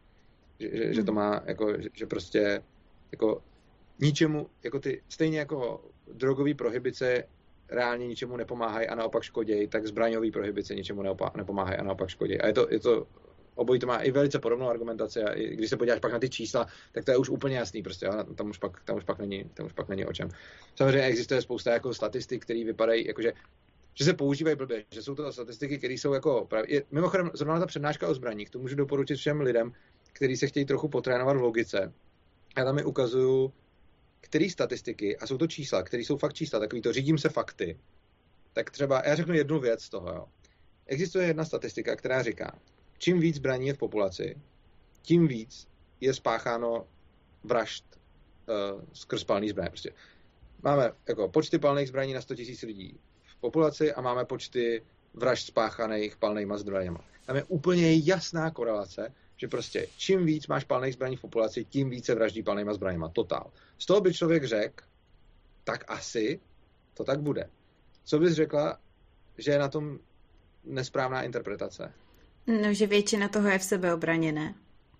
že, že, že to má, jako, že, že prostě jako ničemu, jako ty, stejně jako drogový prohibice reálně ničemu nepomáhají a naopak škodějí, tak zbraňový prohibice ničemu nepomáhají a naopak škodějí. A je to, je to obojí to má i velice podobnou argumentaci a i když se podíváš pak na ty čísla, tak to je už úplně jasný prostě, jo? Tam už pak, tam už pak není, tam už pak není o čem. Samozřejmě existuje spousta jako statistik, které vypadají jakože, že se používají blbě, že jsou to statistiky, které jsou jako právě, mimochodem zrovna ta přednáška o zbraních, to můžu doporučit všem lidem, kteří se chtějí trochu potrénovat v logice. Já tam mi ukazuju, který statistiky, a jsou to čísla, které jsou fakt čísla, takový to řídím se fakty. Tak třeba, já řeknu jednu věc z toho, jo. Existuje jedna statistika, která říká, čím víc zbraní je v populaci, tím víc je spácháno vražd uh, skrz palný zbraně. Prostě máme jako počty palných zbraní na sto tisíc lidí v populaci a máme počty vražd spáchaných palnýma zbraněma. Tam je úplně jasná korelace, že prostě čím víc máš palných zbraní v populaci, tím více vraždí palnýma zbraněma. Totál. Z toho by člověk řekl, tak asi to tak bude. Co bys řekla, že je na tom nesprávná interpretace? No, že většina toho je v sebeobraně, ne?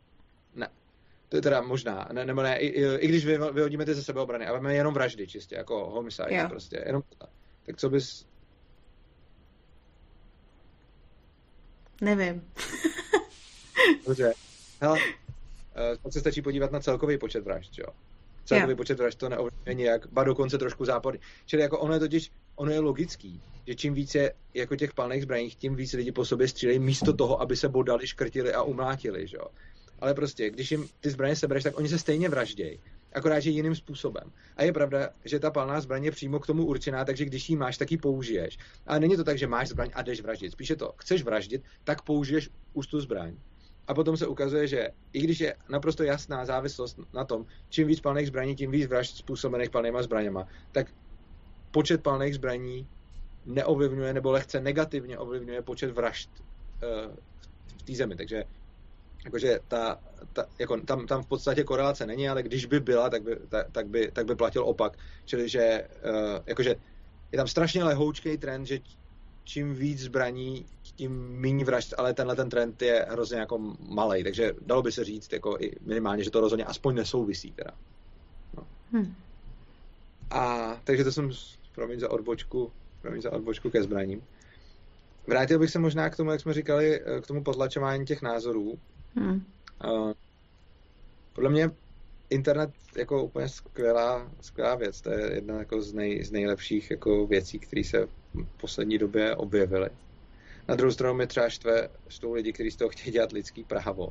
Ne. To je teda možná. Ne, nebo ne, i, i, i když vy, vyhodíme ty ze sebeobrany, ale máme jenom vraždy čistě, jako homicide jo. Prostě. Jenom, tak co bys... Nevím. Dobře. Hele, pak se stačí podívat na celkový počet vražd, jo? Celkový jo. počet vražd to neovlivňuje nijak, ba dokonce trošku záporný. Čili jako ono je totiž, ono je logický, že čím více jako těch palných zbraních, tím víc lidi po sobě střílejí místo toho, aby se bodali, škrtili a umlátili, jo. Ale prostě, když jim ty zbraně sebereš, tak oni se stejně vraždějí, akorát, že jiným způsobem. A je pravda, že ta palná zbraň je přímo k tomu určená, takže když ji máš, tak ji použiješ. Ale není to tak, že máš zbraň a jdeš vraždit. Spíše to, chceš vraždit, tak použiješ už tu zbraň. A potom se ukazuje, že i když je naprosto jasná závislost na tom, čím víc palných zbraní, tím víc vražd způsobených palnýma zbraněma, tak počet palných zbraní neovlivňuje nebo lehce negativně ovlivňuje počet vražd uh, v té zemi. Takže jakože ta, ta, jako tam, tam v podstatě korelace není, ale když by byla, tak by, ta, tak by, tak by platil opak. Čili, že uh, jakože je tam strašně lehoučkej trend, že čím víc zbraní, tím méně vražd, ale tenhle ten trend je hrozně jako malej, takže dalo by se říct jako i minimálně, že to rozhodně aspoň nesouvisí teda. No. Hmm. A takže to jsem, promiň za odbočku, promiň za odbočku ke zbraním. Vrátil bych se možná k tomu, jak jsme říkali, k tomu potlačování těch názorů. Hmm. Uh, podle mě internet jako úplně skvělá, skvělá věc. To je jedna jako z, nej, z nejlepších jako věcí, které se v poslední době objevily. Na druhou stranu mi třeba štve, štvou lidi, kteří z toho chtějí dělat lidský právo.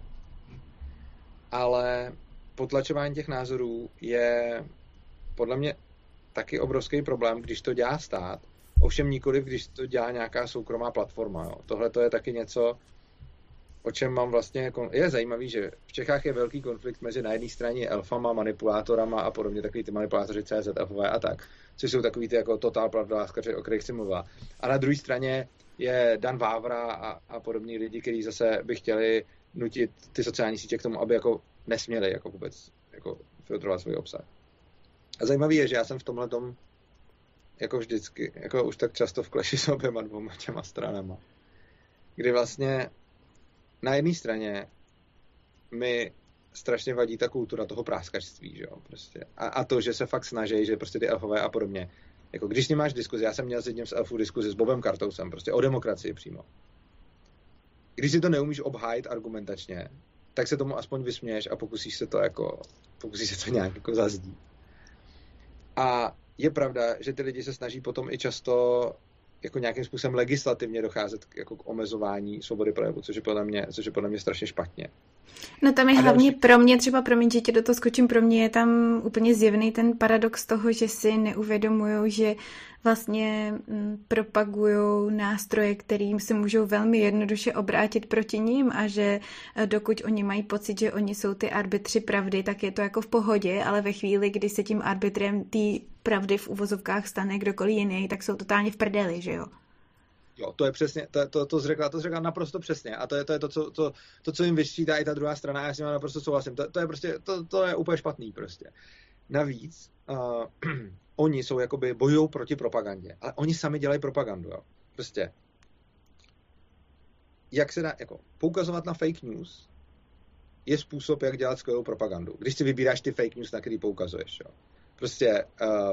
Ale potlačování těch názorů je podle mě taky obrovský problém, když to dělá stát. Ovšem nikoliv, když to dělá nějaká soukromá platforma. Tohle to je taky něco, o čem mám vlastně... Je zajímavý, že v Čechách je velký konflikt mezi na jedné straně elfama, manipulátorama a podobně, takový ty manipulátoři C Z, elfové a tak, což jsou takový ty jako totál pravdoláskaři, o kterých si mluvila. A na druhé straně je Dan Vávra a, a podobní lidi, kteří zase by chtěli nutit ty sociální sítě k tomu, aby jako nesměli jako vůbec jako filtrovat svůj obsah. A zajímavý je, že já jsem v tomhletom jako vždycky, jako už tak často v kleši s oběma dvouma těma stranama. Kdy vlastně na jedné straně mi strašně vadí ta kultura toho práskačství, že jo, prostě. A, a to, že se fakt snaží, že prostě ty elfové a podobně Jako když s ním máš diskuzi, já jsem měl s jedním z elfů diskuzi s Bobem Kartousem, prostě o demokracii přímo. Když si to neumíš obhájit argumentačně, tak se tomu aspoň vysměješ a pokusíš se to jako, pokusíš se to nějak jako zazdít. A je pravda, že ty lidi se snaží potom i často jako nějakým způsobem legislativně docházet k, jako k omezování svobody projevu, což je podle mě, což je podle mě strašně špatně. No tam je a hlavně další... pro mě, třeba promiň, že tě do toho skočím, pro mě je tam úplně zjevný ten paradox toho, že si neuvědomují, že vlastně propagují nástroje, kterým se můžou velmi jednoduše obrátit proti ním a že dokud oni mají pocit, že oni jsou ty arbitři pravdy, tak je to jako v pohodě, ale ve chvíli, kdy se tím arbitrem té pravdy v uvozovkách stane kdokoliv jiný, tak jsou totálně v prdeli, že jo? Jo, to je přesně, to, to, to zřekla, to zřekla naprosto přesně a to je to, je to, co, to, to co jim vyščítá i ta druhá strana a já s nimi naprosto souhlasím. To, to je prostě, to, to je úplně špatný prostě. Navíc uh, oni jsou jakoby bojují proti propagandě, ale oni sami dělají propagandu, jo. Prostě jak se dá, jako poukazovat na fake news je způsob, jak dělat skvělou propagandu. Když si vybíráš ty fake news, na který poukazuješ, jo. Prostě uh,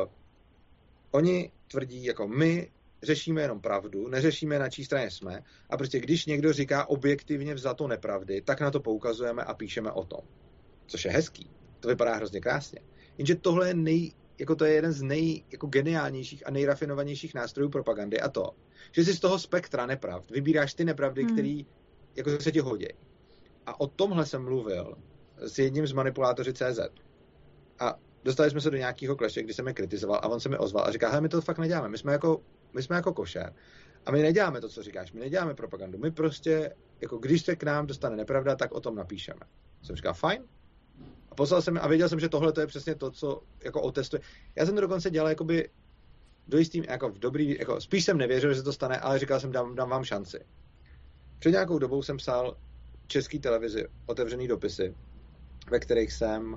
oni tvrdí, jako my řešíme jenom pravdu, neřešíme, na čí straně jsme a prostě když někdo říká objektivně vzato nepravdy, tak na to poukazujeme a píšeme o tom. Což je hezký. To vypadá hrozně krásně. Jenže tohle je nej, jako to je jeden z nej, jako geniálnějších a nejrafinovanějších nástrojů propagandy a to, že si z toho spektra nepravd vybíráš ty nepravdy, hmm. které jako se ti hodí. A o tomhle jsem mluvil s jedním z manipulátoři tečka cé zet. A dostali jsme se do nějakého kleše, kdy jsem je kritizoval a on se mi ozval a říká, hele, my to fakt neděláme, my jsme jako, my jsme jako košer a my neděláme to, co říkáš, my neděláme propagandu, my prostě, jako když se k nám dostane nepravda, tak o tom napíšeme. Jsem říkal, fajn. A poslal jsem a věděl jsem, že tohle to je přesně to, co jako otestuje. Já jsem to dokonce dělal jakoby do jistým, jako v dobrý, jako spíš jsem nevěřil, že se to stane, ale říkal jsem, dám, dám vám šanci. Před nějakou dobou jsem psal České televizi otevřený dopisy, ve kterých jsem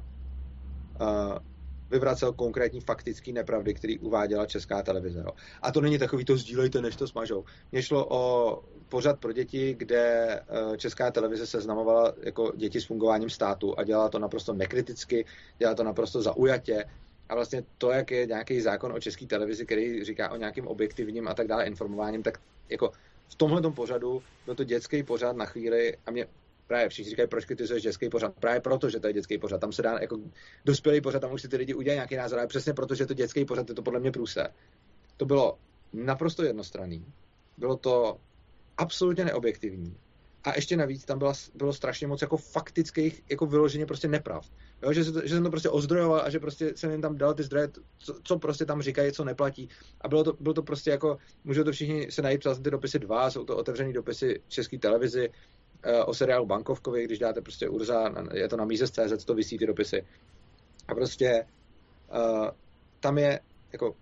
uh, vyvracel konkrétní faktický nepravdy, který uváděla Česká televize. No. A to není takový, to sdílejte, než to smažou. Mně šlo o pořad pro děti, kde Česká televize seznamovala jako děti s fungováním státu a dělala to naprosto nekriticky, dělala to naprosto zaujatě. A vlastně to, jak je nějaký zákon o České televizi, který říká o nějakým objektivním a tak dále informováním, tak jako v tomhletom pořadu byl to dětský pořad na chvíli a mě právě všichni říkají, proč kritizuješ dětský pořad. Právě proto, že to je dětský pořad. Tam se dá jako dospělý pořad, tam už si ty lidi udělají nějaký názor, ale přesně proto, že to dětský pořad, je to podle mě průser. To bylo naprosto jednostranný. Bylo to absolutně neobjektivní. A ještě navíc tam byla, bylo strašně moc jako faktických, jako vyloženě prostě nepravd. Jo, že, to, že jsem to prostě ozdrojoval a že prostě jsem jim tam dal ty zdroje, co, co prostě tam říkají, co neplatí. A bylo to, bylo to prostě jako, můžou to všichni se najít, psal jsem ty dopisy dva, jsou to otevřený dopisy České televizi, o seriálu Bankovkovi, když dáte prostě Urza, je to na Mízes tečka cé zet, to visí ty dopisy. A prostě uh, tam je jako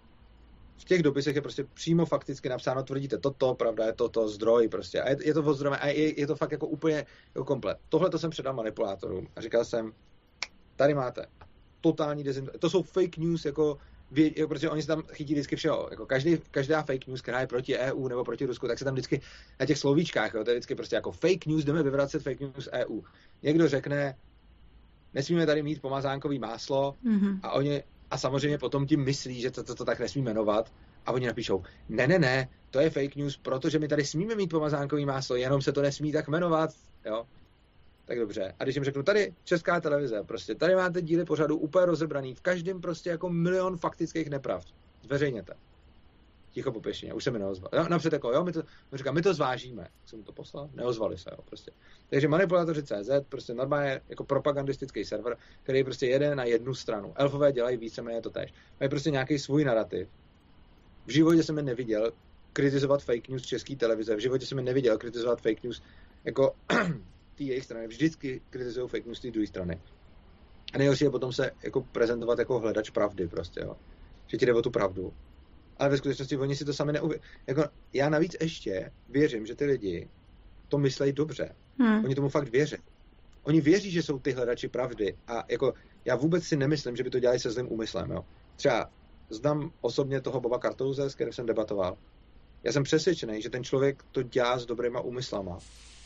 v těch dopisech je prostě přímo fakticky napsáno, tvrdíte toto, pravda, je to to zdroj prostě. A je, je to ozdrojené a je, je to fakt jako úplně jako komplet. Tohle to jsem předal manipulátorům a říkal jsem, tady máte totální dezinformace. To jsou fake news, jako Vě, jako, protože oni se tam chytí vždycky všeho. Jako každý, každá fake news, která je proti E U nebo proti Rusku, tak se tam vždycky na těch slovíčkách, jo, to je vždycky prostě jako fake news, jdeme vyvracet fake news E U. Někdo řekne, nesmíme tady mít pomazánkový máslo mm-hmm. a oni, a samozřejmě potom tím myslí, že to, to, to tak nesmí jmenovat a oni napíšou, ne, ne, ne, to je fake news, protože my tady smíme mít pomazánkový máslo, jenom se to nesmí tak jmenovat, jo. Tak dobře. A když jim řeknu, tady Česká televize, prostě tady máte díly pořadu úplně rozebraný, v každém prostě jako milion faktických nepravd. Zveřejněte. Ticho po pěšině, už se mi neozval. No, napřed jako, jo, my to, my říkám, my to zvážíme. Jsem to poslal? Neozvali se, jo, prostě. Takže manipulátoři tečka cé zet, prostě normálně jako propagandistický server, který prostě jede na jednu stranu. Elfové dělají víceméně to též. Mají prostě nějaký svůj narrativ. V životě jsem je neviděl kritizovat fake news České televize, v životě jsem je neviděl kritizovat fake news jako té jejich strany, vždycky kritizují fake news té druhé strany. A nejhorší je potom se jako prezentovat jako hledač pravdy prostě, jo. Že ti jde o tu pravdu. Ale ve skutečnosti oni si to sami neuvěří. Jako, já navíc ještě věřím, že ty lidi to myslejí dobře. Hmm. Oni tomu fakt věří. Oni věří, že jsou ty hledači pravdy. A jako já vůbec si nemyslím, že by to dělali se zlým úmyslem, jo. Třeba znám osobně toho Boba Kartouze, s kterým jsem debatoval. Já jsem přesvědčený, že ten člověk to dělá s dobrýma úmyslama.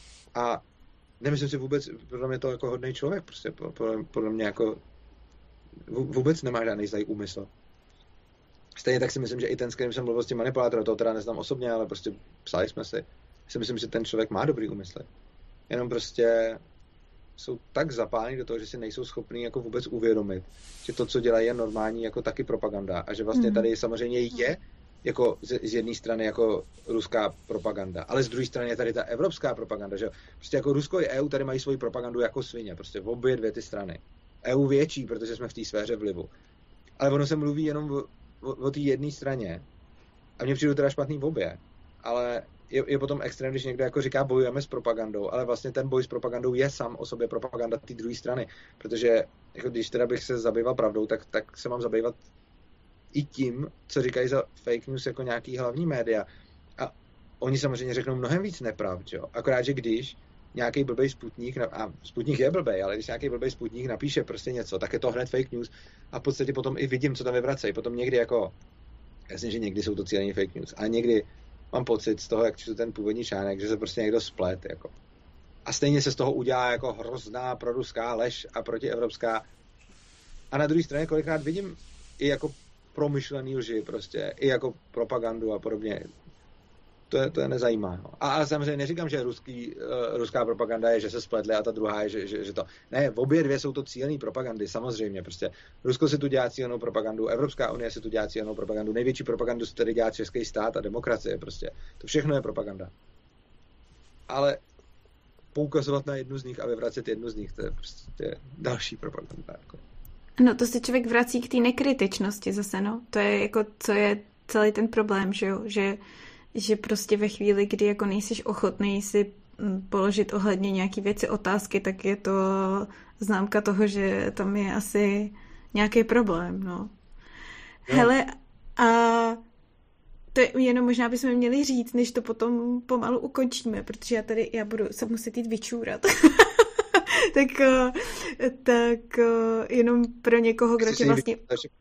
A nemyslím si vůbec, podle mě to jako hodný člověk, prostě podle, podle mě jako vůbec nemá žádný zlý úmysl. Stejně tak si myslím, že i ten, s kterým jsem mluvil s tím manipulátorem, toho teda neznám osobně, ale prostě psali jsme si, si myslím, že ten člověk má dobrý úmysly. Jenom prostě jsou tak zapálení do toho, že si nejsou schopní jako vůbec uvědomit, že to, co dělají, je normální jako taky propaganda a že vlastně tady samozřejmě je jako z, z jedné strany jako ruská propaganda, ale z druhé strany je tady ta evropská propaganda, že prostě jako Rusko i E U tady mají svoji propagandu jako svině, prostě v obě dvě ty strany. E U větší, protože jsme v té sféře vlivu. Ale ono se mluví jenom o, o, o té jedné straně a mně přijde teda špatný v obě, ale je, je potom extrém, když někdo jako říká bojujeme s propagandou, ale vlastně ten boj s propagandou je sám o sobě propaganda té druhé strany, protože jako když teda bych se zabýval pravdou, tak, tak se mám zabývat i tím, co říkají za fake news jako nějaký hlavní média. A oni samozřejmě řeknou mnohem víc nepravd, jo. Akorát, že když nějaký blbej Sputnik, a Sputnik je blbej, ale když nějaký blbej Sputnik napíše prostě něco, tak je to hned fake news a v podstatě potom i vidím, co tam vyvracejí. Potom někdy jako, jasně, že někdy jsou to cílený fake news, a někdy mám pocit z toho, jak čtu ten původní článek, že se prostě někdo splet, jako. A stejně se z toho udělá jako hrozná proruská lež a protievropská. A na druhé straně kolikrát vidím i jako promyšlený lži prostě, i jako propagandu a podobně. To je, to je nezajímá. No. A, a samozřejmě neříkám, že ruský, uh, ruská propaganda je, že se spletli a ta druhá je, že, že, že to... Ne, v obě dvě jsou to cílený propagandy, samozřejmě. Prostě Rusko si tu dělá cílenou propagandu, Evropská unie si tu dělá cílenou propagandu, největší propagandu si tady dělá český stát a demokracie prostě. To všechno je propaganda. Ale poukazovat na jednu z nich a vyvracet jednu z nich, to je prostě další propaganda. Jako. No to se člověk vrací k té nekritičnosti zase, no. To je jako, co je celý ten problém, že jo, že, že prostě ve chvíli, kdy jako nejsiš ochotný si položit ohledně nějaký věci otázky, tak je to známka toho, že tam je asi nějaký problém, no. no. Hele, a to je jenom možná bychom měli říct, než to potom pomalu ukončíme, protože já tady, já budu se muset jít vyčůrat. tak, tak jenom pro někoho, kdo tě vlastně...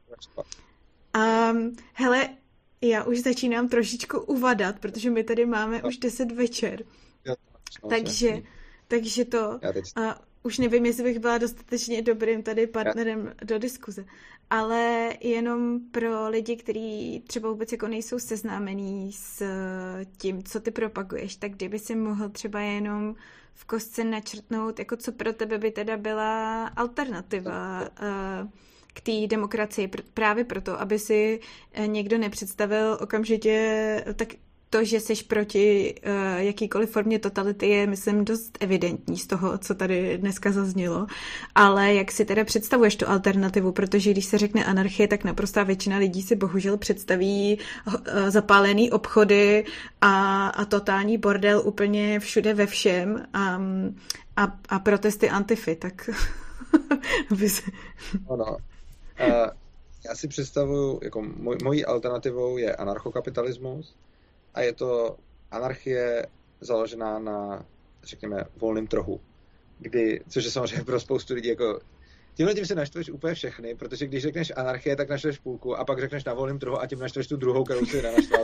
Um, hele, já už začínám trošičku uvadat, protože my tady máme no. už deset večer. Jo, no, takže, takže to... Uh, už nevím, jestli bych byla dostatečně dobrým tady partnerem já. do diskuze. Ale jenom pro lidi, kteří třeba vůbec jako nejsou seznámení s tím, co ty propaguješ, tak kdyby si mohl třeba jenom v kostce načrtnout, jako co pro tebe by teda byla alternativa uh, k té demokracii, právě proto, aby si někdo nepředstavil okamžitě tak to, že seš proti uh, jakýkoliv formě totality, je, myslím, dost evidentní z toho, co tady dneska zaznělo. Ale jak si teda představuješ tu alternativu? Protože když se řekne anarchie, tak naprostá většina lidí si bohužel představí uh, zapálený obchody a, a totální bordel úplně všude ve všem a, a, a protesty antify. Tak aby se... Ano. Uh, já si představuju, jako moj, mojí alternativou je anarchokapitalismus, a je to anarchie založená na, řekněme, volném trhu. Kdy, což je samozřejmě pro spoustu lidí jako... Tímhle tím se naštveš úplně všechny, protože když řekneš anarchie, tak naštveš půlku a pak řekneš na volném trhu a tím naštveš tu druhou, kterou si nenaštval.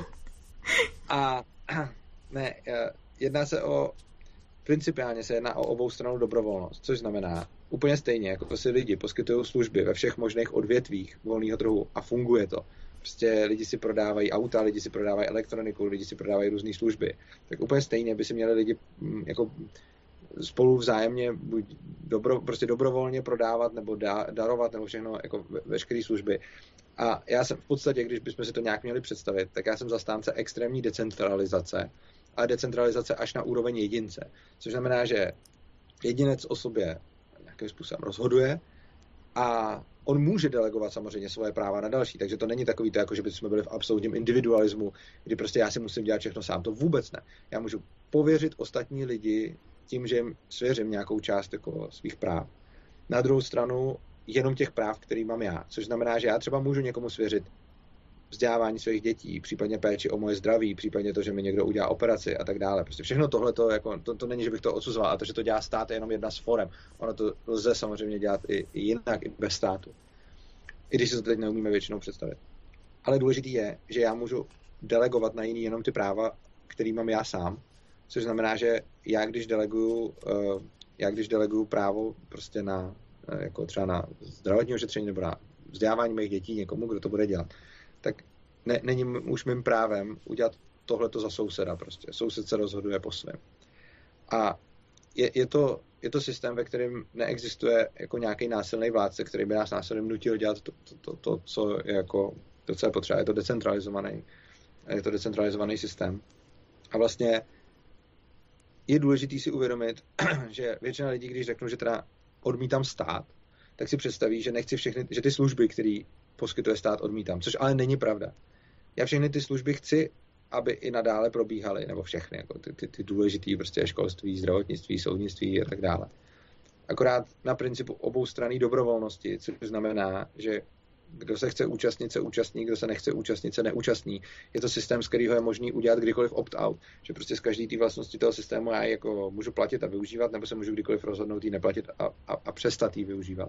A ne, jedná se o... Principiálně se jedná o oboustrannnou dobrovolnost, což znamená úplně stejně, jako si lidi poskytují služby ve všech možných odvětvích volného trhu a funguje to. Prostě lidi si prodávají auta, lidi si prodávají elektroniku, lidi si prodávají různé služby. Tak úplně stejně by si měli lidi jako spolu vzájemně buď dobro, prostě dobrovolně prodávat nebo da, darovat nebo všechno jako veškeré služby. A já jsem v podstatě, když bychom si to nějak měli představit, tak já jsem zastánce extrémní decentralizace a decentralizace až na úroveň jedince. Což znamená, že jedinec o sobě nějakým způsobem rozhoduje a on může delegovat samozřejmě svoje práva na další, takže to není takový to, jako že bychom byli v absolutním individualismu, kdy prostě já si musím dělat všechno sám. To vůbec ne. Já můžu pověřit ostatní lidi tím, že jim svěřím nějakou část jako svých práv. Na druhou stranu jenom těch práv, který mám já, což znamená, že já třeba můžu někomu svěřit vzdělávání svých dětí, případně péči o moje zdraví, případně to, že mi někdo udělá operaci a tak dále. Prostě všechno tohle to, jako, to, to není, že bych to odsuzoval, a to, že to dělá stát, je jenom jedna z forem. Ono to lze samozřejmě dělat i, i jinak, i bez státu. I když si to teď neumíme většinou představit. Ale důležitý je, že já můžu delegovat na jiný jenom ty práva, který mám já sám, což znamená, že já když deleguju, já když deleguju právo prostě na, jako třeba na zdravotní ošetření nebo na vzdělávání mých dětí někomu, kdo to bude dělat, tak ne, není už mým právem udělat tohleto za souseda prostě. Soused se rozhoduje po svém. A je, je, to, je to systém, ve kterém neexistuje jako nějaký násilný vládce, který by nás násilím nutil dělat to, to, to, to, co je jako, to, co je potřeba. Je to decentralizovaný, je to decentralizovaný systém. A vlastně je důležité si uvědomit, že většina lidí, když řeknou, že teda odmítám stát, tak si představí, že nechci všechny, že ty služby, které poskytuje stát, odmítám, což ale není pravda. Já všechny ty služby chci, aby i nadále probíhaly, nebo všechny, jako ty, ty, ty důležitý prostě školství, zdravotnictví, soudnictví a tak dále. Akorát na principu oboustranné dobrovolnosti, což znamená, že kdo se chce účastnit, se účastní, kdo se nechce účastnit, se neúčastní. Je to systém, z kterého je možný udělat kdykoliv opt-out, že prostě z každé té vlastnosti toho systému já jako můžu platit a využívat, nebo se můžu kdykoliv rozhodnout jí neplatit a, a, a přestat jí využívat.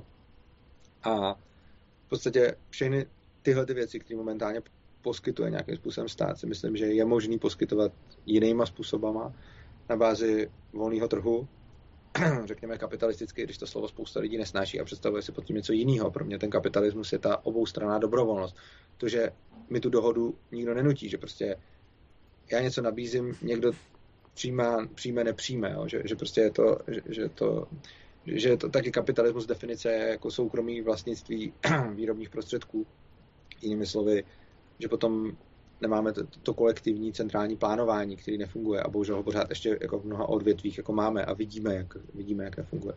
A v podstatě všechny tyhle ty věci, které momentálně poskytuje nějakým způsobem stát, si myslím, že je možný poskytovat jinýma způsobama na bázi volného trhu, řekněme kapitalisticky, když to slovo spousta lidí nesnáší a představuje si pod tím něco jiného. Pro mě ten kapitalismus je ta oboustranná dobrovolnost. To, že mi tu dohodu nikdo nenutí, že prostě já něco nabízím, někdo přijímá, přijme, nepřijme, jo? Že, že prostě je to, že, že to že je to taky kapitalismus definice jako soukromí vlastnictví výrobních prostředků. Jinými slovy, že potom nemáme to, to kolektivní centrální plánování, který nefunguje a bohužel ho pořád ještě jako v mnoha odvětvích jako máme a vidíme, jak, vidíme, jak nefunguje.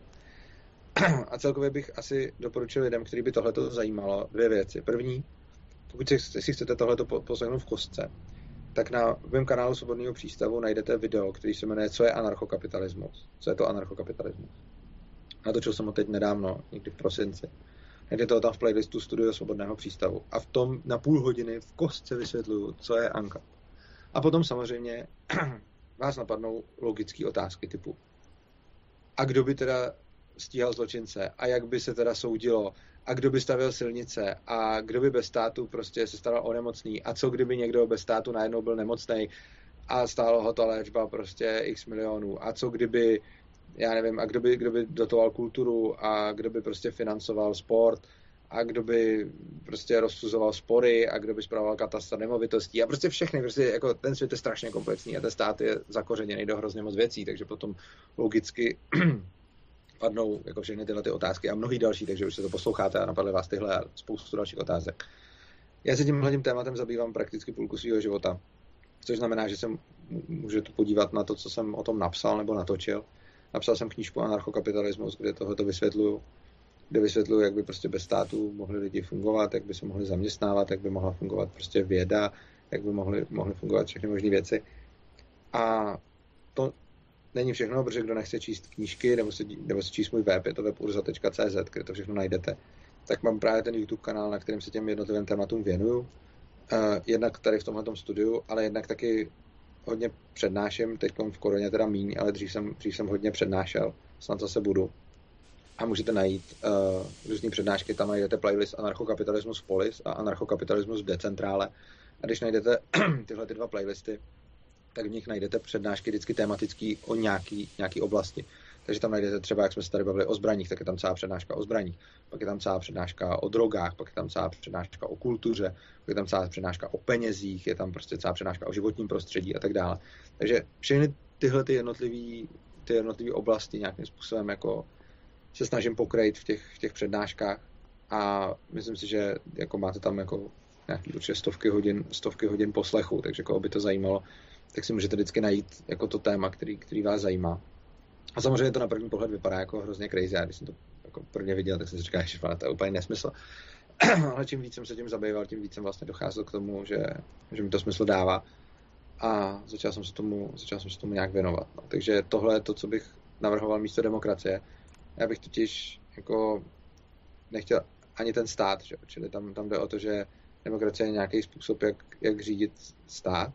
A celkově bych asi doporučil lidem, který by tohleto zajímalo, dvě věci. První, pokud si, si chcete tohleto poslechnout v kostce, tak na mém kanálu Svobodného přístavu najdete video, který se jmenuje Co je anarchokapitalismus. Co je to anarchokapitalismus? Natočil jsem ho teď nedávno, někdy v prosinci. Najdete to tam v playlistu Studio Svobodného přístavu. A v tom na půl hodiny v kostce vysvětluju, co je ANCAP. A potom samozřejmě vás napadnou logické otázky typu a kdo by teda stíhal zločince a jak by se teda soudilo a kdo by stavěl silnice a kdo by bez státu prostě se staral o nemocný a co kdyby někdo bez státu najednou byl nemocnej a stálo ho ta léčba prostě x milionů a co kdyby já nevím, a kdo by, kdo by dotoval kulturu a kdo by prostě financoval sport a kdo by prostě rozsuzoval spory a kdo by spravoval katastr nemovitostí a prostě všechny, prostě jako ten svět je strašně komplexní a ten stát je zakořeněný do hrozně moc věcí, takže potom logicky padnou jako všechny tyhle ty otázky a mnohý další, takže už se to posloucháte a napadly vás tyhle a spoustu dalších otázek. Já se tímhle tématem zabývám prakticky půlku svého života, což znamená, že se můžete podívat na to, co jsem o tom napsal nebo natočil. Napsal jsem knížku Anarchokapitalismus, kde tohoto vysvětluju, kde vysvětluju, jak by prostě bez státu mohli lidi fungovat, jak by se mohli zaměstnávat, jak by mohla fungovat prostě věda, jak by mohly, mohly fungovat všechny možné věci. A to není všechno, protože kdo nechce číst knížky, nebo si, nebo si číst můj web, je to web urza tečka cé zet, kde to všechno najdete, tak mám právě ten YouTube kanál, na kterém se těm jednotlivým tématům věnuju. Uh, jednak tady v tomhletom studiu, ale jednak taky hodně přednáším, teď v koroně teda míň, ale dřív jsem, dřív jsem hodně přednášel, snad zase budu. A můžete najít uh, různý přednášky, tam najdete playlist Anarchokapitalismus v Polis a Anarchokapitalismus v Decentrále. A když najdete tyhle ty dva playlisty, tak v nich najdete přednášky vždycky tematický o nějaký, nějaký oblasti. Takže tam najdete třeba, jak jsme se tady bavili o zbraních, tak je tam celá přednáška o zbraních, pak je tam celá přednáška o drogách, pak je tam celá přednáška o kultuře, pak je tam celá přednáška o penězích, je tam prostě celá přednáška o životním prostředí a tak dále. Takže všechny tyhle ty jednotlivé ty jednotlivé oblasti nějakým způsobem jako se snažím pokrýt v těch, v těch přednáškách a myslím si, že jako máte tam jako nějaký určitě stovky hodin, stovky hodin poslechu, takže koho by to zajímalo, tak si můžete vždycky najít jako to téma, který, který vás zajímá. A samozřejmě to na první pohled vypadá jako hrozně crazy. Já když jsem to jako prvně viděl, tak jsem si říkal, že to je úplně nesmysl. Ale čím víc jsem se tím zabýval, tím víc jsem vlastně docházel k tomu, že, že mi to smysl dává. A začal jsem se tomu, začal jsem se tomu nějak věnovat. No. Takže tohle je to, co bych navrhoval místo demokracie. Já bych totiž jako nechtěl ani ten stát, že? Čili tam, tam jde o to, že demokracie je nějaký způsob, jak, jak řídit stát,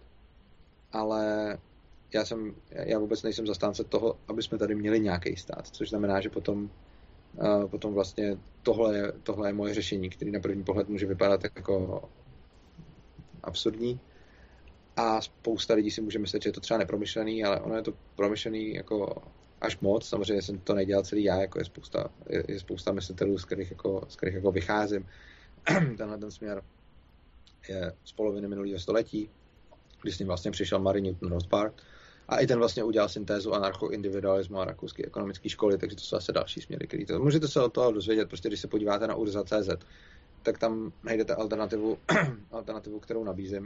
ale já jsem, já vůbec nejsem zastánce toho, aby jsme tady měli nějaký stát, což znamená, že potom, uh, potom vlastně tohle je, tohle je moje řešení, který na první pohled může vypadat jako absurdní a spousta lidí si může myslet, že je to třeba nepromyšlený, ale ono je to promyšlený jako až moc, samozřejmě jsem to nedělal celý já, jako je spousta, je, je spousta myslitelů, z kterých jako, z kterých jako vycházím, tenhle ten směr. je z poloviny minulého století, kdy s ním vlastně přišel Murray Newton Rothbard a i ten vlastně udělal syntézu anarcho-individualismu a rakouské ekonomické školy, takže to jsou zase další směry, který to... Můžete se od toho dozvědět, prostě když se podíváte na urza tečka cé zet, tak tam najdete alternativu, alternativu, kterou nabízím.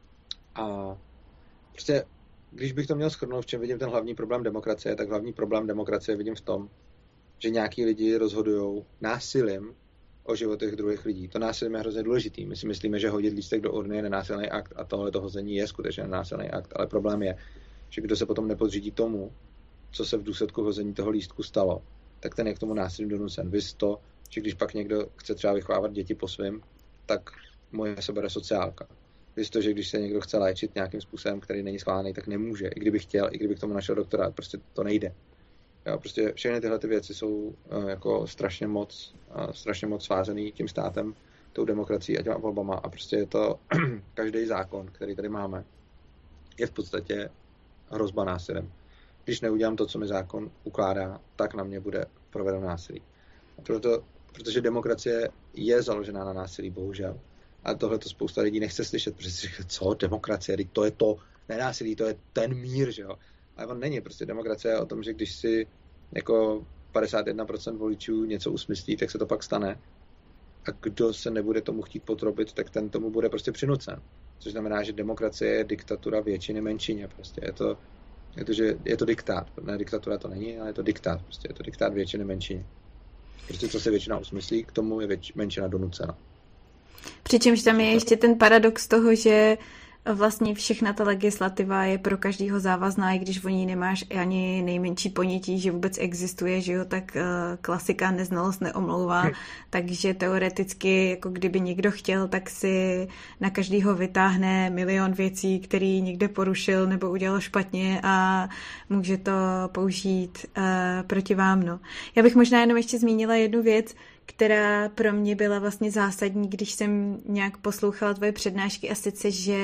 A prostě, když bych to měl shrnout, v čem vidím ten hlavní problém demokracie, tak hlavní problém demokracie vidím v tom, že nějaký lidi rozhodují násilím o životech druhých lidí. To násilí je hrozně důležitý. My si myslíme, že hodit lístek do urny je nenásilný akt a tohle hození je skutečně nenásilný akt, ale problém je, že kdo se potom nepodřídí tomu, co se v důsledku hození toho lístku stalo, tak ten je k tomu násilím donucen. Vys to, že když pak někdo chce třeba vychovávat děti po svým, tak moje se bere sociálka. Vys to, že když se někdo chce léčit nějakým způsobem, který není schválený, tak nemůže. I kdyby chtěl, i kdyby k tomu našel doktorát, prostě to nejde. Jo, prostě všechny tyhle ty věci jsou uh, jako strašně moc, uh, strašně moc svázaný tím státem, tou demokracií a těma volbama a prostě je to každý zákon, který tady máme, je v podstatě hrozba násilím. Když neudělám to, co mi zákon ukládá, tak na mě bude provedeno násilí. A proto, protože demokracie je založená na násilí, bohužel. A tohle to spousta lidí nechce slyšet, protože si říká, co demokracie, to je to, nenásilí, to je ten mír, že jo. Ale on není, prostě demokracie je o tom, že když si jako padesát jedna procent voličů něco usmyslí, tak se to pak stane. A kdo se nebude tomu chtít podrobit, tak ten tomu bude prostě přinucen. Což znamená, že demokracie je diktatura většiny menšině. Prostě je to, je to, že je to diktát. Ne, diktatura to není, ale je to diktát. Prostě je to diktát většiny menšině. Prostě co se většina usmyslí, k tomu je věč, menšina donucena. Přičemž tam je ještě ten paradox toho, že vlastně všechna ta legislativa je pro každýho závazná, i když o ní nemáš ani nejmenší ponětí, že vůbec existuje, že jo, tak uh, klasika neznalost neomlouvá, hmm. takže teoreticky, jako kdyby někdo chtěl, tak si na každýho vytáhne milion věcí, který někde porušil nebo udělal špatně a může to použít uh, proti vám, no. Já bych možná jenom ještě zmínila jednu věc, která pro mě byla vlastně zásadní, když jsem nějak poslouchala tvoje přednášky, a sice, že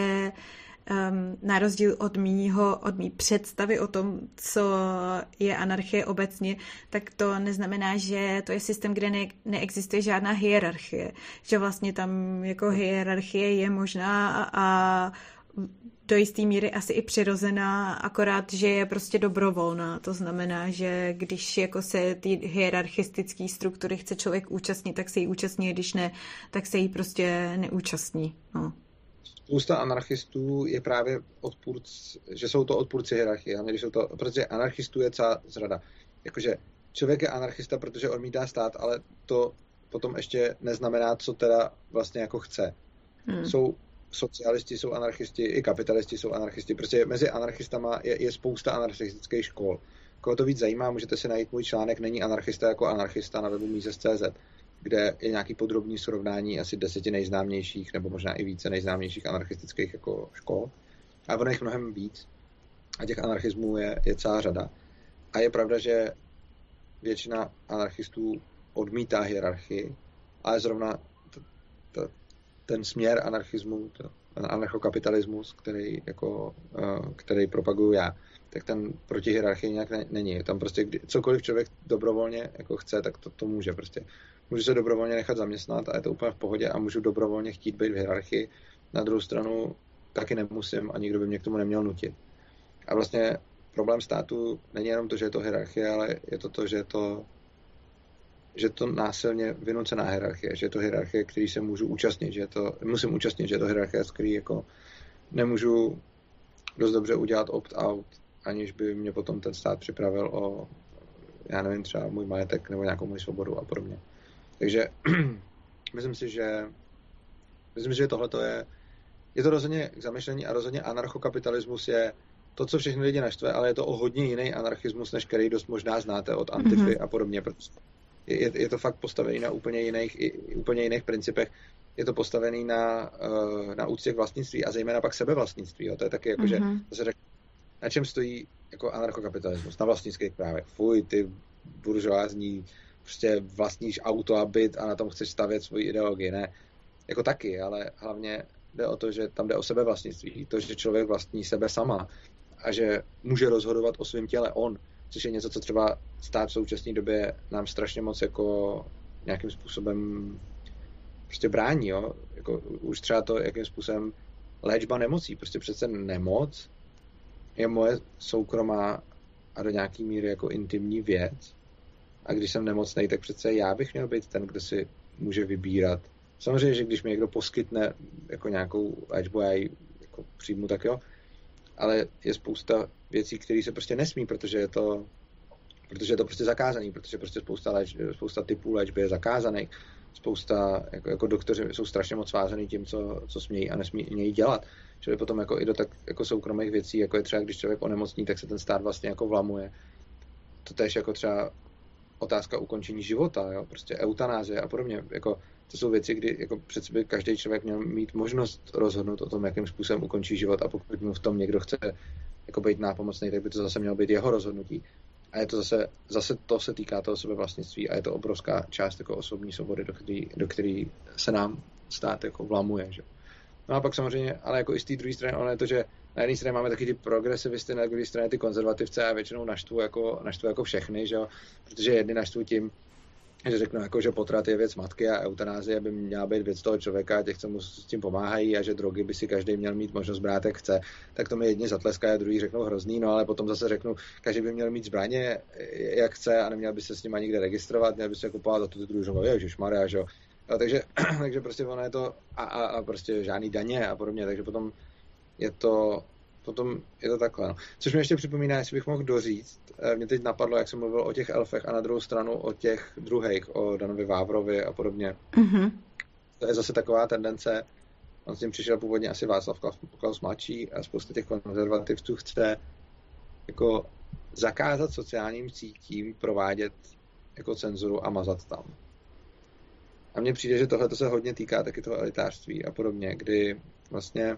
um, na rozdíl od mýho, od mý představy o tom, co je anarchie obecně, tak to neznamená, že to je systém, kde ne, neexistuje žádná hierarchie. Že vlastně tam jako hierarchie je možná a, a do jisté míry asi i přirozená, akorát, že je prostě dobrovolná. To znamená, že když jako se ty hierarchistické struktury chce člověk účastnit, tak se jí účastní, když ne, tak se jí prostě neúčastní. No. Spousta anarchistů je právě odpůrci, že jsou to odpůrci hierarchie, když jsou to, protože anarchistů je celá zrada. Jakože člověk je anarchista, protože odmítá stát, ale to potom ještě neznamená, co teda vlastně jako chce. Hmm. Jsou socialisti, jsou anarchisti, i kapitalisti jsou anarchisti. Prostě mezi anarchistama je, je spousta anarchistických škol. Koho to víc zajímá, můžete si najít můj článek Není anarchista jako anarchista na webu Mises tečka cé zet, kde je nějaký podrobný srovnání asi deseti nejznámějších, nebo možná i více nejznámějších anarchistických jako škol. A ono jich mnohem víc. A těch anarchismů je, je celá řada. A je pravda, že většina anarchistů odmítá hierarchii, ale zrovna t- t- ten směr anarchismu, ten anarchokapitalismus, který, jako, který propaguju já, tak ten proti hierarchii nějak ne, není. Tam prostě kdy, cokoliv člověk dobrovolně jako chce, tak to, to může prostě. Můžu se dobrovolně nechat zaměstnat a je to úplně v pohodě a můžu dobrovolně chtít být v hierarchii. Na druhou stranu taky nemusím a nikdo by mě k tomu neměl nutit. A vlastně problém státu není jenom to, že je to hierarchie, ale je to to, že je to že je to násilně vynucená hierarchie, že je to hierarchie, který se můžu účastnit, že je to, musím účastnit, že je to hierarchie, z který jako nemůžu dost dobře udělat opt-out, aniž by mě potom ten stát připravil o, já nevím, třeba můj majetek nebo nějakou moji svobodu a podobně. Takže myslím si, že myslím, že tohle je, je to rozhodně k zamyšlení a rozhodně anarchokapitalismus je to, co všechny lidi naštve, ale je to o hodně jiný anarchismus, než který dost možná znáte od Antify mm-hmm. a podobně, protože Je, je to fakt postavený na úplně jiných, úplně jiných principech. Je to postavený na, na úctě k vlastnictví a zejména pak sebevlastnictví. Jo. To je taky jako, mm-hmm. že řek, na čem stojí jako anarchokapitalismus? Na vlastnických právech. Fuj, ty buržoázní, prostě vlastníš auto a byt a na tom chceš stavět svoji ideologii. Ne, jako taky, ale hlavně jde o to, že tam jde o sebevlastnictví. To, že člověk vlastní sebe sama a že může rozhodovat o svém těle on, což je něco, co třeba stát v současné době nám strašně moc jako nějakým způsobem prostě brání, jo. Jako už třeba to, jakým způsobem léčba nemocí. Prostě přece nemoc je moje soukromá a do nějaký míry jako intimní věc. A když jsem nemocnej, tak přece já bych měl být ten, kdo si může vybírat. Samozřejmě, že když mi někdo poskytne jako nějakou léčbu, já ji jako přijmu, tak jo. Ale je spousta věcí, které se prostě nesmí, protože je to, protože je to prostě zakázaný, protože prostě spousta, léč, spousta typů léčby je zakázaných. Spousta, jako, jako doktoři jsou strašně moc svázaný tím, co, co smějí a nesmějí dělat. Čili potom jako i do tak jako soukromých věcí, jako je třeba, když člověk onemocní, tak se ten stát vlastně jako vlamuje. To též jako třeba otázka ukončení života, jo? Prostě eutanázie a podobně. Jako, to jsou věci, kdy jako přece by každý člověk měl mít možnost rozhodnout o tom, jakým způsobem ukončí život, a pokud mu v tom někdo chce jako být nápomocný, tak by to zase mělo být jeho rozhodnutí. A je to zase, zase to se týká toho sebevlastnictví a je to obrovská část jako osobní svobody, do který, do který se nám stát jako vlamuje. Že? No a pak samozřejmě, ale jako i z té druhé strany, ono je to, že na jedné straně máme taky ty progresivisty, na druhé straně ty konzervativce a většinou naštvu jako, naštvu jako všechny, že? Protože jedny naštvu tím, že řeknu, jako, že potrat je věc matky a eutanázie by měla být věc toho člověka a těch, co mu s tím pomáhají, a že drogy by si každý měl mít možnost brát, jak chce, tak to mi jedni zatleskají a druhý řeknou hrozný, no ale potom zase řeknu, každý by měl mít zbraně, jak chce, a neměl by se s nima nikde registrovat, měl by se kupovat, a to ty druhý řeknou, ježišmarja, že jo. Takže, takže prostě ono je to a, a, a prostě žádný daně a podobně, takže potom je to Potom je to takhle. No. Což mi ještě připomíná, jestli bych mohl doříct, mě teď napadlo, jak jsem mluvil o těch elfech a na druhou stranu o těch druhých, o Danovi Vávrovi a podobně. Mm-hmm. To je zase taková tendence, on s tím přišel původně asi Václav Klaus mladší a spousta těch konzervativců chce jako zakázat sociálním sítím provádět jako cenzuru a mazat tam. A mně přijde, že tohle se hodně týká taky toho elitářství a podobně, kdy vlastně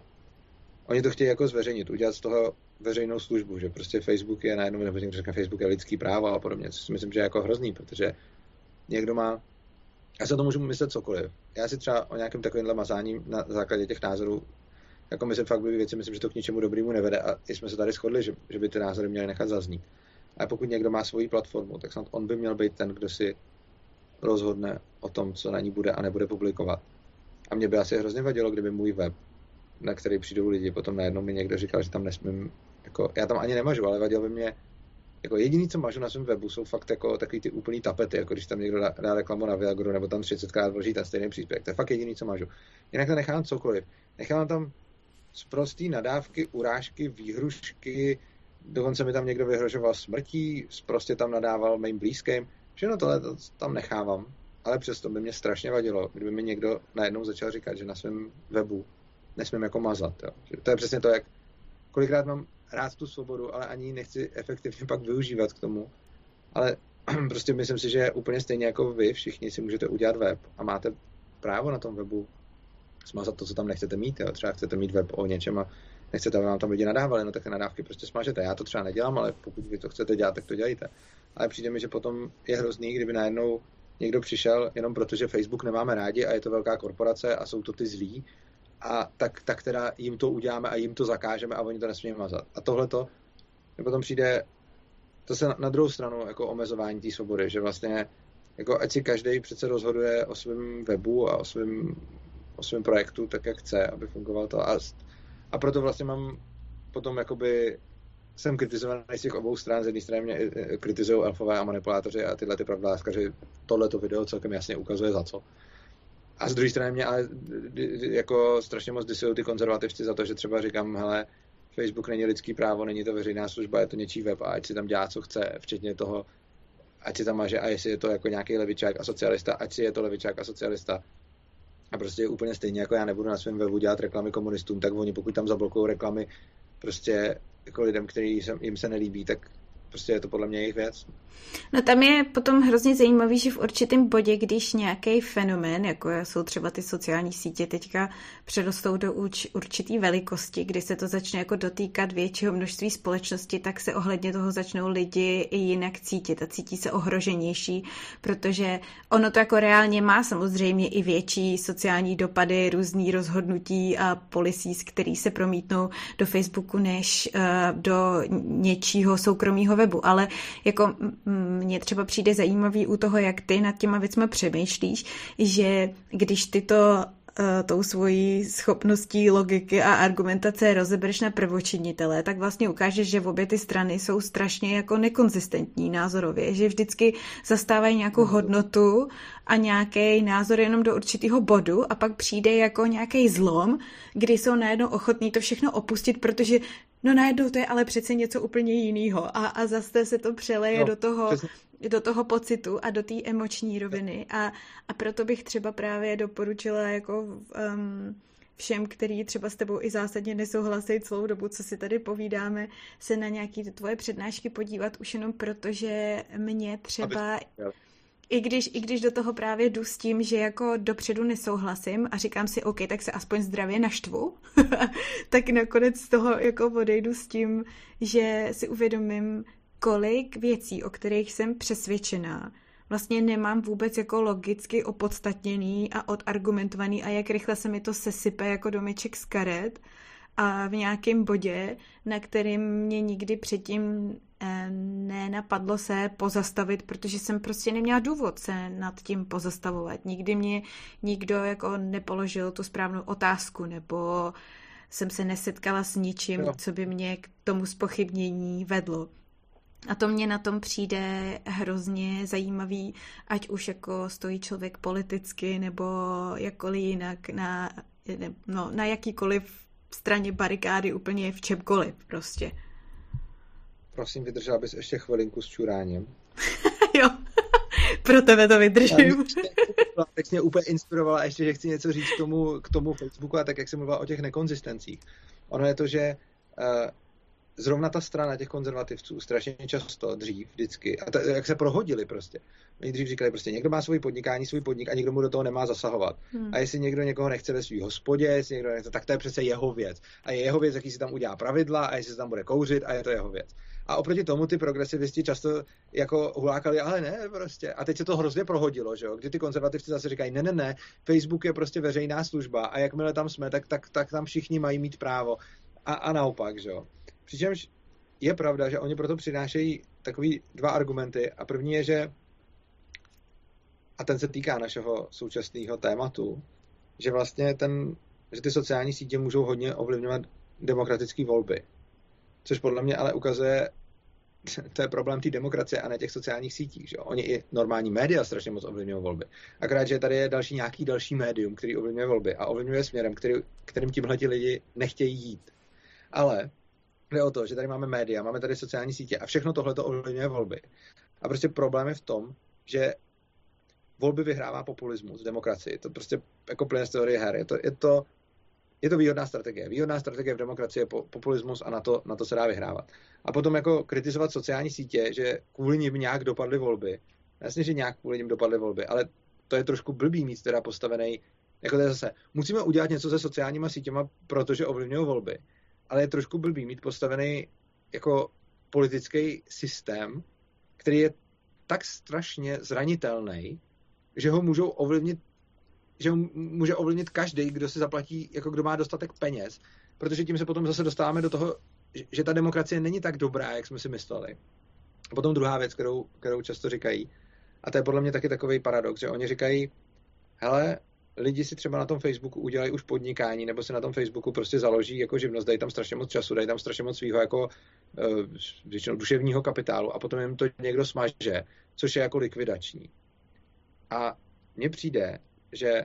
oni to chtějí jako zveřejnit, udělat z toho veřejnou službu, že prostě Facebook je najednou, nebo někdo řekne, Facebook je lidský právo a podobně, což si myslím, že je jako hrozný, protože někdo má, já se to můžu myslet cokoliv. Já si třeba o nějakém takovémhle mazání na základě těch názorů, jako myslím fakt by věci, myslím, že to k ničemu dobrému nevede, a jsme se tady shodli, že, že by ty názory měly nechat zaznít. A pokud někdo má svoji platformu, tak snad on by měl být ten, kdo si rozhodne o tom, co na ní bude a nebude publikovat. A mě by asi hrozně vadilo, kdyby můj web, na který přijdou lidi, potom najednou mi někdo říkal, že tam nesmím, jako, já tam ani nemažu, ale vadilo by mě, jako jediný, co mažu na svém webu, jsou fakt jako takový ty úplný tapety, jako když tam někdo dá, dá reklamu na Viagru, nebo tam třicetkrát vloží ten stejný příspěvek, to je fakt jediný, co mažu. Jinak to nechám cokoliv. Nechám tam sprostý nadávky, urážky, výhrušky, dokonce mi tam někdo vyhrožoval smrtí, prostě tam nadával mým blízkým, všechno tohle to tam nechávám, ale přesto by mě strašně vadilo, kdyby mi někdo najednou začal říkat, že na svém webu nesmím jako mazat. Jo. To je přesně to, jak kolikrát mám rád tu svobodu, ale ani ji nechci efektivně pak využívat k tomu. Ale prostě myslím si, že úplně stejně jako vy všichni si můžete udělat web a máte právo na tom webu smazat to, co tam nechcete mít. Jo. Třeba chcete mít web o něčem a nechcete, aby vám tam lidi nadávali, no tak ty nadávky prostě smažete. Já to třeba nedělám, ale pokud vy to chcete dělat, tak to dělejte. Ale přijde mi, že potom je hrozný, kdyby najednou někdo přišel jenom proto, že Facebook nemáme rádi a je to velká korporace a jsou to ty zlí, a tak, tak teda jim to uděláme a jim to zakážeme a oni to nesmí mazat. A tohle to potom přijde, to se na, na druhou stranu jako omezování té svobody, že vlastně jako ať si každý přece rozhoduje o svém webu a o svém o svém projektu tak, jak chce, aby fungoval to. A, a proto vlastně mám potom jakoby jsem kritizovaný z těch obou stran. Z jedné strany mě kritizují elfové a manipulátoři a tyhle ty pravdářkaři. Tohleto video celkem jasně ukazuje za co. A z druhé strany mě ale jako strašně moc disují ty konzervativci za to, že třeba říkám, hele, Facebook není lidský právo, není to veřejná služba, je to něčí web a ať si tam dělá, co chce, včetně toho, ať si tam maže, a jestli je to jako nějaký levičák a socialista, ať si je to levičák a socialista. A prostě je úplně stejně, jako já nebudu na svém webu dělat reklamy komunistům, tak oni pokud tam zablokují reklamy prostě jako lidem, který jim se nelíbí, tak prostě je to podle mě jejich věc. No tam je potom hrozně zajímavý, že v určitém bodě, když nějaký fenomén, jako jsou třeba ty sociální sítě, teďka přerostou do uč, určitý velikosti, kdy se to začne jako dotýkat většího množství společnosti, tak se ohledně toho začnou lidi i jinak cítit a cítí se ohroženější, protože ono to jako reálně má samozřejmě i větší sociální dopady, různý rozhodnutí a policies, který se promítnou do Facebooku, než uh, do něčího soukromého webu, ale jako mně třeba přijde zajímavý u toho, jak ty nad těma věcmi přemýšlíš, že když ty to tou svojí schopností logiky a argumentace rozebereš na prvočinitele, tak vlastně ukážeš, že obě ty strany jsou strašně jako nekonzistentní názorově, že vždycky zastávají nějakou hodnotu a nějaký názor jenom do určitého bodu a pak přijde jako nějaký zlom, kdy jsou najednou ochotní to všechno opustit, protože no najednou to je ale přece něco úplně jiného a, a zase se to přeleje no, do toho přesně. do toho pocitu a do té emoční roviny a, a proto bych třeba právě doporučila jako um, všem, který třeba s tebou i zásadně nesouhlasí celou dobu, co si tady povídáme, se na nějaký tvoje přednášky podívat už jenom proto, že mě třeba i když, i když do toho právě jdu s tím, že jako dopředu nesouhlasím a říkám si, OK, tak se aspoň zdravě naštvu, tak nakonec z toho jako odejdu s tím, že si uvědomím, kolik věcí, o kterých jsem přesvědčená, vlastně nemám vůbec jako logicky opodstatněný a odargumentovaný a jak rychle se mi to sesype jako domeček z karet a v nějakém bodě, na kterým mě nikdy předtím nenapadlo se pozastavit, protože jsem prostě neměla důvod se nad tím pozastavovat. Nikdy mě nikdo jako nepoložil tu správnou otázku nebo jsem se nesetkala s ničím, co by mě k tomu zpochybnění vedlo. A to mě na tom přijde hrozně zajímavý, ať už jako stojí člověk politicky nebo jakkoliv jinak na, no, na jakýkoliv straně barikády, úplně v čemkoliv prostě. Prosím, vydržela bys ještě chvilinku s čuráním. Jo, pro tebe to vydržím. Teď mě úplně inspirovala ještě, že chci něco říct k tomu, k tomu Facebooku a tak, jak jsem mluvila o těch nekonzistencích. Ono je to, že uh, zrovna ta strana těch konzervativců strašně často dřív, vždycky, a to, jak se prohodili prostě. Oni dřív říkali prostě, někdo má svůj podnikání, svůj podnik a někdo mu do toho nemá zasahovat. Hmm. A jestli někdo někoho nechce ve svý hospodě, jestli někdo nechce, tak to je přece jeho věc. A je jeho věc, jaký si tam udělá pravidla a jestli se tam bude kouřit a je to jeho věc. A oproti tomu ty progresivisti často jako hulákali, ale ne, prostě. A teď se to hrozně prohodilo, že jo? Kdy ty konzervativci zase říkají, ne, ne, ne, Facebook je prostě veřejná služba a jakmile tam jsme, tak, tak, tak tam všichni mají mít právo. A, a naopak, že jo? Přičemž je pravda, že oni proto přinášejí takový dva argumenty. A první je, že, a ten se týká našeho současného tématu, že vlastně ten, že ty sociální sítě můžou hodně ovlivňovat demokratické volby. Což podle mě ale ukazuje, to je problém té demokracie a ne těch sociálních sítích. Že? Oni i normální média strašně moc ovlivňují volby. Akorát, že tady je další nějaký další médium, který ovlivňuje volby a ovlivňuje směrem, který, kterým tímhleti lidi nechtějí jít. Ale jde o to, že tady máme média, máme tady sociální sítě a všechno tohle to ovlivňuje volby. A prostě problém je v tom, že volby vyhrává populismus v demokracii. To prostě jako plyne z teorie her. Je to, je to, je to výhodná strategie. Výhodná strategie v demokracii je populismus a na to, na to se dá vyhrávat. A potom jako kritizovat sociální sítě, že kvůli nim nějak dopadly volby. Jasně, že nějak kvůli nim dopadly volby, ale to je trošku blbý mít teda postavený, jako to je zase, musíme udělat něco se sociálníma sítěma, protože ovlivňují volby. Ale je trošku blbý mít postavený jako politický systém, který je tak strašně zranitelný, že ho můžou ovlivnit, že ho může ovlivnit každý, kdo si zaplatí, jako kdo má dostatek peněz, protože tím se potom zase dostáváme do toho, že ta demokracie není tak dobrá, jak jsme si mysleli. A potom druhá věc, kterou, kterou často říkají, a to je podle mě taky takový paradox, že oni říkají, hele, lidi si třeba na tom Facebooku udělají už podnikání, nebo si na tom Facebooku prostě založí jako živnost, dají tam strašně moc času, dají tam strašně moc svýho jako uh, duševního kapitálu a potom jim to někdo smaže, což je jako likvidační. A mně přijde, že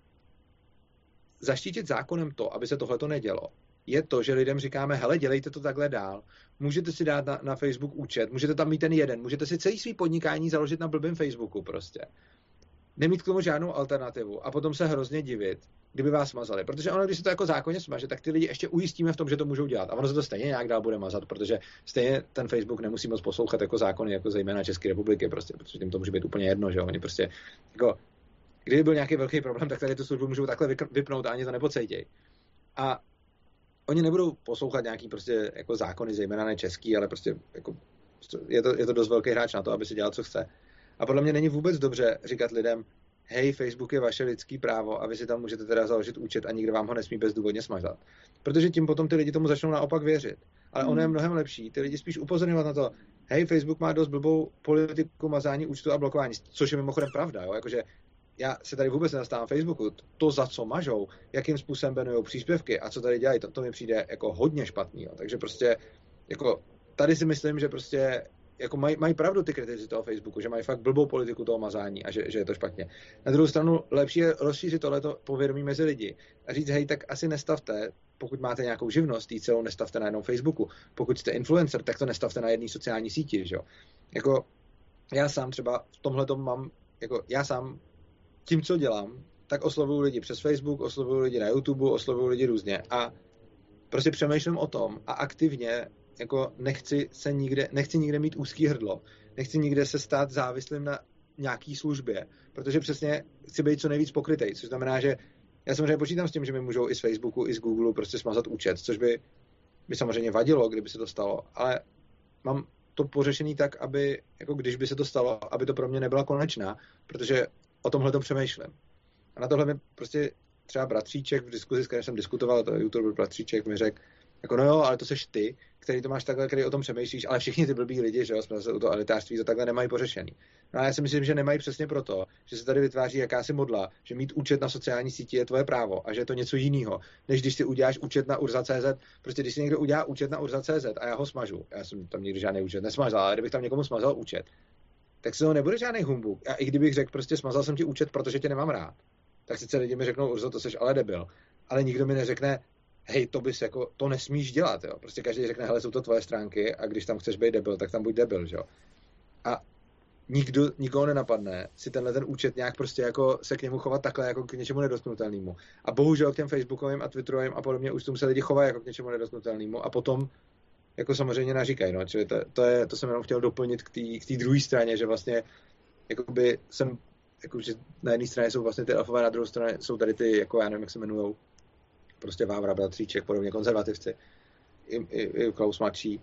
zaštítit zákonem to, aby se tohleto nedělo, je to, že lidem říkáme, hele, dělejte to takhle dál, můžete si dát na, na Facebook účet, můžete tam mít ten jeden, můžete si celý svý podnikání založit na blbým Facebooku prostě. Nemít k tomu žádnou alternativu a potom se hrozně divit, kdyby vás smazali. Protože ono, když se to jako zákonně smaže, tak ty lidi ještě ujistíme v tom, že to můžou dělat. A ono se to stejně nějak dál bude mazat, protože stejně ten Facebook nemusí moc poslouchat jako zákony, jako zejména České republiky, prostě, protože tím to může být úplně jedno, že oni prostě, jako, kdyby byl nějaký velký problém, tak tady tu službu můžou takhle vypnout a ani to nepocejtěj. A oni nebudou poslouchat nějaký prostě jako zákony, zejména ne český, ale prostě jako, je to, je to dost velký hráč na to, aby si dělal, co chce. A podle mě není vůbec dobře říkat lidem, hej, Facebook je vaše lidský právo a vy si tam můžete teda založit účet a nikdo vám ho nesmí bezdůvodně smazat. Protože tím potom ty lidi tomu začnou naopak věřit. Ale ono je mnohem lepší ty lidi spíš upozorňovat na to, hej, Facebook má dost blbou politiku mazání účtu a blokování, což je mimochodem pravda, jo, jakože já se tady vůbec nezastávám Facebooku, to, za co mažou, jakým způsobem benujou příspěvky a co tady dělají, to, to mi přijde jako hodně špatný, jo. Takže prostě, jako, tady si myslím, že prostě, jako mají maj pravdu ty kritici toho Facebooku, že mají fakt blbou politiku toho mazání a že, že je to špatně. Na druhou stranu, lepší je rozšířit tohleto povědomí mezi lidi a říct, hej, tak asi nestavte, pokud máte nějakou živnost, jí celou nestavte na jednom Facebooku. Pokud jste influencer, tak to nestavte na jedné sociální síti, že jo. Jako, já sám třeba v tomhletom mám, jako, já sám tím, co dělám, tak oslovuju lidi přes Facebook, oslovuju lidi na YouTube, oslovuju lidi různě a prostě přemýšlím o tom a aktivně jako nechci se nikde, nechci nikde mít úzký hrdlo, nechci nikde se stát závislým na nějaký službě, protože přesně chci být co nejvíc pokrytej, což znamená, že já samozřejmě počítám s tím, že mi můžou i z Facebooku, i z Google prostě smazat účet, což by, by samozřejmě vadilo, kdyby se to stalo, ale mám to pořešený tak, aby, jako když by se to stalo, aby to pro mě nebyla konečná, protože o tomhle tom přemýšlím. A na tohle mi prostě třeba bratříček v diskuzi, s kterým jsem diskutoval, to YouTuber bratříček mi řekl, jako no jo, ale to seš ty, který to máš takhle, který o tom přemýšlíš, ale všichni ty blbý lidi, že jo, jsme zase u toho elitářství, to takhle nemají pořešený. No a já si myslím, že nemají přesně proto, že se tady vytváří jakási modla, že mít účet na sociální síti je tvoje právo a že je to něco jiného, než když si uděláš účet na urza tečka cé zet. Prostě když si někdo udělá účet na urza tečka cé zet a já ho smažu, já jsem tam nikdy žádný účet nesmazal, ale kdybych tam někomu smazal účet, tak se to nebude žádný humbuk. A i kdybych řekl, prostě smazal jsem ti účet, protože tě nemám rád, tak sice lidi mi řeknou, Urzo, to seš ale debil, ale nikdo mi neřekne, hej, to bys jako, to nesmíš dělat, jo. Prostě každý řekne, hele, jsou to tvoje stránky a když tam chceš být debil, tak tam buď debil, jo. A nikdo, nikoho nenapadne si tenhle ten účet nějak prostě jako se k němu chovat takhle, jako k něčemu nedotknutelnému. A bohužel k těm Facebookovým a Twitterovým a podobně účtům se lidi chovají jako k něčemu nedotknutelnému a potom jako samozřejmě naříkají, no. Čili to, to, je, to jsem jenom chtěl doplnit k té druhé straně, že vlastně jakoby jsem, jako, že na jedné straně jsou vlastně ty elfové, na druhé straně jsou tady ty, jako já nevím, jak se jmenujou, prostě Vávra, bratříček, podobně konzervativci, i, i, i Klaus mladší.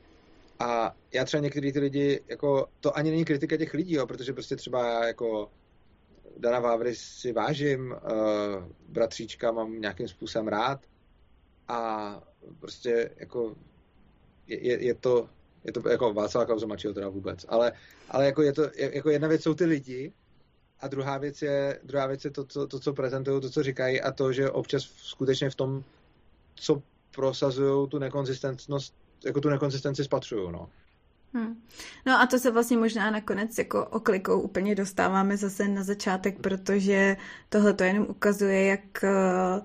A já třeba některý ty lidi, jako, to ani není kritika těch lidí, jo, protože prostě třeba já jako Dana Vávry si vážím, uh, bratříčka mám nějakým způsobem rád a prostě jako je, je, je to, je to jako Václava Klause mladšího teda vůbec, ale, ale jako je to, jako jedna věc jsou ty lidi a druhá věc je, druhá věc je to, to, to, co prezentují, to, co říkají a to, že občas skutečně v tom, co prosazují tu nekonzistentnost, jako tu nekonzistenci spatřují, no. Hmm. No a to se vlastně možná nakonec jako oklikou úplně dostáváme zase na začátek, protože tohle to jenom ukazuje, jak uh,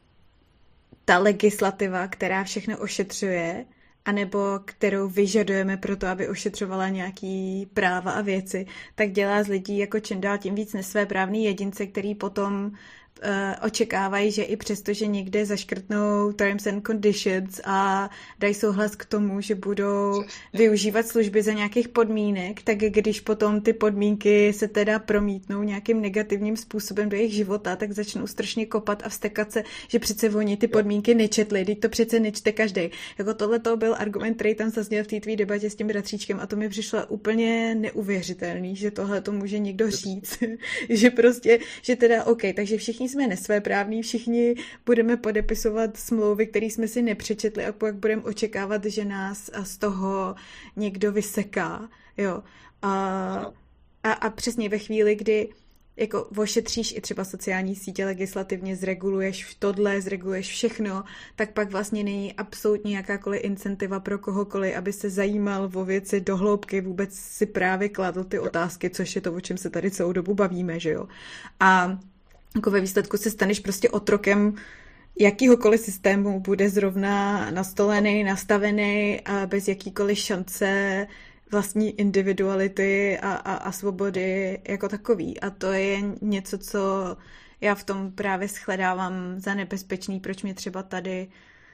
ta legislativa, která všechno ošetřuje, anebo kterou vyžadujeme pro to, aby ošetřovala nějaký práva a věci, tak dělá z lidí jako čím dál tím víc nesvéprávný jedince, který potom uh, očekávají, že i přesto, že někde zaškrtnou terms and conditions a dají souhlas k tomu, že budou využívat služby za nějakých podmínek, tak když potom ty podmínky se teda promítnou nějakým negativním způsobem do jejich života, tak začnou strašně kopat a vztekat se, že přece oni ty podmínky nečetli, teď to přece nečte každej. Jako tohle to byl argument, který tam zazněl v té tvý debatě s tím bratříčkem a to mi přišlo úplně neuvěřitelný, že tohle to může někdo říct, že prostě, že teda OK, takže všichni jsme nesvéprávní, všichni budeme podepisovat smlouvy, které jsme si nepřečetli a pak budeme očekávat, že nás z toho někdo vyseká, jo. A, a, a přesně ve chvíli, kdy jako ošetříš i třeba sociální sítě, legislativně zreguluješ tohle, zreguluješ všechno, tak pak vlastně není absolutně jakákoliv incentiva pro kohokoliv, aby se zajímal o věci do hloubky, vůbec si právě kladl ty otázky, což je to, o čem se tady celou dobu bavíme, že jo. A jako ve výsledku se staneš prostě otrokem jakýhokoliv systému, bude zrovna nastolený, nastavený a bez jakýkoliv šance vlastní individuality a, a, a svobody jako takový. A to je něco, co já v tom právě shledávám za nebezpečný, proč mě třeba tady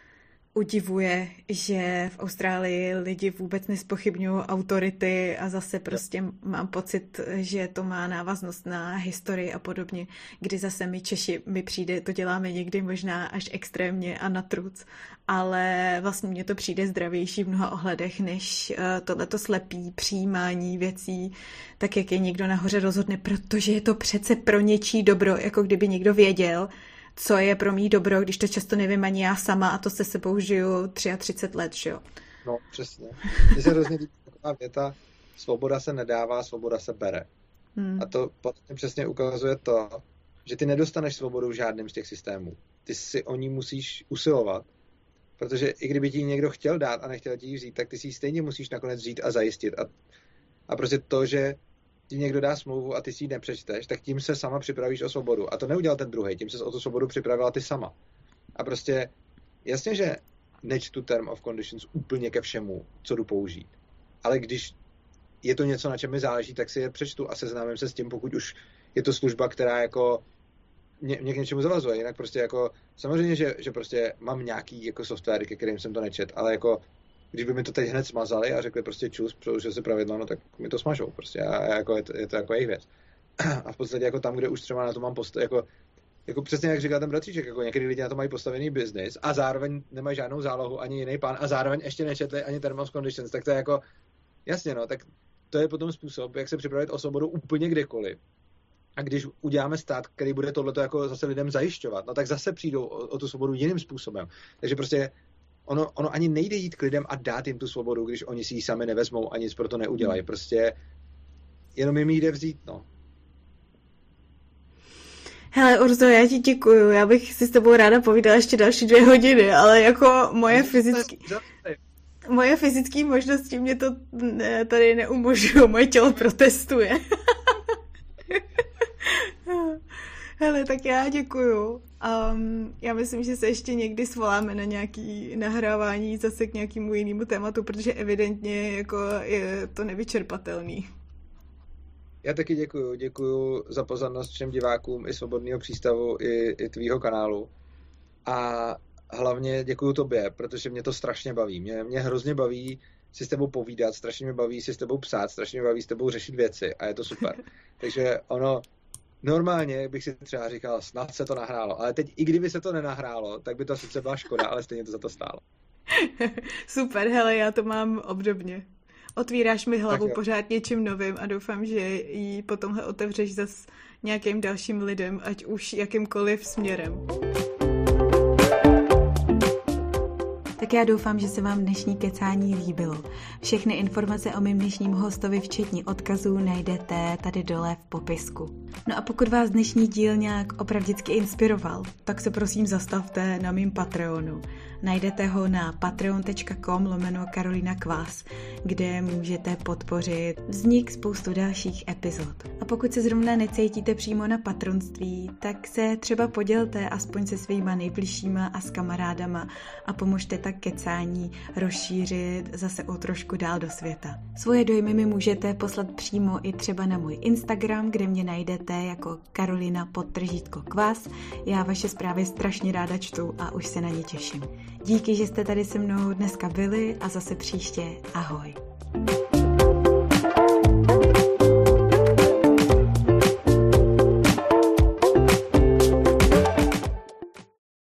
udivuje, že v Austrálii lidi vůbec nespochybňují autority a zase prostě mám pocit, že to má návaznost na historii a podobně, kdy zase my Češi, my přijde, to děláme někdy možná až extrémně a na truc, ale vlastně mně to přijde zdravější v mnoha ohledech, než tohleto slepý přijímání věcí, tak jak je někdo nahoře rozhodne, protože je to přece pro něčí dobro, jako kdyby někdo věděl, co je pro mý dobro, když to často nevím ani já sama a to se sebou žiju třicet tři let, že jo? No, přesně. Mně se hrozně líbí, věta, svoboda se nedává, svoboda se bere. Hmm. A to vlastně přesně ukazuje to, že ty nedostaneš svobodu v žádném z těch systémů. Ty si o ní musíš usilovat, protože i kdyby ti někdo chtěl dát a nechtěl ti ji vzít, tak ty si ji stejně musíš nakonec vzít a zajistit. A, a prostě to, že ti někdo dá smlouvu a ty si ji nepřečteš, tak tím se sama připravíš o svobodu. A to neudělal ten druhý, tím se o tu svobodu připravila ty sama. A prostě jasně, že nečtu term of conditions úplně ke všemu, co jdu použít. Ale když je to něco, na čem mi záleží, tak si je přečtu a seznámím se s tím, pokud už je to služba, která jako mě, mě k něčemu zavazuje. Jinak prostě jako, samozřejmě, že, že prostě mám nějaký jako software, ke kterým jsem to nečet, ale jako když by mi to teď hned smazali a řekli prostě čus, protože si pravidla, no tak mi to smažou prostě a jako je, to, je to jako jejich věc. A v podstatě jako tam, kde už třeba na to mám post, jako Jako přesně jak říkal ten bratříček, jako někdy lidi na to mají postavený biznis a zároveň nemají žádnou zálohu ani jiný plán a zároveň ještě nečetli ani terms of conditions, tak to je jako, jasně no, tak to je potom způsob, jak se připravit o svobodu úplně kdekoliv. A když uděláme stát, který bude tohleto jako zase lidem zajišťovat, no tak zase přijdou o, o tu svobodu jiným způsobem. Takže prostě ono, ono ani nejde jít k lidem a dát jim tu svobodu, když oni si ji sami nevezmou a nic pro to neudělají. Prostě jenom jim jde vzít, no. Hele, Urzo, já ti děkuju, já bych si s tebou ráda povídala ještě další dvě hodiny, ale jako moje fyzické moje fyzické možnosti mě to ne, tady neumožňují, moje tělo protestuje. Hele, tak já děkuju. Um, já myslím, že se ještě někdy svoláme na nějaké nahrávání zase k nějakému jinému tématu, protože evidentně jako je to nevyčerpatelný. Já taky děkuju. Děkuju za pozornost všem divákům i Svobodného přístavu, i, i tvýho kanálu. A hlavně děkuju tobě, protože mě to strašně baví. Mě, mě hrozně baví si s tebou povídat, strašně mě baví si s tebou psát, strašně mě baví s tebou řešit věci a je to super. Takže ono, normálně bych si třeba říkal, snad se to nahrálo, ale teď i kdyby se to nenahrálo, tak by to sice byla škoda, ale stejně to za to stálo. Super, hele, já to mám obdobně. Otvíráš mi hlavu pořád něčím novým a doufám, že ji potomhle otevřeš zas nějakým dalším lidem, ať už jakýmkoliv směrem. Tak já doufám, že se vám dnešní kecání líbilo. Všechny informace o mém dnešním hostovi, včetně odkazů, najdete tady dole v popisku. No a pokud vás dnešní díl nějak opravdicky inspiroval, tak se prosím zastavte na mým Patreonu. Najdete ho na patreon.com lomeno Karolina Kvás, kde můžete podpořit vznik spoustu dalších epizod. A pokud se zrovna necítíte přímo na patronství, tak se třeba podělte aspoň se svýma nejbližšíma a s kamarádama a pomožte tak kecání rozšířit zase o trošku dál do světa. Svoje dojmy mi můžete poslat přímo i třeba na můj Instagram, kde mě najdete jako Karolina podtržítko Kvás. Já vaše zprávy strašně ráda čtu a už se na ně těším. Díky, že jste tady se mnou dneska byli a zase příště. Ahoj.